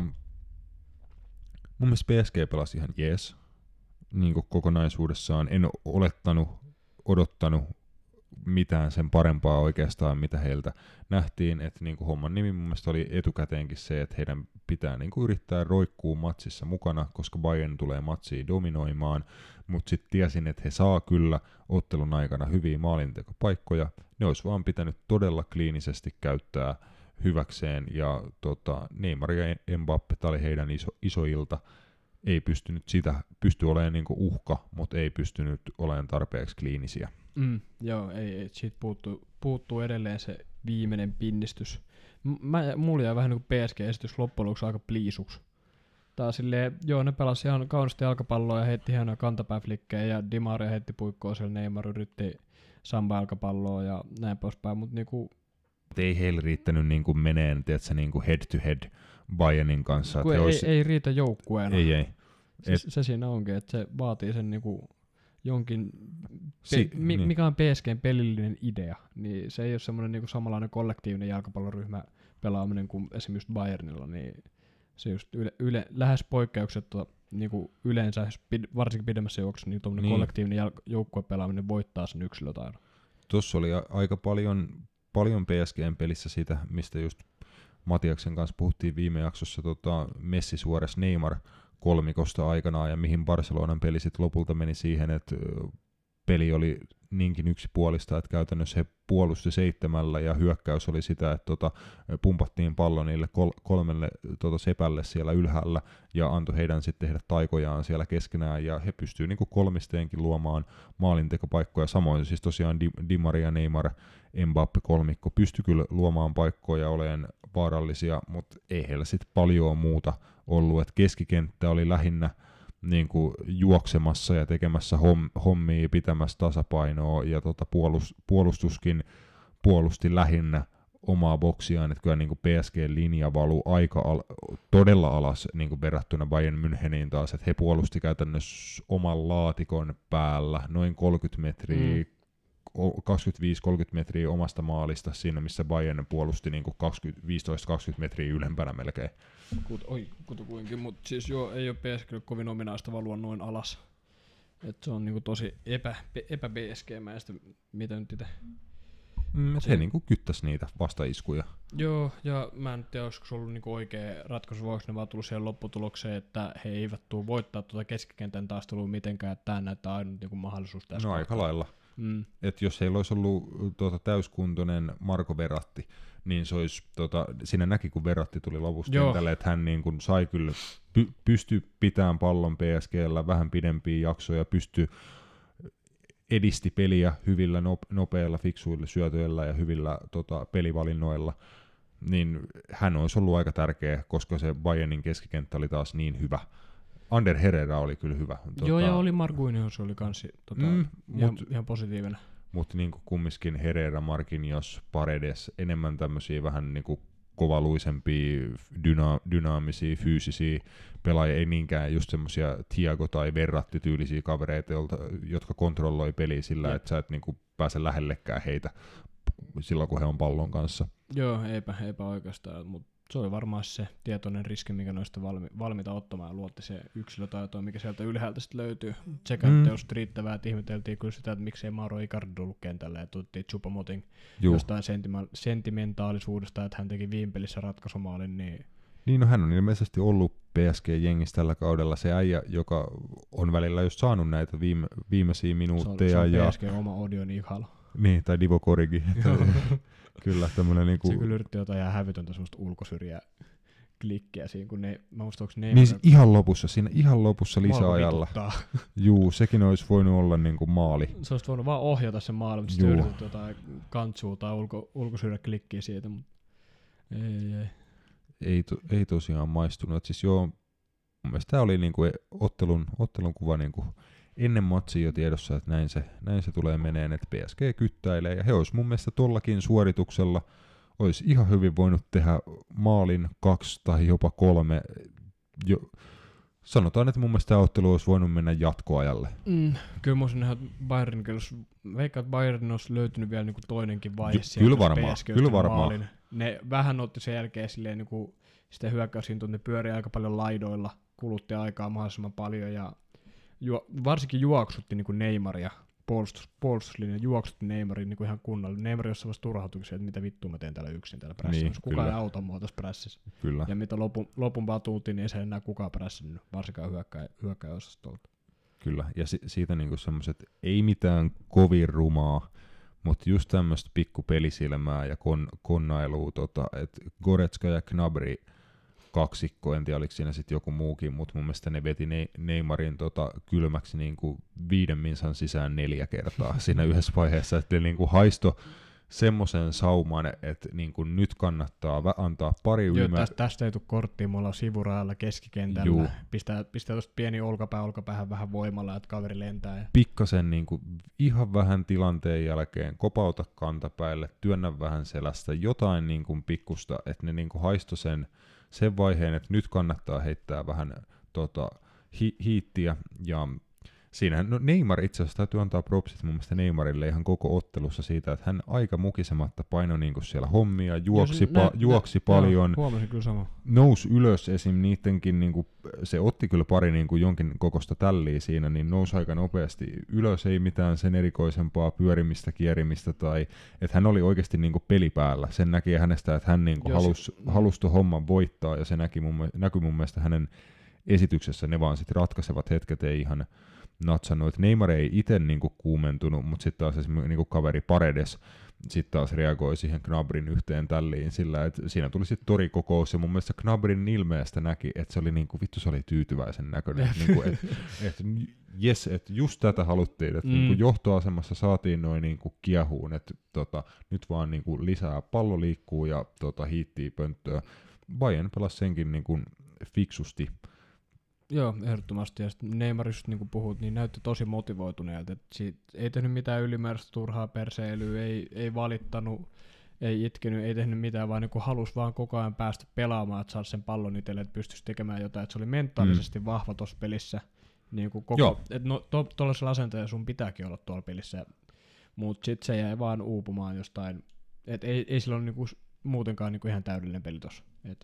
Speaker 1: mun mielestä P S G pelasi ihan jees niin kuin kokonaisuudessaan. En olettanut, odottanut mitään sen parempaa oikeastaan, mitä heiltä nähtiin. Että niin kuin homman nimi mun mielestä oli etukäteenkin se, että heidän pitää niin kuin yrittää roikkuu matsissa mukana, koska Bayern tulee matsiin dominoimaan. Mutta sitten tiesin, että he saa kyllä ottelun aikana hyviä maalintekopaikkoja. Ne olisi vaan pitänyt todella kliinisesti käyttää hyväkseen, ja tota, Neymar ja Mbappe, tämä oli heidän iso, iso ilta, ei pystynyt sitä, pysty olemaan niinku uhka, mutta ei pystynyt olemaan tarpeeksi kliinisiä.
Speaker 2: Mm, joo, ei, ei siitä puuttuu, puuttuu edelleen se viimeinen pinnistys. M- mä, mulla jäi vähän niin kuin P S G-esitys loppujen lopuksi aika pliisuksi. Tää silleen, joo, ne pelasi ihan kaunisti jalkapalloa ja heitti hienoja kantapääflikkejä ja Di Maria heitti puikkoa siellä, Neymar yritti samba-jalkapalloa ja näin poispäin, mutta niinku
Speaker 1: Ei heillä riittänyt niinku meneen, tiedätkö, niinku head to head Bayernin kanssa.
Speaker 2: Kun ei,
Speaker 1: olisi...
Speaker 2: ei riitä joukkueena.
Speaker 1: Ei, ei.
Speaker 2: Se,
Speaker 1: Et...
Speaker 2: se siinä onkin, että se vaatii sen niinku jonkin, pe-
Speaker 1: Si-
Speaker 2: mi-
Speaker 1: niin.
Speaker 2: mikä on P S G:n pelillinen idea, niin se ei ole semmoinen niinku samanlainen kollektiivinen jalkapalloryhmä pelaaminen kuin esimerkiksi Bayernilla, niin se just yle, yle, lähes poikkeuksetta niinku yleensä, pid, varsinkin pidemmässä juoksussa, niin tuommoinen
Speaker 1: Niin.
Speaker 2: kollektiivinen jal- joukkuepelaaminen voittaa sen yksilötaidon.
Speaker 1: Tuossa oli a- aika paljon, paljon P S G:n pelissä sitä, mistä just Matiaksen kanssa puhuttiin viime jaksossa tota, Messi Suores Neymar kolmikosta aikanaan, ja mihin Barcelonan peli sitten lopulta meni siihen, että peli oli niinkin yksipuolista, että käytännössä he puolusti seitsemällä ja hyökkäys oli sitä, että tota, pumpattiin pallo niille kol- kolmelle tota, sepälle siellä ylhäällä ja antoi heidän sitten tehdä taikojaan siellä keskenään, ja he pystyivät niinku kolmisteenkin luomaan maalintekopaikkoja. Samoin siis tosiaan Di, Di Maria, Neymar, Mbappe kolmikko pystyi kyllä luomaan paikkoja ja olemaan vaarallisia, mutta ei heillä sitten paljon muuta ollut, että keskikenttä oli lähinnä niin kuin juoksemassa ja tekemässä homm, hommia, pitämässä tasapainoa, ja tota puolust, puolustuskin puolusti lähinnä omaa boksiaan, että kyllä niin kuin P S G-linja valuu aika al, todella alas niin kuin verrattuna Bayern Müncheniin taas, että he puolusti käytännössä oman laatikon päällä noin kolmekymmentä metriä, mm. kaksikymmentäviisi kolmekymmentä metriä omasta maalista siinä, missä Bayern puolusti niin kuin viisitoista kaksikymmentä metriä ylempänä melkein.
Speaker 2: Kut, oi, kutukuinkin, mutta siis joo, ei ole P S G kovin ominaista valua noin alas. Et se on niinku tosi epä, epä-P S G-mäistä, mitä nyt itse.
Speaker 1: Mm, he niinku kyttäisi niitä vastaiskuja.
Speaker 2: Joo, ja mä en tiedä, olisiko se ollut niinku oikea ratkaisu, voiko ne vaan tullut siihen lopputulokseen, että he eivät tule voittaa tuota keskikentän taistelua mitenkään, että tämä näyttää ainut niinku mahdollisuus tässä.
Speaker 1: No aika lailla.
Speaker 2: Mm.
Speaker 1: Et jos heillä olisi ollut tuota, täyskuntoinen Marco Verratti, niin se olisi, tota, siinä näki, kun Verratti tuli lopussa kentälle, että hän niin kun sai kyllä py- pysty pitämään pallon P S G:llä vähän pidempiä jaksoja, pystyi edisti peliä hyvillä nopeilla fiksuilla syötöillä ja hyvillä tota, pelivalinnoilla, niin hän olisi ollut aika tärkeä, koska se Bayernin keskikenttä oli taas niin hyvä. Ander Herrera oli kyllä hyvä. Tota,
Speaker 2: Joo, ja oli Marquinhos oli kans tota,
Speaker 1: mm,
Speaker 2: ihan,
Speaker 1: mut,
Speaker 2: ihan positiivinen.
Speaker 1: Mutta niin kumminkin Herrera, Marquinhos, Paredes, enemmän tämmöisiä vähän niin kuin kovaluisempia, dyna- dynaamisia, fyysisiä pelaajia, ei niinkään just semmoisia Thiago- tai Verratti-tyylisiä kavereita, jotka kontrolloi peliä sillä, että sä et niin kuin pääse lähellekään heitä silloin, kun he on pallon kanssa.
Speaker 2: Joo, eipä, eipä oikeastaan, mutta se oli varmaan se tietoinen riski, mikä noista valmi, valmiita ottamaan, ja luotti se yksilötaito, mikä sieltä ylhäältä sitten löytyy. Sekä mm. teosta riittävää, että ihmeteltiin kyllä sitä, että miksei Mauro Icardi ollut kentällä, ja tuottiin Choupo-Moting jostain sentima- sentimentaalisuudesta, että hän teki viime pelissä ratkaisumaalin. Niin,
Speaker 1: niin no, hän on ilmeisesti ollut P S G-jengissä tällä kaudella se äijä, joka on välillä just saanut näitä viime, viimeisiä minuutteja.
Speaker 2: Se on, se on
Speaker 1: ja
Speaker 2: P S G oma Odion Ihalo.
Speaker 1: Niin, tai Divo Korigi. Kyllä, tämmönen niinku...
Speaker 2: Se kyllä yritti jotain ihan hävytöntä semmoista ulkosyrjää klikkiä siinä, kun ne, mä muistan, onko ne...
Speaker 1: Niin ihan lopussa, siinä ihan lopussa lisäajalla. Juu, sekin olisi voinut olla niinku maali.
Speaker 2: Se olisi voinut vaan ohjata sen maali, mutta sitten yritetty jotain kantsua tai ulko, ulkosyrjää klikkiä siitä, mutta ei, ei.
Speaker 1: Ei, to, ei tosiaan maistunut. Siis joo, mun mielestä tämä oli niinku ottelun, ottelun kuva niinku ennen matsia jo tiedossa, että näin se, näin se tulee meneen, että P S G kyttäilee, ja he olisi mun mielestä tollakin suorituksella olisi ihan hyvin voinut tehdä maalin kaksi tai jopa kolme. Jo, sanotaan, että mun mielestä tämä ottelu olisi voinut mennä jatkoajalle.
Speaker 2: Mm, kyllä mä olisin nähdä, että Bayern, veikkaan, että Bayern olisi löytynyt vielä niinku toinenkin vaihe.
Speaker 1: Ky- kyllä varmaan, kyllä varmaan.
Speaker 2: Ne vähän otti sen jälkeen silleen niinku sitä hyökkäysintoa, ne pyörii aika paljon laidoilla, kulutti aikaa mahdollisimman paljon, ja Juo, varsinkin juoksutti niin kuin Neymaria, puolustus, puolustuslinja juoksutti Neymarin niin kuin ihan kunnolla. Neymar jossain vaiheessa turhautuksi, että mitä vittua mä teen täällä yksin täällä prässissä. Niin, kukaan ei auta mua tässä prässissä.
Speaker 1: Kyllä.
Speaker 2: Ja mitä lopun, lopun batuutiin, niin ei se enää kukaan prässinyt, varsinkaan hyökkäjä, hyökkäjäosastolta.
Speaker 1: Kyllä, ja si- siitä niinku semmoiset, ei mitään kovin rumaa, mutta just tämmöistä pikku pelisilmää ja kon, konnailua, tota, että Goretzka ja Gnabry kaksikko, en tiedä oliko siinä sitten joku muukin, mutta mun mielestä ne veti ne, Neymarin tota, kylmäksi niinku viiden minsan sisään neljä kertaa siinä yhdessä vaiheessa, että niinku haisto semmoisen sauman, että niinku nyt kannattaa vä- antaa pari ylimää.
Speaker 2: Tästä, tästä ei tule korttia, me ollaan sivurajalla keskikentällä, Juu. pistää, pistää tuosta pieni olkapää olkapäähän vähän voimalla, että kaveri lentää. Ja...
Speaker 1: Pikkasen niinku ihan vähän tilanteen jälkeen, kopauta kantapäille, työnnä vähän selästä, jotain niinku pikkusta, että ne niinku haisto sen sen vaiheen, että nyt kannattaa heittää vähän tota, hi- hiittiä, ja Siinähän, no Neymar itse asiassa täytyy antaa propsit mun mielestä Neymarille ihan koko ottelussa siitä, että hän aika mukisematta painoi niinku siellä hommia, juoksi,
Speaker 2: Jos
Speaker 1: pa-
Speaker 2: nä-
Speaker 1: juoksi
Speaker 2: nä-
Speaker 1: paljon,
Speaker 2: Joo, huomasin kyllä sama.
Speaker 1: nousi ylös esim. Niittenkin, niinku, se otti kyllä pari niinku jonkin kokosta tälliä siinä, niin nousi aika nopeasti ylös, ei mitään sen erikoisempaa pyörimistä, kierimistä, tai että hän oli oikeasti niinku peli päällä. Sen näki hänestä, että hän niinku halusi halus tuon homman voittaa, ja se näki mun, näkyi mun mielestä hänen esityksessä, ne vaan sitten ratkaisevat hetket ei ihan natsannut, että Neymar ei itse niinku kuumentunut, mutta sitten taas esimerkiksi niinku kaveri Paredes sitten taas reagoi siihen Gnabrin yhteen tälliin sillä, että siinä tuli sitten torikokous, ja mun mielestä Gnabrin ilmeestä näki, että se oli niinku, vittu se oli tyytyväisen näköinen, niinku, että et, jes, että just tätä haluttiin, että mm. niinku johtoasemassa saatiin noin niinku kiehuun, että tota, nyt vaan niinku lisää pallo liikkuu ja tota, hiittii pönttöä. Bayern pelasi senkin niinku fiksusti.
Speaker 2: Joo, ehdottomasti. Ja sitten Neymar, just niin kuin puhut, niin näytti tosi motivoituneelta. Et siitä ei tehnyt mitään ylimääräistä turhaa perseilyä, ei, ei valittanut, ei itkenyt, ei tehnyt mitään, vaan niin halusi vaan koko ajan päästä pelaamaan, että saada sen pallon itselle, että pystyisi tekemään jotain. Että se oli mentaalisesti mm. vahva tuossa pelissä. Niin kuin koko, et no, to, tuollaisella asenteella sun pitääkin olla tuolla pelissä, mutta sitten se jäi vaan uupumaan jostain. Et ei, ei sillä ole niin kuin muutenkaan niin kuin ihan täydellinen peli tuossa.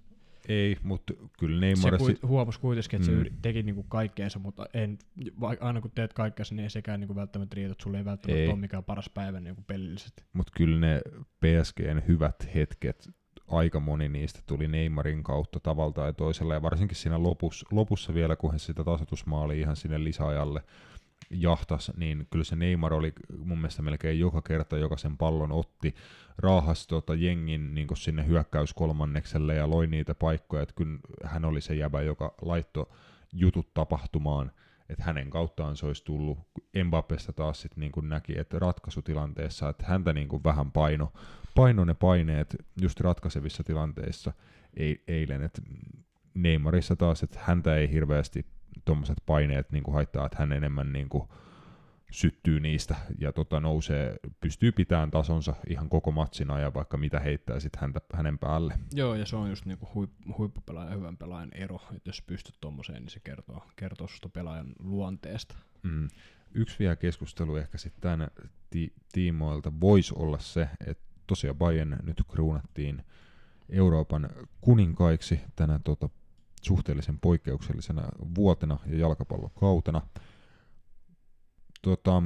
Speaker 1: Ei, mutta kyllä Neymar...
Speaker 2: Se kuit, huomasi kuitenkin, että mm. se teki niinku kaikkeensa, mutta en, aina kun teet kaikkeensa, niin ei sekään niinku välttämättä riitä, että sulla ei välttämättä ei. ole mikään paras päivä niinku pelillisesti. Mutta
Speaker 1: kyllä ne P S G:n hyvät hetket, aika moni niistä tuli Neymarin kautta tavalla tai toisella, ja varsinkin siinä lopussa, lopussa vielä, kun he sitä tasoitusmaalia ihan sinne lisäajalle jahtas, niin kyllä se Neymar oli mun mielestä melkein joka kerta, joka sen pallon otti, raahasi tota jengin niin sinne hyökkäyskolmannekselle ja loi niitä paikkoja, että kyllä hän oli se jäbä, joka laittoi jutut tapahtumaan, että hänen kauttaan se olisi tullut. Mbappesta taas sitten niin kuin näki, että ratkaisutilanteessa, että häntä niin kuin vähän paino, paino ne paineet just ratkaisevissa tilanteissa eilen, että Neymarissa taas, että häntä ei hirveästi tuommoiset paineet niin kuin haittaa, että hän enemmän niin kuin syttyy niistä ja tota, nousee, pystyy pitämään tasonsa ihan koko matsin ajan, vaikka mitä heittää sit häntä, hänen päälle.
Speaker 2: Joo, ja se on just niinku huip, huippupelaajan ja hyvän pelaajan ero, että jos pystyt tommoseen, niin se kertoo, kertoo susta pelaajan luonteesta.
Speaker 1: Mm. Yksi vielä keskustelu ehkä sitten tämän ti- tiimoilta voisi olla se, että tosiaan Bayern nyt kruunattiin Euroopan kuninkaiksi tänä tota, suhteellisen poikkeuksellisena vuotena ja jalkapallokautena. Tota,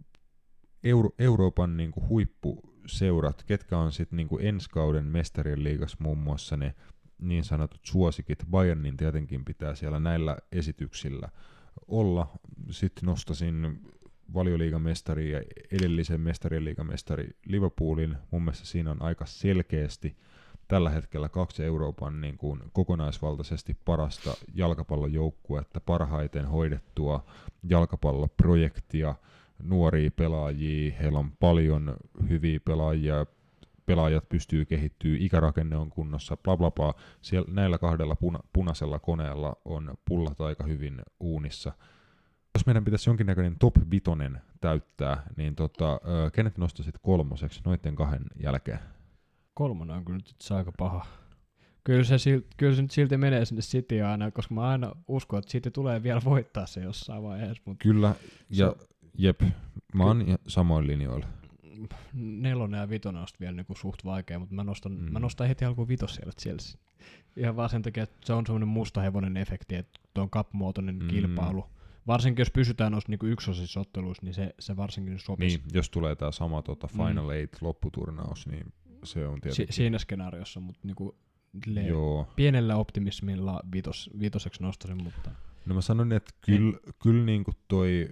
Speaker 1: Euro- Euroopan niinku huippuseurat, ketkä on sitten niinku ensi kauden mestarien liigassa muun muassa ne niin sanotut suosikit, Bayernin tietenkin pitää siellä näillä esityksillä olla. Sitten nostasin Valioliigamestari ja edellisen mestarien liigamestari Liverpoolin. Mun mielestä siinä on aika selkeästi tällä hetkellä kaksi Euroopan niin kuin kokonaisvaltaisesti parasta jalkapallojoukkuetta, parhaiten hoidettua jalkapalloprojektia, nuoria pelaajia, heillä on paljon hyviä pelaajia, pelaajat pystyy kehittyä, ikärakenne on kunnossa, bla bla bla. Siellä, näillä kahdella puna, punaisella koneella on pullat aika hyvin uunissa. Jos meidän pitäisi jonkinnäköinen top vitonen täyttää, niin tota, kenet nostaisit kolmoseksi noiden kahden jälkeen?
Speaker 2: Kolmonen on kyllä nyt aika paha. Kyllä se, kyllä se nyt silti menee sinne Cityin aina, koska mä aina uskon, että City tulee vielä voittaa se jossain vaiheessa. Mutta
Speaker 1: kyllä, ja
Speaker 2: se,
Speaker 1: jep, mä oon ky- samoin linjoilla.
Speaker 2: Nelonen ja vitonen on vielä niinku suht vaikea, mutta mä nostan, mm. mä nostan heti alkuun vitos siellä Chelsea. Ihan vaan sen takia, että se on semmoinen mustahevonen efekti, että tuo on cup-muotoinen mm. kilpailu. Varsinkin jos pysytään noissa niinku yksiosissa otteluissa, niin se, se varsinkin sopisi.
Speaker 1: Niin, jos tulee tämä sama tota, Final mm. Eight lopputurnaus, niin se on tietenkin.
Speaker 2: Si- siinä skenaariossa, mutta niinku le- pienellä optimismilla vitos, vitoseksi nostaisin, mutta...
Speaker 1: No mä sanon, että kyllä kyl niinku toi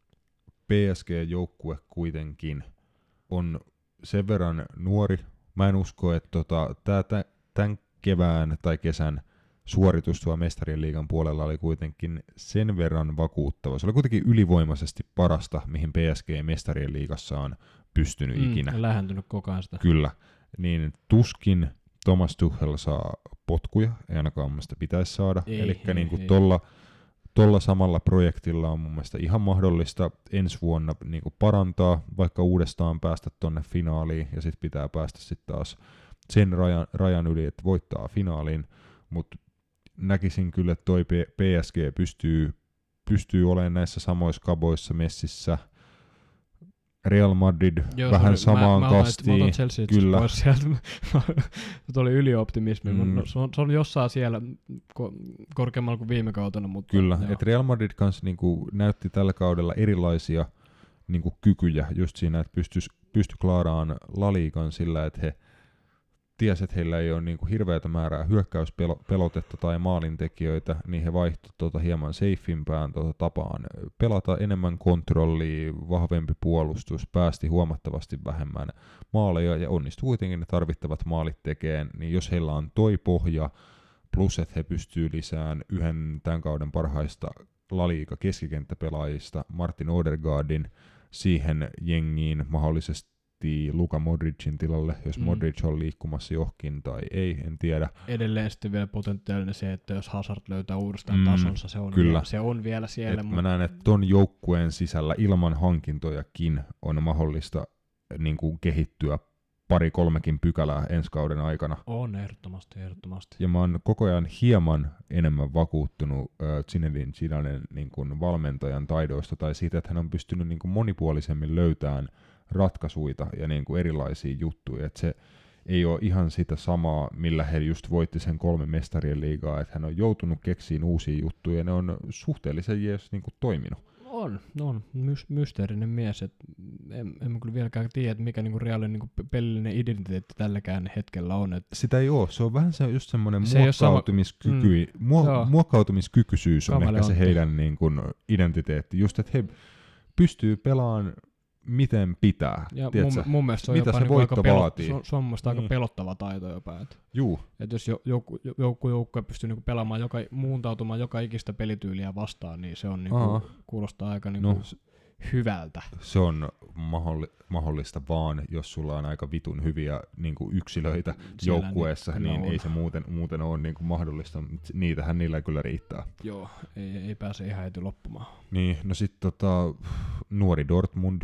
Speaker 1: P S G-joukkue kuitenkin on sen verran nuori. Mä en usko, että tota, tämän kevään tai kesän suoritus tuo mestarien liigan puolella oli kuitenkin sen verran vakuuttava. Se oli kuitenkin ylivoimaisesti parasta, mihin P S G mestarien liigassa on pystynyt mm, ikinä.
Speaker 2: Lähentynyt koko ajan sitä.
Speaker 1: Kyllä. Niin tuskin Thomas Tuchel saa potkuja, ei ainakaan mun mielestä pitäisi saada. Eli niinku tolla, tolla samalla projektilla on mun mielestä ihan mahdollista ensi vuonna niinku parantaa, vaikka uudestaan päästä tonne finaaliin, ja sitten pitää päästä sitten taas sen rajan, rajan yli, että voittaa finaaliin. Mutta näkisin kyllä, että toi P S G pystyy pystyy olemaan näissä samoissa kaboissa messissä. Real Madrid
Speaker 2: Joo,
Speaker 1: vähän
Speaker 2: sorry,
Speaker 1: samaan
Speaker 2: mä, mä otan,
Speaker 1: kastiin.
Speaker 2: Mä otan Chelsea
Speaker 1: Kyllä.
Speaker 2: pois sieltä. Se oli ylioptimismi.
Speaker 1: Mm.
Speaker 2: Mm. Se, on, se on jossain siellä ko, korkeammalla kuin viime kautena. Mutta
Speaker 1: Kyllä,
Speaker 2: joo.
Speaker 1: että Real Madrid kanssa niinku näytti tällä kaudella erilaisia niinku kykyjä just siinä, että pystys, pysty klaaraan La Ligan sillä, että he tiesi, että heillä ei ole niinku hirveätä määrää hyökkäyspelotetta tai maalintekijöitä, niin he vaihtoi tota hieman safeimpään tota tapaan pelata, enemmän kontrollia, vahvempi puolustus, päästi huomattavasti vähemmän maaleja ja onnistui kuitenkin ne tarvittavat maalit tekemään, niin jos heillä on toi pohja, plus että he pystyy lisään yhden tämän kauden parhaista La Liga keskikenttäpelaajista, Martin Odegaardin, siihen jengiin mahdollisesti Luka Modricin tilalle, jos mm. Modric on liikkumassa johonkin tai ei, en tiedä.
Speaker 2: Edelleen sitten vielä potentiaalinen se, että jos Hazard löytää uudestaan
Speaker 1: Mm,
Speaker 2: tasonsa, se on,
Speaker 1: kyllä.
Speaker 2: vielä, se on vielä siellä.
Speaker 1: Et
Speaker 2: Mutta
Speaker 1: mä näen, että ton joukkueen sisällä ilman hankintojakin on mahdollista niin kuin kehittyä pari kolmekin pykälää ensi kauden aikana.
Speaker 2: on ehdottomasti, ehdottomasti.
Speaker 1: Ja mä oon koko ajan hieman enemmän vakuuttunut äh, Zinedine Zidanen niin kuin valmentajan taidoista tai siitä, että hän on pystynyt niin kuin monipuolisemmin löytämään ratkaisuita ja niin kuin erilaisia juttuja. Et se ei ole ihan sitä samaa, millä he just voitti sen kolme mestarien liigaa, että hän on joutunut keksiin uusia juttuja ja ne on suhteellisen jees niin kuin toiminut.
Speaker 2: On, on. My- mysteerinen mies. Et en, en mä kyllä vieläkään tiedä, että mikä niinku reaalinen niinku pelillinen identiteetti tälläkään hetkellä on. Et
Speaker 1: Sitä ei ole. Se on vähän se, just semmoinen
Speaker 2: Se ei ole sama-
Speaker 1: muokkautumiskyky, mm, muo-
Speaker 2: joo.
Speaker 1: muokkautumiskykyisyys on ehkä se
Speaker 2: Kameleontti.
Speaker 1: heidän niin kuin, identiteetti. Just, että he pystyy pelaamaan miten pitää.
Speaker 2: ja mun,
Speaker 1: Tiedätkö?
Speaker 2: mun mielestä se on
Speaker 1: mitä
Speaker 2: jopa
Speaker 1: se
Speaker 2: niinku aika,
Speaker 1: voitto
Speaker 2: pelot,
Speaker 1: vaatii?
Speaker 2: se on, se on mun mielestä
Speaker 1: Niin.
Speaker 2: aika pelottava taito jopa. Et,
Speaker 1: Juu,
Speaker 2: et jos jo, joku, joku joukkue pystyy niinku pelaamaan, joka, muuntautumaan joka ikistä pelityyliä vastaan, niin se on niinku,
Speaker 1: Aa.
Speaker 2: kuulostaa aika niinku
Speaker 1: no,
Speaker 2: hyvältä.
Speaker 1: se on maholli- mahdollista vaan, jos sulla on aika vitun hyviä niin kuin yksilöitä
Speaker 2: Siellä
Speaker 1: joukkueessa,
Speaker 2: ni-
Speaker 1: niin
Speaker 2: kyllä
Speaker 1: ei
Speaker 2: on.
Speaker 1: se muuten, muuten ole niin kuin mahdollista. Niitähän niillä kyllä riittää.
Speaker 2: Joo, ei, ei pääse ihan heti loppumaan.
Speaker 1: Niin, no sit tota, nuori Dortmund.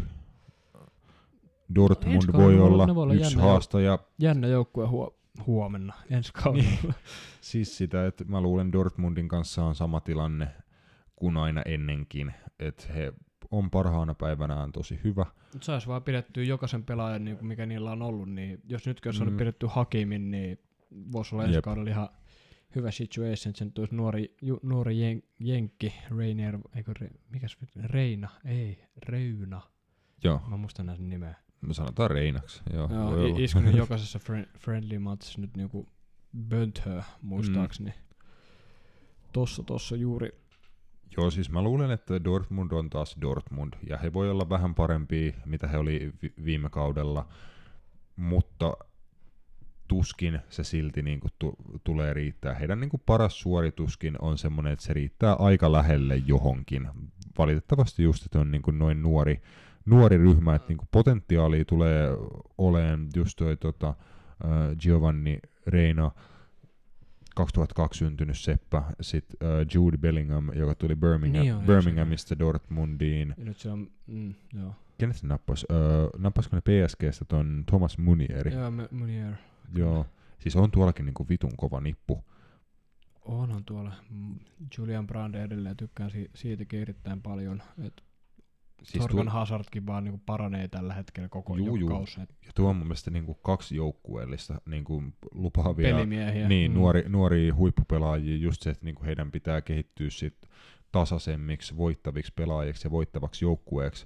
Speaker 1: Dortmund
Speaker 2: ensi
Speaker 1: voi
Speaker 2: kaudella
Speaker 1: olla
Speaker 2: ne voi olla
Speaker 1: yksi
Speaker 2: jännä
Speaker 1: haastaja.
Speaker 2: Jännä joukkue huo, huomenna, ensi kaudella.
Speaker 1: Niin. Siis sitä, että mä luulen Dortmundin kanssa on sama tilanne kuin aina ennenkin, että he on parhaana päivänään tosi hyvä.
Speaker 2: Mut sais vaan pidettyä jokaisen pelaajan, niin kuin mikä niillä on ollut, niin jos nyt jos
Speaker 1: Mm.
Speaker 2: on pidetty Hakimin, niin voisi olla ensi
Speaker 1: Jep.
Speaker 2: kaudella ihan hyvä situation, että sen tulisi nuori, ju, nuori jen, jenkki, Reinier, eikö Re, mikäs Reina, ei, Reuna,
Speaker 1: Joo,
Speaker 2: mä muistan näin sen nimeä.
Speaker 1: me sanotaan Reinaksi. Joo,
Speaker 2: Joo,
Speaker 1: voi olla.
Speaker 2: i- iskenyt jokaisessa friend, friendly matchissa nyt niinku Bönthö muistaakseni. Mm. Tossa, tossa juuri.
Speaker 1: Joo, siis mä luulen, että Dortmund on taas Dortmund, ja he voi olla vähän parempia, mitä he oli vi- viime kaudella, mutta tuskin se silti niin kuin tu- tulee riittää. Heidän niin kuin paras suorituskin on semmoinen, että se riittää aika lähelle johonkin. Valitettavasti just, että on niin kuin noin nuori, nuori ryhmä, että niin kuin potentiaalia tulee olemaan just toi tota, uh, Giovanni Reina, kaksituhattakaksi syntynyt seppä, sitten uh, Jude Bellingham, joka tuli Birmingham,
Speaker 2: Niin joo,
Speaker 1: Birminghamista Dortmundiin.
Speaker 2: Ja nyt se on, mm, joo.
Speaker 1: Kenet se nappasi? Uh, nappasiko ne P S G:stä ton Thomas Munieri?
Speaker 2: Joo, M- Munier.
Speaker 1: Joo. Siis on tuollakin niinku vitun kova nippu.
Speaker 2: Onhan tuolla. Mm, Julian Brand edelleen tykkään si- siitäkin erittäin paljon. Et
Speaker 1: Siis
Speaker 2: Torgan
Speaker 1: tuo,
Speaker 2: Hazardkin vaan niinku paranee tällä hetkellä koko
Speaker 1: Juu, juu.
Speaker 2: kaus. Et
Speaker 1: ja tuo on mun mielestä niinku kaksi joukkueellista niinku lupaavia
Speaker 2: pelimiehiä.
Speaker 1: niin,
Speaker 2: Mm.
Speaker 1: nuori, nuoria huippupelaajia. Just se, että niinku heidän pitää kehittyä sit tasaisemmiksi, voittaviksi pelaajiksi ja voittavaksi joukkueeksi.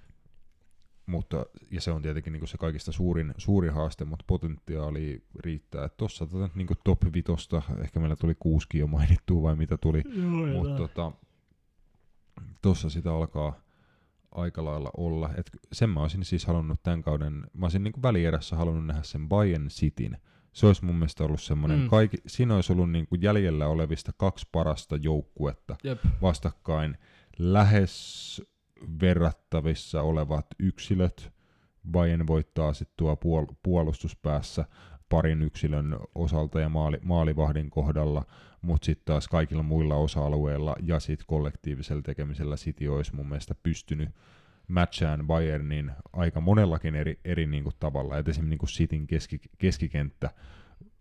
Speaker 1: Mutta, ja se on tietenkin niinku se kaikista suurin, suurin haaste, mutta potentiaali riittää. Tuossa tota, niinku top vitosta, ehkä meillä tuli kuusikin jo mainittua vai mitä tuli, mutta tota, tuossa sitä alkaa aika lailla olla. Et sen mä olisin siis halunnut tämän kauden, mä olisin niinku välierässä halunnut nähdä sen Bayern Cityn. Se olisi mun mielestä ollut semmoinen,
Speaker 2: Mm.
Speaker 1: kaikki, siinä olisi ollut niinku jäljellä olevista kaksi parasta joukkuetta
Speaker 2: Jep.
Speaker 1: vastakkain, lähes verrattavissa olevat yksilöt. Bayern voittaa sitten tuo puol- puolustuspäässä parin yksilön osalta ja maali- maalivahdin kohdalla, mutta sitten taas kaikilla muilla osa-alueilla ja sitten kollektiivisella tekemisellä City olisi mun mielestä pystynyt matchaan Bayernin aika monellakin eri, eri niinku tavalla. Et esimerkiksi niinku Cityn keski, keskikenttä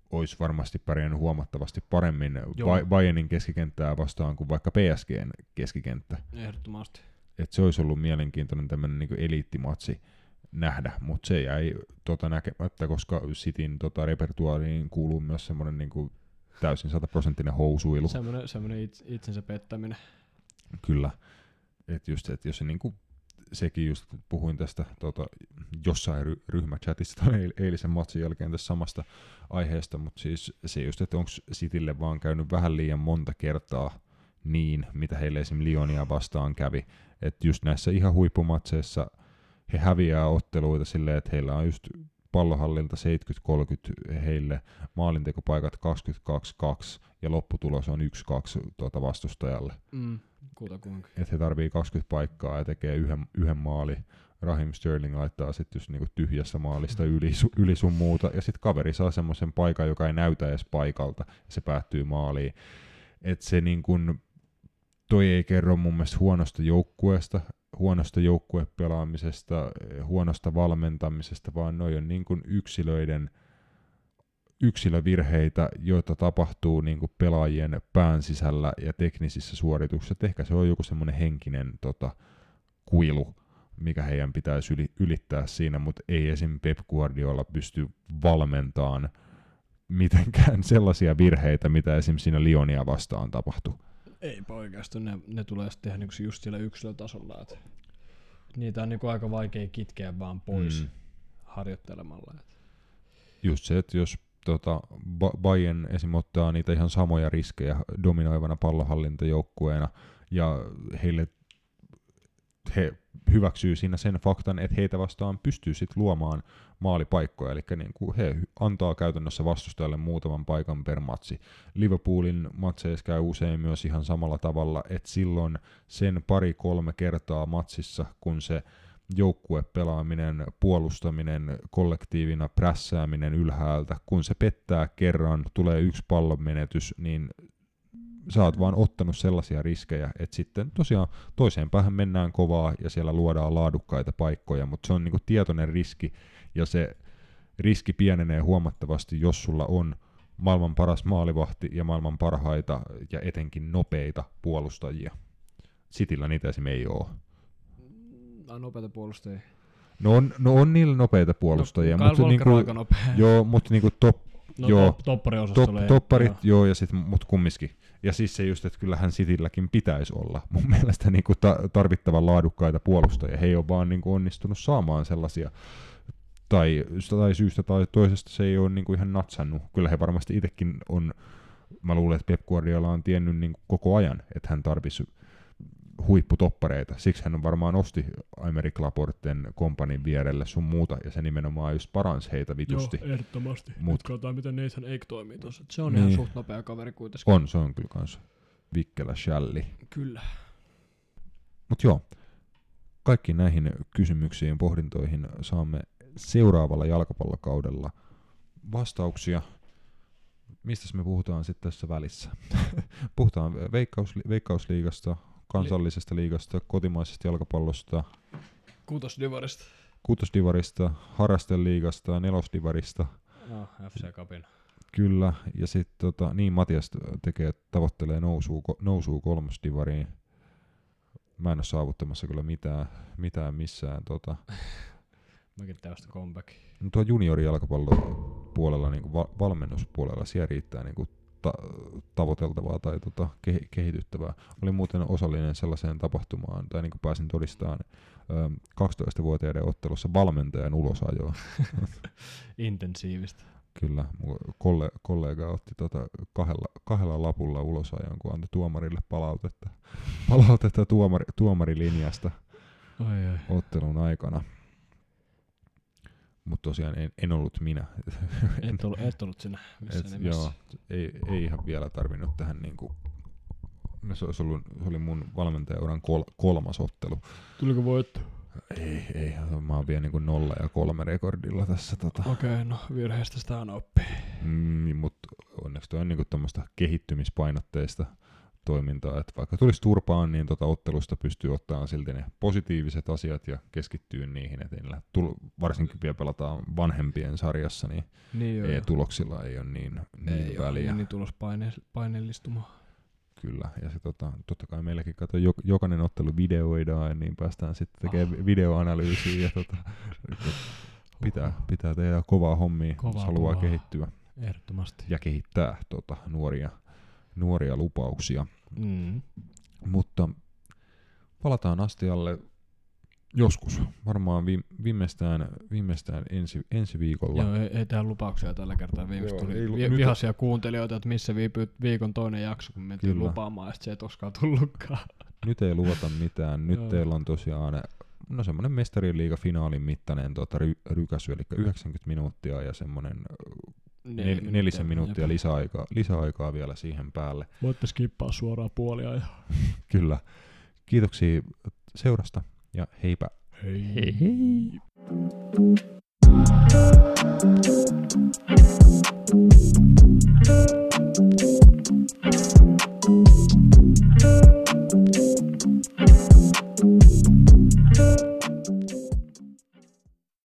Speaker 1: olisi varmasti pärjännyt huomattavasti paremmin
Speaker 2: Joo.
Speaker 1: Ba- Bayernin keskikenttää vastaan kuin vaikka P S G:n keskikenttä.
Speaker 2: Ehdottomasti.
Speaker 1: Et se olisi ollut mielenkiintoinen tämmöinen niinku eliittimatsi nähdä, mutta se jäi tota näkemättä, koska Cityn tota repertuaariin kuuluu myös semmoinen niinku täysin sataprosenttinen housuilu.
Speaker 2: Semmoinen, semmoinen it, itsensä pettäminen.
Speaker 1: Kyllä. Et just, et jos se niinku, sekin just puhuin tästä tota, jossain ry- ryhmächatissa eil- eilisen matsin jälkeen tästä samasta aiheesta, mutta siis se just, että onko Citylle vaan käynyt vähän liian monta kertaa niin, mitä heille esim. Lyonia vastaan kävi. Että just näissä ihan huippumatseissa he häviää otteluita silleen, että heillä on just pallohallilta seitsemänkymmentä kolmekymmentä heille, maalintekopaikat kaksikymmentäkaksi kaksi ja lopputulos on yksi kaksi tuota vastustajalle.
Speaker 2: Mm, kutakuinkin.
Speaker 1: Että he tarvii kaksikymmentä paikkaa ja tekee yhden, yhden maali. Raheem Sterling laittaa sitten just niinku tyhjässä maalista yli, su, yli sun muuta ja sitten kaveri saa semmoisen paikan, joka ei näytä edes paikalta ja se päättyy maaliin. Että se niin kun, toi ei kerro mun mielestä huonosta joukkueesta, huonosta joukkuepelaamisesta, huonosta valmentamisesta, vaan noi on niin kuin yksilöiden yksilövirheitä, joita tapahtuu niin kuin pelaajien pään sisällä ja teknisissä suorituksissa. Ehkä se on joku semmoinen henkinen tota, kuilu, mikä heidän pitäisi yli, ylittää siinä, mutta ei esim. Pep Guardiola pysty valmentamaan mitenkään sellaisia virheitä, mitä esim. Siinä Lyonia vastaan tapahtuu.
Speaker 2: Eipä oikeastaan, ne, ne tulee sitten tehdä niinku just sillä yksilötasolla, että niitä on niinku aika vaikea kitkeä vaan pois mm. harjoittelemalla.
Speaker 1: Just se, että jos tota, ba- Bayern esim. Ottaa niitä ihan samoja riskejä dominoivana pallohallintajoukkueena ja heille he hyväksyy siinä sen faktan, että heitä vastaan pystyy sit luomaan maalipaikkoja, eli niin kuin he antaa käytännössä vastustajalle muutaman paikan per matsi. Liverpoolin matseissa käy usein myös ihan samalla tavalla, että silloin sen pari-kolme kertaa matsissa, kun se joukkuepelaaminen, puolustaminen, kollektiivina prässääminen ylhäältä, kun se pettää kerran, tulee yksi pallon menetys, niin sä oot vaan ottanut sellaisia riskejä, että sitten tosiaan toiseen päähän mennään kovaa ja siellä luodaan laadukkaita paikkoja, mutta se on niinku tietoinen riski ja se riski pienenee huomattavasti, jos sulla on maailman paras maalivahti ja maailman parhaita ja etenkin nopeita puolustajia. Cityllä niitä esimerkiksi ei ole.
Speaker 2: No, nopeita puolustajia.
Speaker 1: No on, no on niillä nopeita puolustajia,
Speaker 2: no,
Speaker 1: mutta niinku, joo, mutta niinku top,
Speaker 2: no,
Speaker 1: joo,
Speaker 2: top, toppariosasta
Speaker 1: top, topparit, joo, joo ja sit, mut kumminkin. Ja siis se just, että kyllähän Citylläkin pitäisi olla mun mielestä niinku ta- tarvittavan laadukkaita puolustajia. He ei ole vaan niinku onnistunut saamaan sellaisia, tai, tai syystä tai toisesta se ei ole niinku ihan natsannut. Kyllä he varmasti itsekin on, mä luulen, että Pep Guardiola on tiennyt niinku koko ajan, että hän tarvitsisi huipputoppareita. Siksi hän on varmaan osti Aymeric Laporten kompanin vierelle sun muuta, ja se nimenomaan just paransi heitä vitusti.
Speaker 2: Joo, ehdottomasti.
Speaker 1: Mut,
Speaker 2: nyt katsotaan, miten Nathan Ake toimii tuossa. Se on
Speaker 1: niin.
Speaker 2: ihan suht nopea kaveri kuitenkin.
Speaker 1: On, se on kyllä kans vikkelä shalli.
Speaker 2: Kyllä.
Speaker 1: Mut joo, kaikki näihin kysymyksiin ja pohdintoihin saamme seuraavalla jalkapallokaudella vastauksia. Mistäs me puhutaan sitten tässä välissä? Puhutaan veikkaus, veikkausliigasta, kansallisesta liigasta, kotimaisesta jalkapallosta,
Speaker 2: Kutosdivarista.
Speaker 1: Kutosdivarista, harrasteliigasta, nelosdivarista.
Speaker 2: No, F C Cupin.
Speaker 1: Kyllä, ja sitten tota, niin Matias tekee, tavoittelee nousua, nousua kolmosdivariin. Mä en ole saavuttamassa kyllä mitään, mitään missään. Tota.
Speaker 2: Mäkin täystä comeback.
Speaker 1: No tuo juniorijalkapallopuolella, niin va- valmennuspuolella, siellä riittää niin kuin ta- tavoiteltavaa tai tota, ke- kehityttävää. Olin muuten osallinen sellaiseen tapahtumaan, tai niin kuin pääsin todistamaan ö, kaksitoistavuotiaiden ottelussa valmentajan ulosajoa.
Speaker 2: Intensiivistä.
Speaker 1: Kyllä, mun kolle- kollega otti tota kahdella, kahdella lapulla ulosajon, kun antoi tuomarille palautetta, palautetta tuomari, tuomarilinjasta
Speaker 2: Ai ai.
Speaker 1: ottelun aikana. Mutta tosiaan en, en ollut minä.
Speaker 2: Et ollut, et ollut sinä missään
Speaker 1: Et,
Speaker 2: nimessä.
Speaker 1: joo, ei, ei ihan vielä tarvinnut tähän niinku, no se, olisi ollut, se oli mun valmentajauran kol, kolmas ottelu.
Speaker 2: Tuliko voitto?
Speaker 1: Ei, ei, mä oon vielä niinku nolla ja kolme rekordilla tässä. Tota.
Speaker 2: Okei, okay, no virheestä sitä on oppii.
Speaker 1: Mm, mutta onneksi toi on niinku tommoista kehittymispainotteista toimintaa, että vaikka tulisi turpaan, niin tota ottelusta pystyy ottamaan silti ne positiiviset asiat ja keskittyy niihin, että niillä tul- varsinkin vielä pelataan vanhempien sarjassa, niin,
Speaker 2: Niin joo,
Speaker 1: ei,
Speaker 2: joo.
Speaker 1: tuloksilla ei ole niin, niin
Speaker 2: Ei
Speaker 1: väliä.
Speaker 2: ole niin tulospaineellistumaan.
Speaker 1: Kyllä, ja se tota, totta kai meilläkin kato, jok- jokainen ottelu videoidaan, niin päästään sitten tekemään oh. videoanalyysiä, ja tota, pitää, pitää tehdä kovaa hommia,
Speaker 2: Kovaa
Speaker 1: jos haluaa
Speaker 2: kovaa.
Speaker 1: kehittyä
Speaker 2: Ehdottomasti.
Speaker 1: ja kehittää tota, nuoria, nuoria lupauksia.
Speaker 2: Mm.
Speaker 1: Mutta palataan astialle joskus, varmaan vi- viimeistään, viimeistään ensi, ensi viikolla.
Speaker 2: Joo, ei, ei tehdä lupauksia tällä kertaa. Viimeksi
Speaker 1: Joo,
Speaker 2: tuli
Speaker 1: ei lu-
Speaker 2: vi-
Speaker 1: nyt-
Speaker 2: vihaisia kuuntelijoita, että missä viipyy viikon toinen jakso, kun mentiin
Speaker 1: Kyllä.
Speaker 2: lupaamaan, ja sit se ei koskaan tullutkaan.
Speaker 1: Nyt ei luvata mitään. Nyt
Speaker 2: Joo.
Speaker 1: teillä on tosiaan no semmoinen mestarien liiga finaalin mittainen tota, ry- rykäsy, eli yhdeksänkymmentä minuuttia ja semmoinen nel- nelisen minuuttia
Speaker 2: jep.
Speaker 1: lisäaikaa, lisäaikaa vielä siihen päälle.
Speaker 2: Voitte skippaa suoraan puolia. Ja...
Speaker 1: Kyllä. Kiitoksia seurasta ja heipä.
Speaker 2: Hei.
Speaker 1: Hei hei.